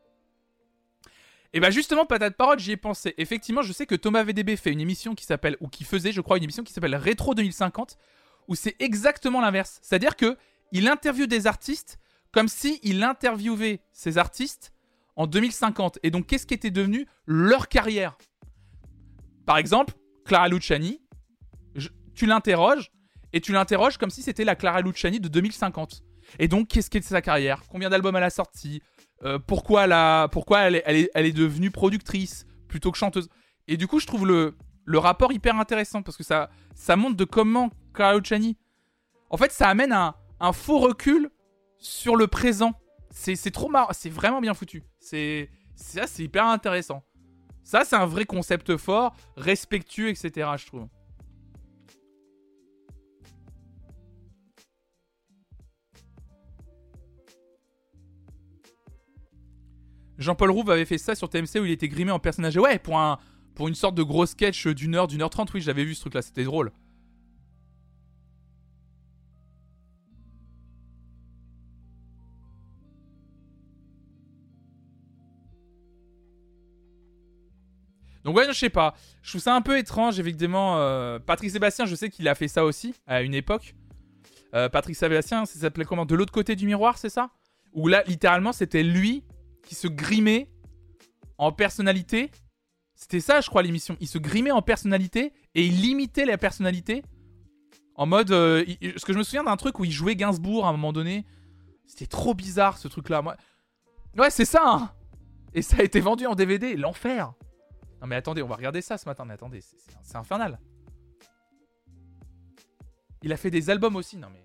Et bah justement, patate parole, j'y ai pensé. Effectivement, je sais que Thomas VDB fait une émission qui s'appelle, ou qui faisait, je crois, une émission qui s'appelle Rétro 2050, où c'est exactement l'inverse. C'est-à-dire que il interviewe des artistes comme s'il interviewait ces artistes en 2050. Et donc, qu'est-ce qui était devenu leur carrière ? Par exemple, Clara Luciani, tu l'interroges, et tu l'interroges comme si c'était la Clara Luciani de 2050. Et donc, qu'est-ce qu'est sa carrière ? Combien d'albums elle a sorti ? Pourquoi elle est devenue productrice plutôt que chanteuse ? Et du coup, je trouve le rapport hyper intéressant, parce que ça montre de comment Clara Luciani... En fait, ça amène un faux recul sur le présent. C'est trop marrant, c'est vraiment bien foutu. C'est hyper intéressant. Ça, c'est un vrai concept fort, respectueux, etc., je trouve. Jean-Paul Rouve avait fait ça sur TMC où il était grimé en personnage. Ouais, pour une sorte de gros sketch d'une heure 30. Oui, j'avais vu ce truc-là, c'était drôle. Donc ouais, je sais pas. Je trouve ça un peu étrange, évidemment. Patrick Sébastien, je sais qu'il a fait ça aussi, à une époque. Patrick Sébastien, ça s'appelait comment ? De l'autre côté du miroir, c'est ça ? Où là, littéralement, c'était lui qui se grimait en personnalité. C'était ça, je crois, l'émission. Il se grimait en personnalité et il imitait la personnalité. En mode... Parce que je me souviens d'un truc où il jouait Gainsbourg à un moment donné. C'était trop bizarre, ce truc-là. Ouais, c'est ça, hein. Et ça a été vendu en DVD. L'enfer. Non, mais attendez, on va regarder ça ce matin. Mais attendez, c'est infernal. Il a fait des albums aussi. Non, mais...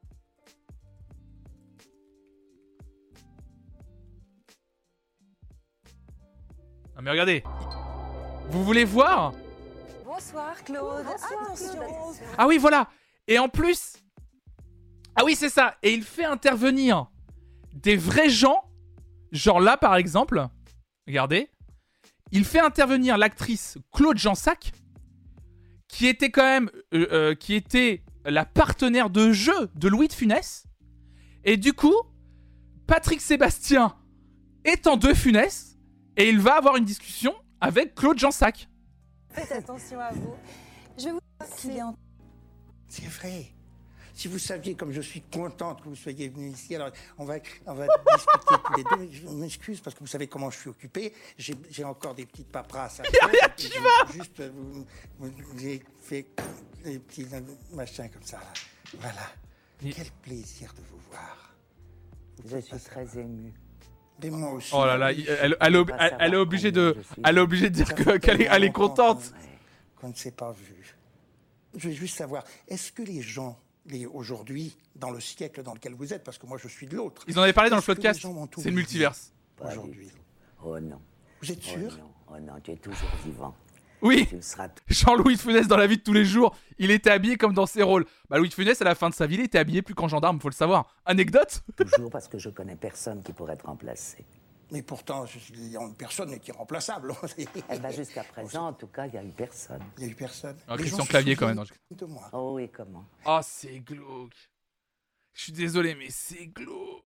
Non, mais regardez. Vous voulez voir? Bonsoir Claude. Bonsoir. Ah oui, voilà. Et en plus... Ah oui, c'est ça. Et il fait intervenir des vrais gens. Genre là, par exemple. Regardez. Il fait intervenir l'actrice Claude Jansac, qui était quand même... qui était la partenaire de jeu de Louis de Funès. Et du coup, Patrick Sébastien est en De Funès. Et il va avoir une discussion avec Claude Jansac. Faites attention à vous. Je vais vous dire qu'il est en... C'est vrai. Si vous saviez comme je suis contente que vous soyez venu ici, alors on va discuter tous les deux. Je m'excuse parce que vous savez comment je suis occupé. J'ai encore des petites paperasses à faire. Il n'y a rien qui va. Juste, j'ai fait des petits machins comme ça. Là. Voilà. Quel plaisir de vous voir. Je suis très émue. Mais moi aussi. Oh là là, elle est obligée de dire qu'elle est contente. Qu'on ne s'est pas vu. Je veux juste savoir, est-ce que les gens, aujourd'hui, dans le siècle dans lequel vous êtes, parce que moi je suis de l'autre... Ils en avaient parlé dans le podcast, c'est le multiverse. Aujourd'hui. Oh non. Vous êtes sûr? Oh non, tu es toujours vivant. Oui, Jean-Louis de Funès dans la vie de tous les jours, il était habillé comme dans ses rôles. Bah Louis de Funès, à la fin de sa vie, il était habillé plus qu'en gendarme, faut le savoir. Anecdote? Toujours parce que je connais personne qui pourrait te remplacer. Mais pourtant, personne n'est irremplaçable. Eh ben, jusqu'à présent, en tout cas, il n'y a eu personne. Il n'y a eu personne. Ah, Christian Clavier, quand même. De moi. Oh oui, comment? Oh, c'est glauque. Je suis désolé, mais c'est glauque.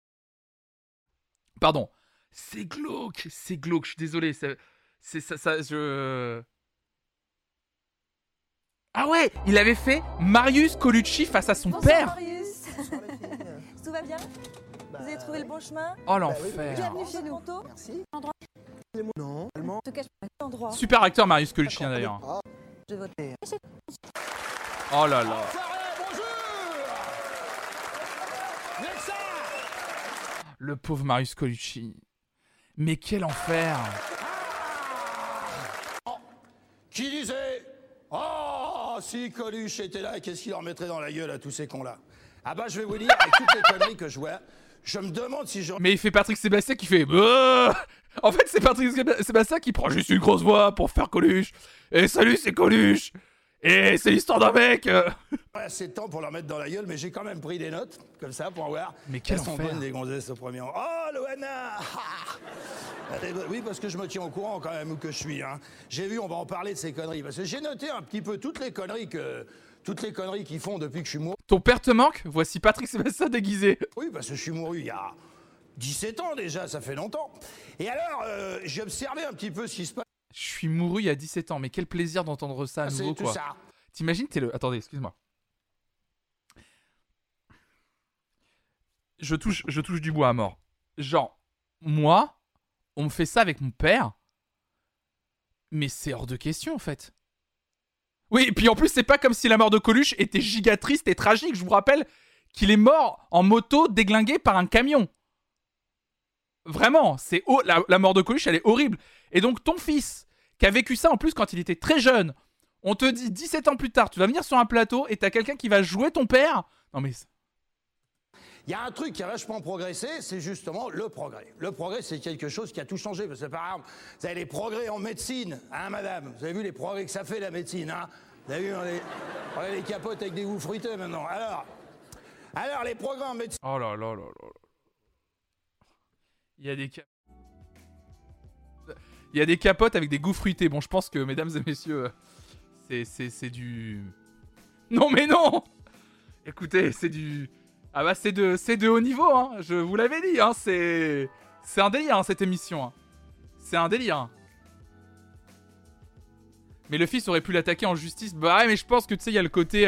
Pardon. C'est glauque. C'est glauque, je suis désolé. C'est ça, je... Ah ouais, il avait fait Marius Colucci face à son père. Marius. Tout va bien? Vous avez trouvé le bon chemin? Oh l'enfer. Bienvenue chez nous. Merci. Endroit. Non. En tout cas, je pas l'endroit. Super acteur Marius Colucci d'ailleurs. Je vote. Oh là là. Le pauvre Marius Colucci. Mais quel enfer. Qui disait « Oh, si Coluche était là, qu'est-ce qu'il leur mettrait dans la gueule à tous ces cons-là » Ah bah je vais vous dire, avec toutes les conneries que je vois, je me demande si je... Mais il fait Patrick Sébastien qui fait... En fait, c'est Patrick Sébastien qui prend juste une grosse voix pour faire Coluche. Et salut, c'est Coluche. Et c'est l'histoire d'un mec. C'est temps pour leur mettre dans la gueule, mais j'ai quand même pris des notes, comme ça, pour voir. Mais quel enfer. Elles sont bonnes, des gonzesses au premier rang. Oh, Loana. Oui, parce que je me tiens au courant quand même où que je suis. Hein. J'ai vu, on va en parler de ces conneries. Parce que j'ai noté un petit peu toutes les conneries qu'ils font depuis que je suis mort. Ton père te manque? Voici Patrick Sébastien déguisé. Oui, parce que je suis mouru il y a 17 ans déjà, ça fait longtemps. Et alors, j'ai observé un petit peu ce qui se passe. Je suis mouru il y a 17 ans, mais quel plaisir d'entendre ça à nouveau, quoi. Ça. T'imagines, t'es le... Attendez, excuse-moi. Je touche du bois à mort. Genre, moi, on me fait ça avec mon père, mais c'est hors de question, en fait. Oui, et puis en plus, c'est pas comme si la mort de Coluche était giga triste et tragique. Je vous rappelle qu'il est mort en moto déglingué par un camion. Vraiment, c'est la mort de Coluche, elle est horrible. Et donc, ton fils, qui a vécu ça en plus quand il était très jeune, on te dit 17 ans plus tard, tu vas venir sur un plateau et t'as quelqu'un qui va jouer ton père. Non mais... Il y a un truc qui a vachement progressé, c'est justement le progrès. Le progrès, c'est quelque chose qui a tout changé. Parce que par exemple, vous avez les progrès en médecine, hein, madame? Vous avez vu les progrès que ça fait, la médecine, hein? Vous avez vu, on a les capotes avec des goûts fruités maintenant. Alors, les progrès en médecine... Oh là là là là. Il y a des capotes avec des goûts fruités. Bon, je pense que, mesdames et messieurs, c'est du... Non mais non! Écoutez, c'est du... Ah bah c'est de haut niveau, hein. Je vous l'avais dit, hein. C'est un délire, hein, cette émission. Hein. C'est un délire. Mais le fils aurait pu l'attaquer en justice. Bah ouais, mais je pense que, tu sais, il y a le côté...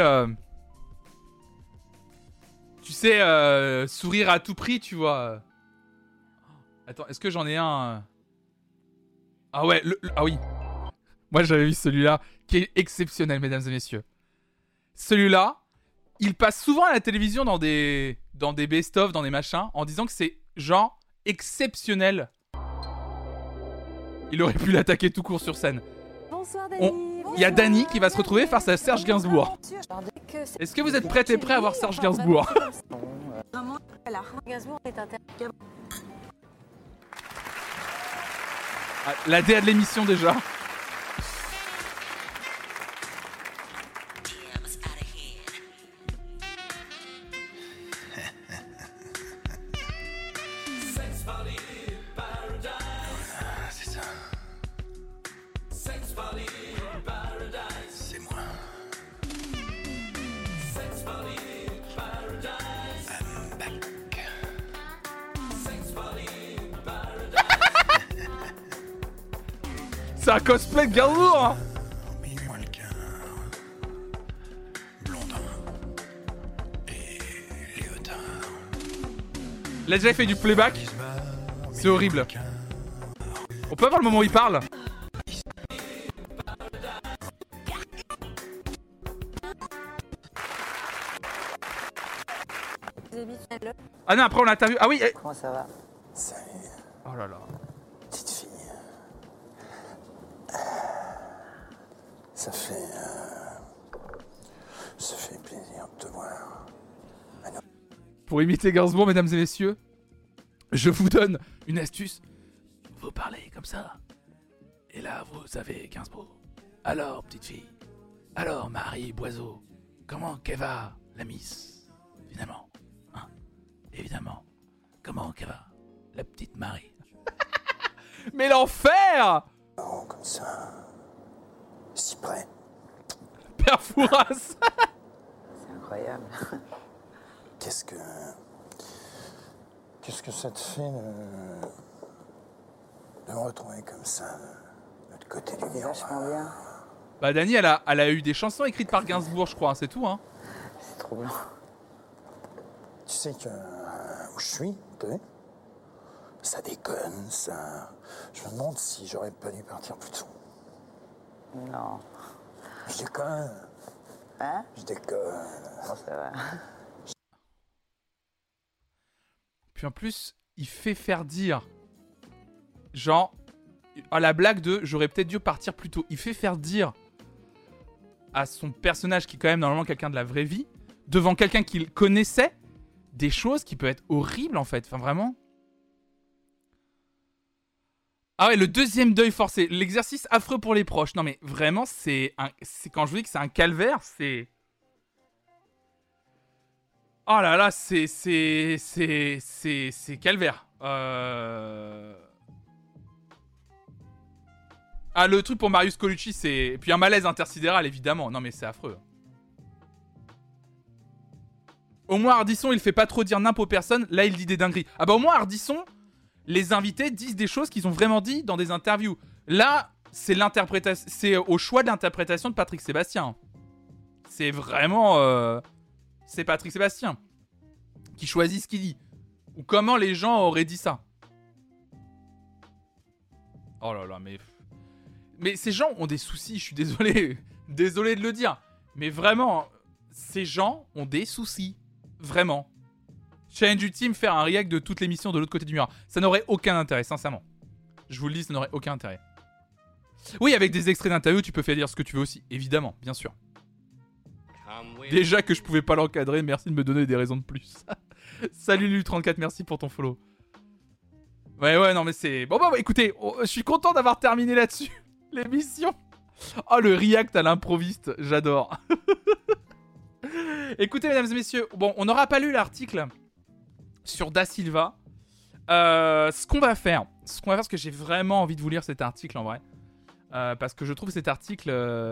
Tu sais, sourire à tout prix, tu vois. Attends, est-ce que j'en ai un Ah ouais, ah oui. Moi, j'avais vu celui-là, qui est exceptionnel, mesdames et messieurs. Celui-là, il passe souvent à la télévision dans des best-of, dans des machins, en disant que c'est genre exceptionnel. Il aurait pu l'attaquer tout court sur scène. Bonsoir Dany. Il y a Dany qui va se retrouver face à Serge Gainsbourg. Est-ce que vous êtes prêts et prêts à voir Serge Gainsbourg? Gainsbourg est la DA de l'émission déjà. C'est un cosplay de Gainsbourg hein. Il a déjà fait du playback. C'est horrible. On peut avoir le moment où il parle? Ah non, après on l'interview. Ah oui. Comment ça va? Salut. Oh là là. Petite fille. Ça fait plaisir de te voir. Pour imiter Gainsbourg, mesdames et messieurs, je vous donne une astuce. Vous parlez comme ça. Et là, vous avez Gainsbourg. Alors, petite fille. Alors, Marie Boiseau. Comment qu'elle va, la Miss? Évidemment. Hein? Évidemment. Comment qu'elle va, la petite Marie? Mais l'enfer! Oh, comme ça. Si près. Père Fouras. C'est incroyable. Qu'est-ce que ça te fait de me retrouver comme ça, de l'autre côté du mur? Vachement bien. Bah Dany, elle a eu des chansons écrites par Gainsbourg, je crois, c'est tout, hein. C'est trop bien. Tu sais que où je suis, tu sais, ça déconne, ça. Je me demande si j'aurais pas dû partir plus tôt. Non. Je déconne. Hein? Je déconne. Bon, ça va. Puis en plus, il fait faire dire, genre, à la blague de j'aurais peut-être dû partir plus tôt. Il fait faire dire à son personnage, qui est quand même normalement quelqu'un de la vraie vie, devant quelqu'un qu'il connaissait, des choses qui peuvent être horribles en fait. Enfin vraiment. Ah ouais, le deuxième deuil forcé, l'exercice affreux pour les proches. Non mais vraiment, c'est quand je vous dis que c'est un calvaire, c'est... Oh là là, c'est calvaire. Ah, le truc pour Marius Colucci, c'est... Et puis un malaise intersidéral, évidemment. Non mais c'est affreux. Au moins Ardisson, il fait pas trop dire nimp aux personnes. Là, il dit des dingueries. Ah bah au moins Ardisson, les invités disent des choses qu'ils ont vraiment dit dans des interviews. Là, c'est l'interprétation, c'est au choix de l'interprétation de Patrick Sébastien. C'est vraiment... C'est Patrick Sébastien qui choisit ce qu'il dit. Ou comment les gens auraient dit ça. Oh là là, mais ces gens ont des soucis, je suis désolé. Désolé de le dire. Mais vraiment, ces gens ont des soucis. Vraiment. Challenge Ultime, faire un react de toute l'émission de l'autre côté du mur. Ça n'aurait aucun intérêt, sincèrement. Je vous le dis, ça n'aurait aucun intérêt. Oui, avec des extraits d'interview, tu peux faire dire ce que tu veux aussi. Évidemment, bien sûr. Déjà que je pouvais pas l'encadrer, merci de me donner des raisons de plus. Salut Lulu34, merci pour ton follow. Ouais, non mais c'est... Bon bah écoutez, je suis content d'avoir terminé là-dessus l'émission. Oh, le react à l'improviste, j'adore. Écoutez mesdames et messieurs, bon, on n'aura pas lu l'article sur Da Silva. Ce qu'on va faire, parce que j'ai vraiment envie de vous lire cet article en vrai. Parce que je trouve cet article...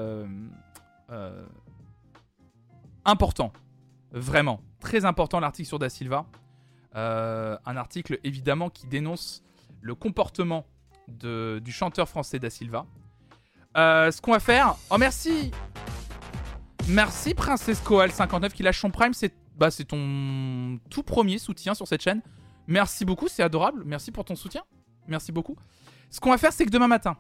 important, vraiment, très important l'article sur Da Silva. Un article évidemment qui dénonce le comportement du chanteur français Da Silva. Ce qu'on va faire... Oh merci Princesse Koal59 qui lâche son Prime, c'est ton tout premier soutien sur cette chaîne. Merci beaucoup, c'est adorable. Merci pour ton soutien. Merci beaucoup. Ce qu'on va faire, c'est que demain matin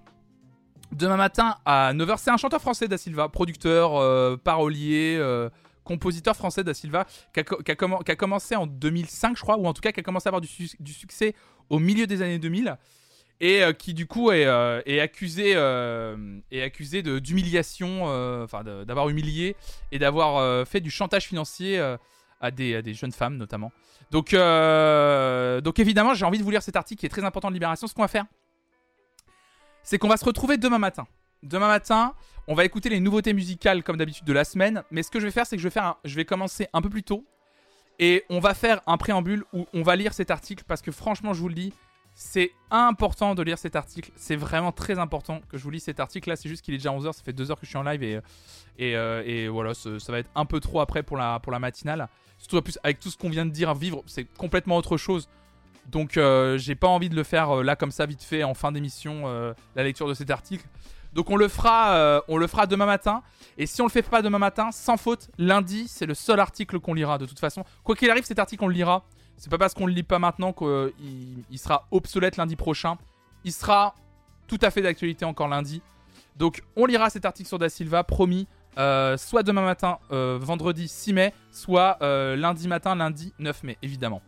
à 9h, c'est un chanteur français Da Silva, producteur, parolier, compositeur français Da Silva, qui a commencé en 2005, je crois, ou en tout cas qui a commencé à avoir du succès au milieu des années 2000, et qui du coup est accusé d'humiliation, d'avoir humilié et d'avoir fait du chantage financier à des jeunes femmes notamment. Donc évidemment, j'ai envie de vous lire cet article qui est très important de Libération. Ce qu'on va faire, c'est qu'on va se retrouver demain matin. Demain matin, on va écouter les nouveautés musicales comme d'habitude de la semaine. Mais ce que je vais faire, c'est que je vais commencer un peu plus tôt. Et on va faire un préambule où on va lire cet article. Parce que franchement, je vous le dis, c'est important de lire cet article. C'est vraiment très important que je vous lise cet article. Là, c'est juste qu'il est déjà 11h. Ça fait 2 heures que je suis en live. Et voilà, ça va être un peu trop après pour la matinale. Surtout en plus, avec tout ce qu'on vient de dire, vivre, c'est complètement autre chose. Donc j'ai pas envie de le faire là comme ça vite fait en fin d'émission, la lecture de cet article. Donc on le fera demain matin. Et si on le fait pas demain matin, sans faute, lundi, c'est le seul article qu'on lira de toute façon. Quoi qu'il arrive, cet article on le lira. C'est pas parce qu'on le lit pas maintenant qu'il sera obsolète lundi prochain. Il sera tout à fait d'actualité encore lundi. Donc on lira cet article sur Da Silva, promis. Soit demain matin, vendredi 6 mai, soit lundi matin, lundi 9 mai, évidemment.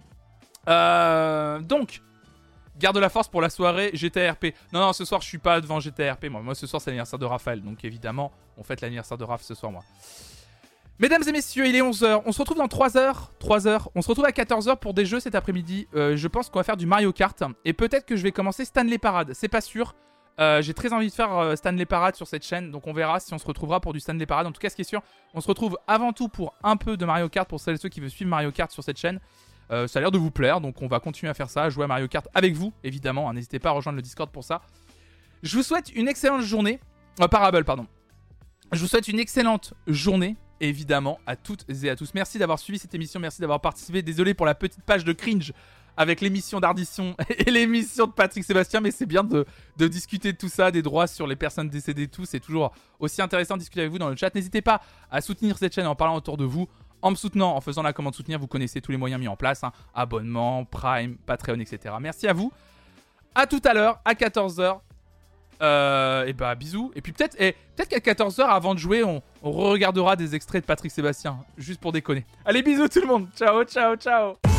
Donc, garde la force pour la soirée GTRP. Non, ce soir je suis pas devant GTRP. Moi ce soir c'est l'anniversaire de Raphaël. Donc évidemment, on fête l'anniversaire de Raph ce soir, moi. Mesdames et messieurs, il est 11h. On se retrouve dans 3 heures. On se retrouve à 14h pour des jeux cet après-midi. Je pense qu'on va faire du Mario Kart. Et peut-être que je vais commencer Stanley Parade. C'est pas sûr. J'ai très envie de faire Stanley Parade sur cette chaîne. Donc on verra si on se retrouvera pour du Stanley Parade. En tout cas, ce qui est sûr, on se retrouve avant tout pour un peu de Mario Kart pour celles et ceux qui veulent suivre Mario Kart sur cette chaîne. Ça a l'air de vous plaire, donc on va continuer à faire ça, à jouer à Mario Kart avec vous, évidemment. N'hésitez pas à rejoindre le Discord pour ça. Je vous souhaite une excellente journée. Parable, pardon. Je vous souhaite une excellente journée, évidemment, à toutes et à tous. Merci d'avoir suivi cette émission, merci d'avoir participé. Désolé pour la petite page de cringe avec l'émission d'Ardisson et l'émission de Patrick Sébastien, mais c'est bien de discuter de tout ça, des droits sur les personnes décédées, tout. C'est toujours aussi intéressant de discuter avec vous dans le chat. N'hésitez pas à soutenir cette chaîne en parlant autour de vous. En me soutenant, en faisant la commande soutenir, vous connaissez tous les moyens mis en place, hein. Abonnement, Prime, Patreon, etc. Merci à vous. À tout à l'heure, à 14h. Et bah bisous. Et puis peut-être qu'à 14h, avant de jouer, on regardera des extraits de Patrick Sébastien. Juste pour déconner. Allez, bisous tout le monde. Ciao, ciao, ciao.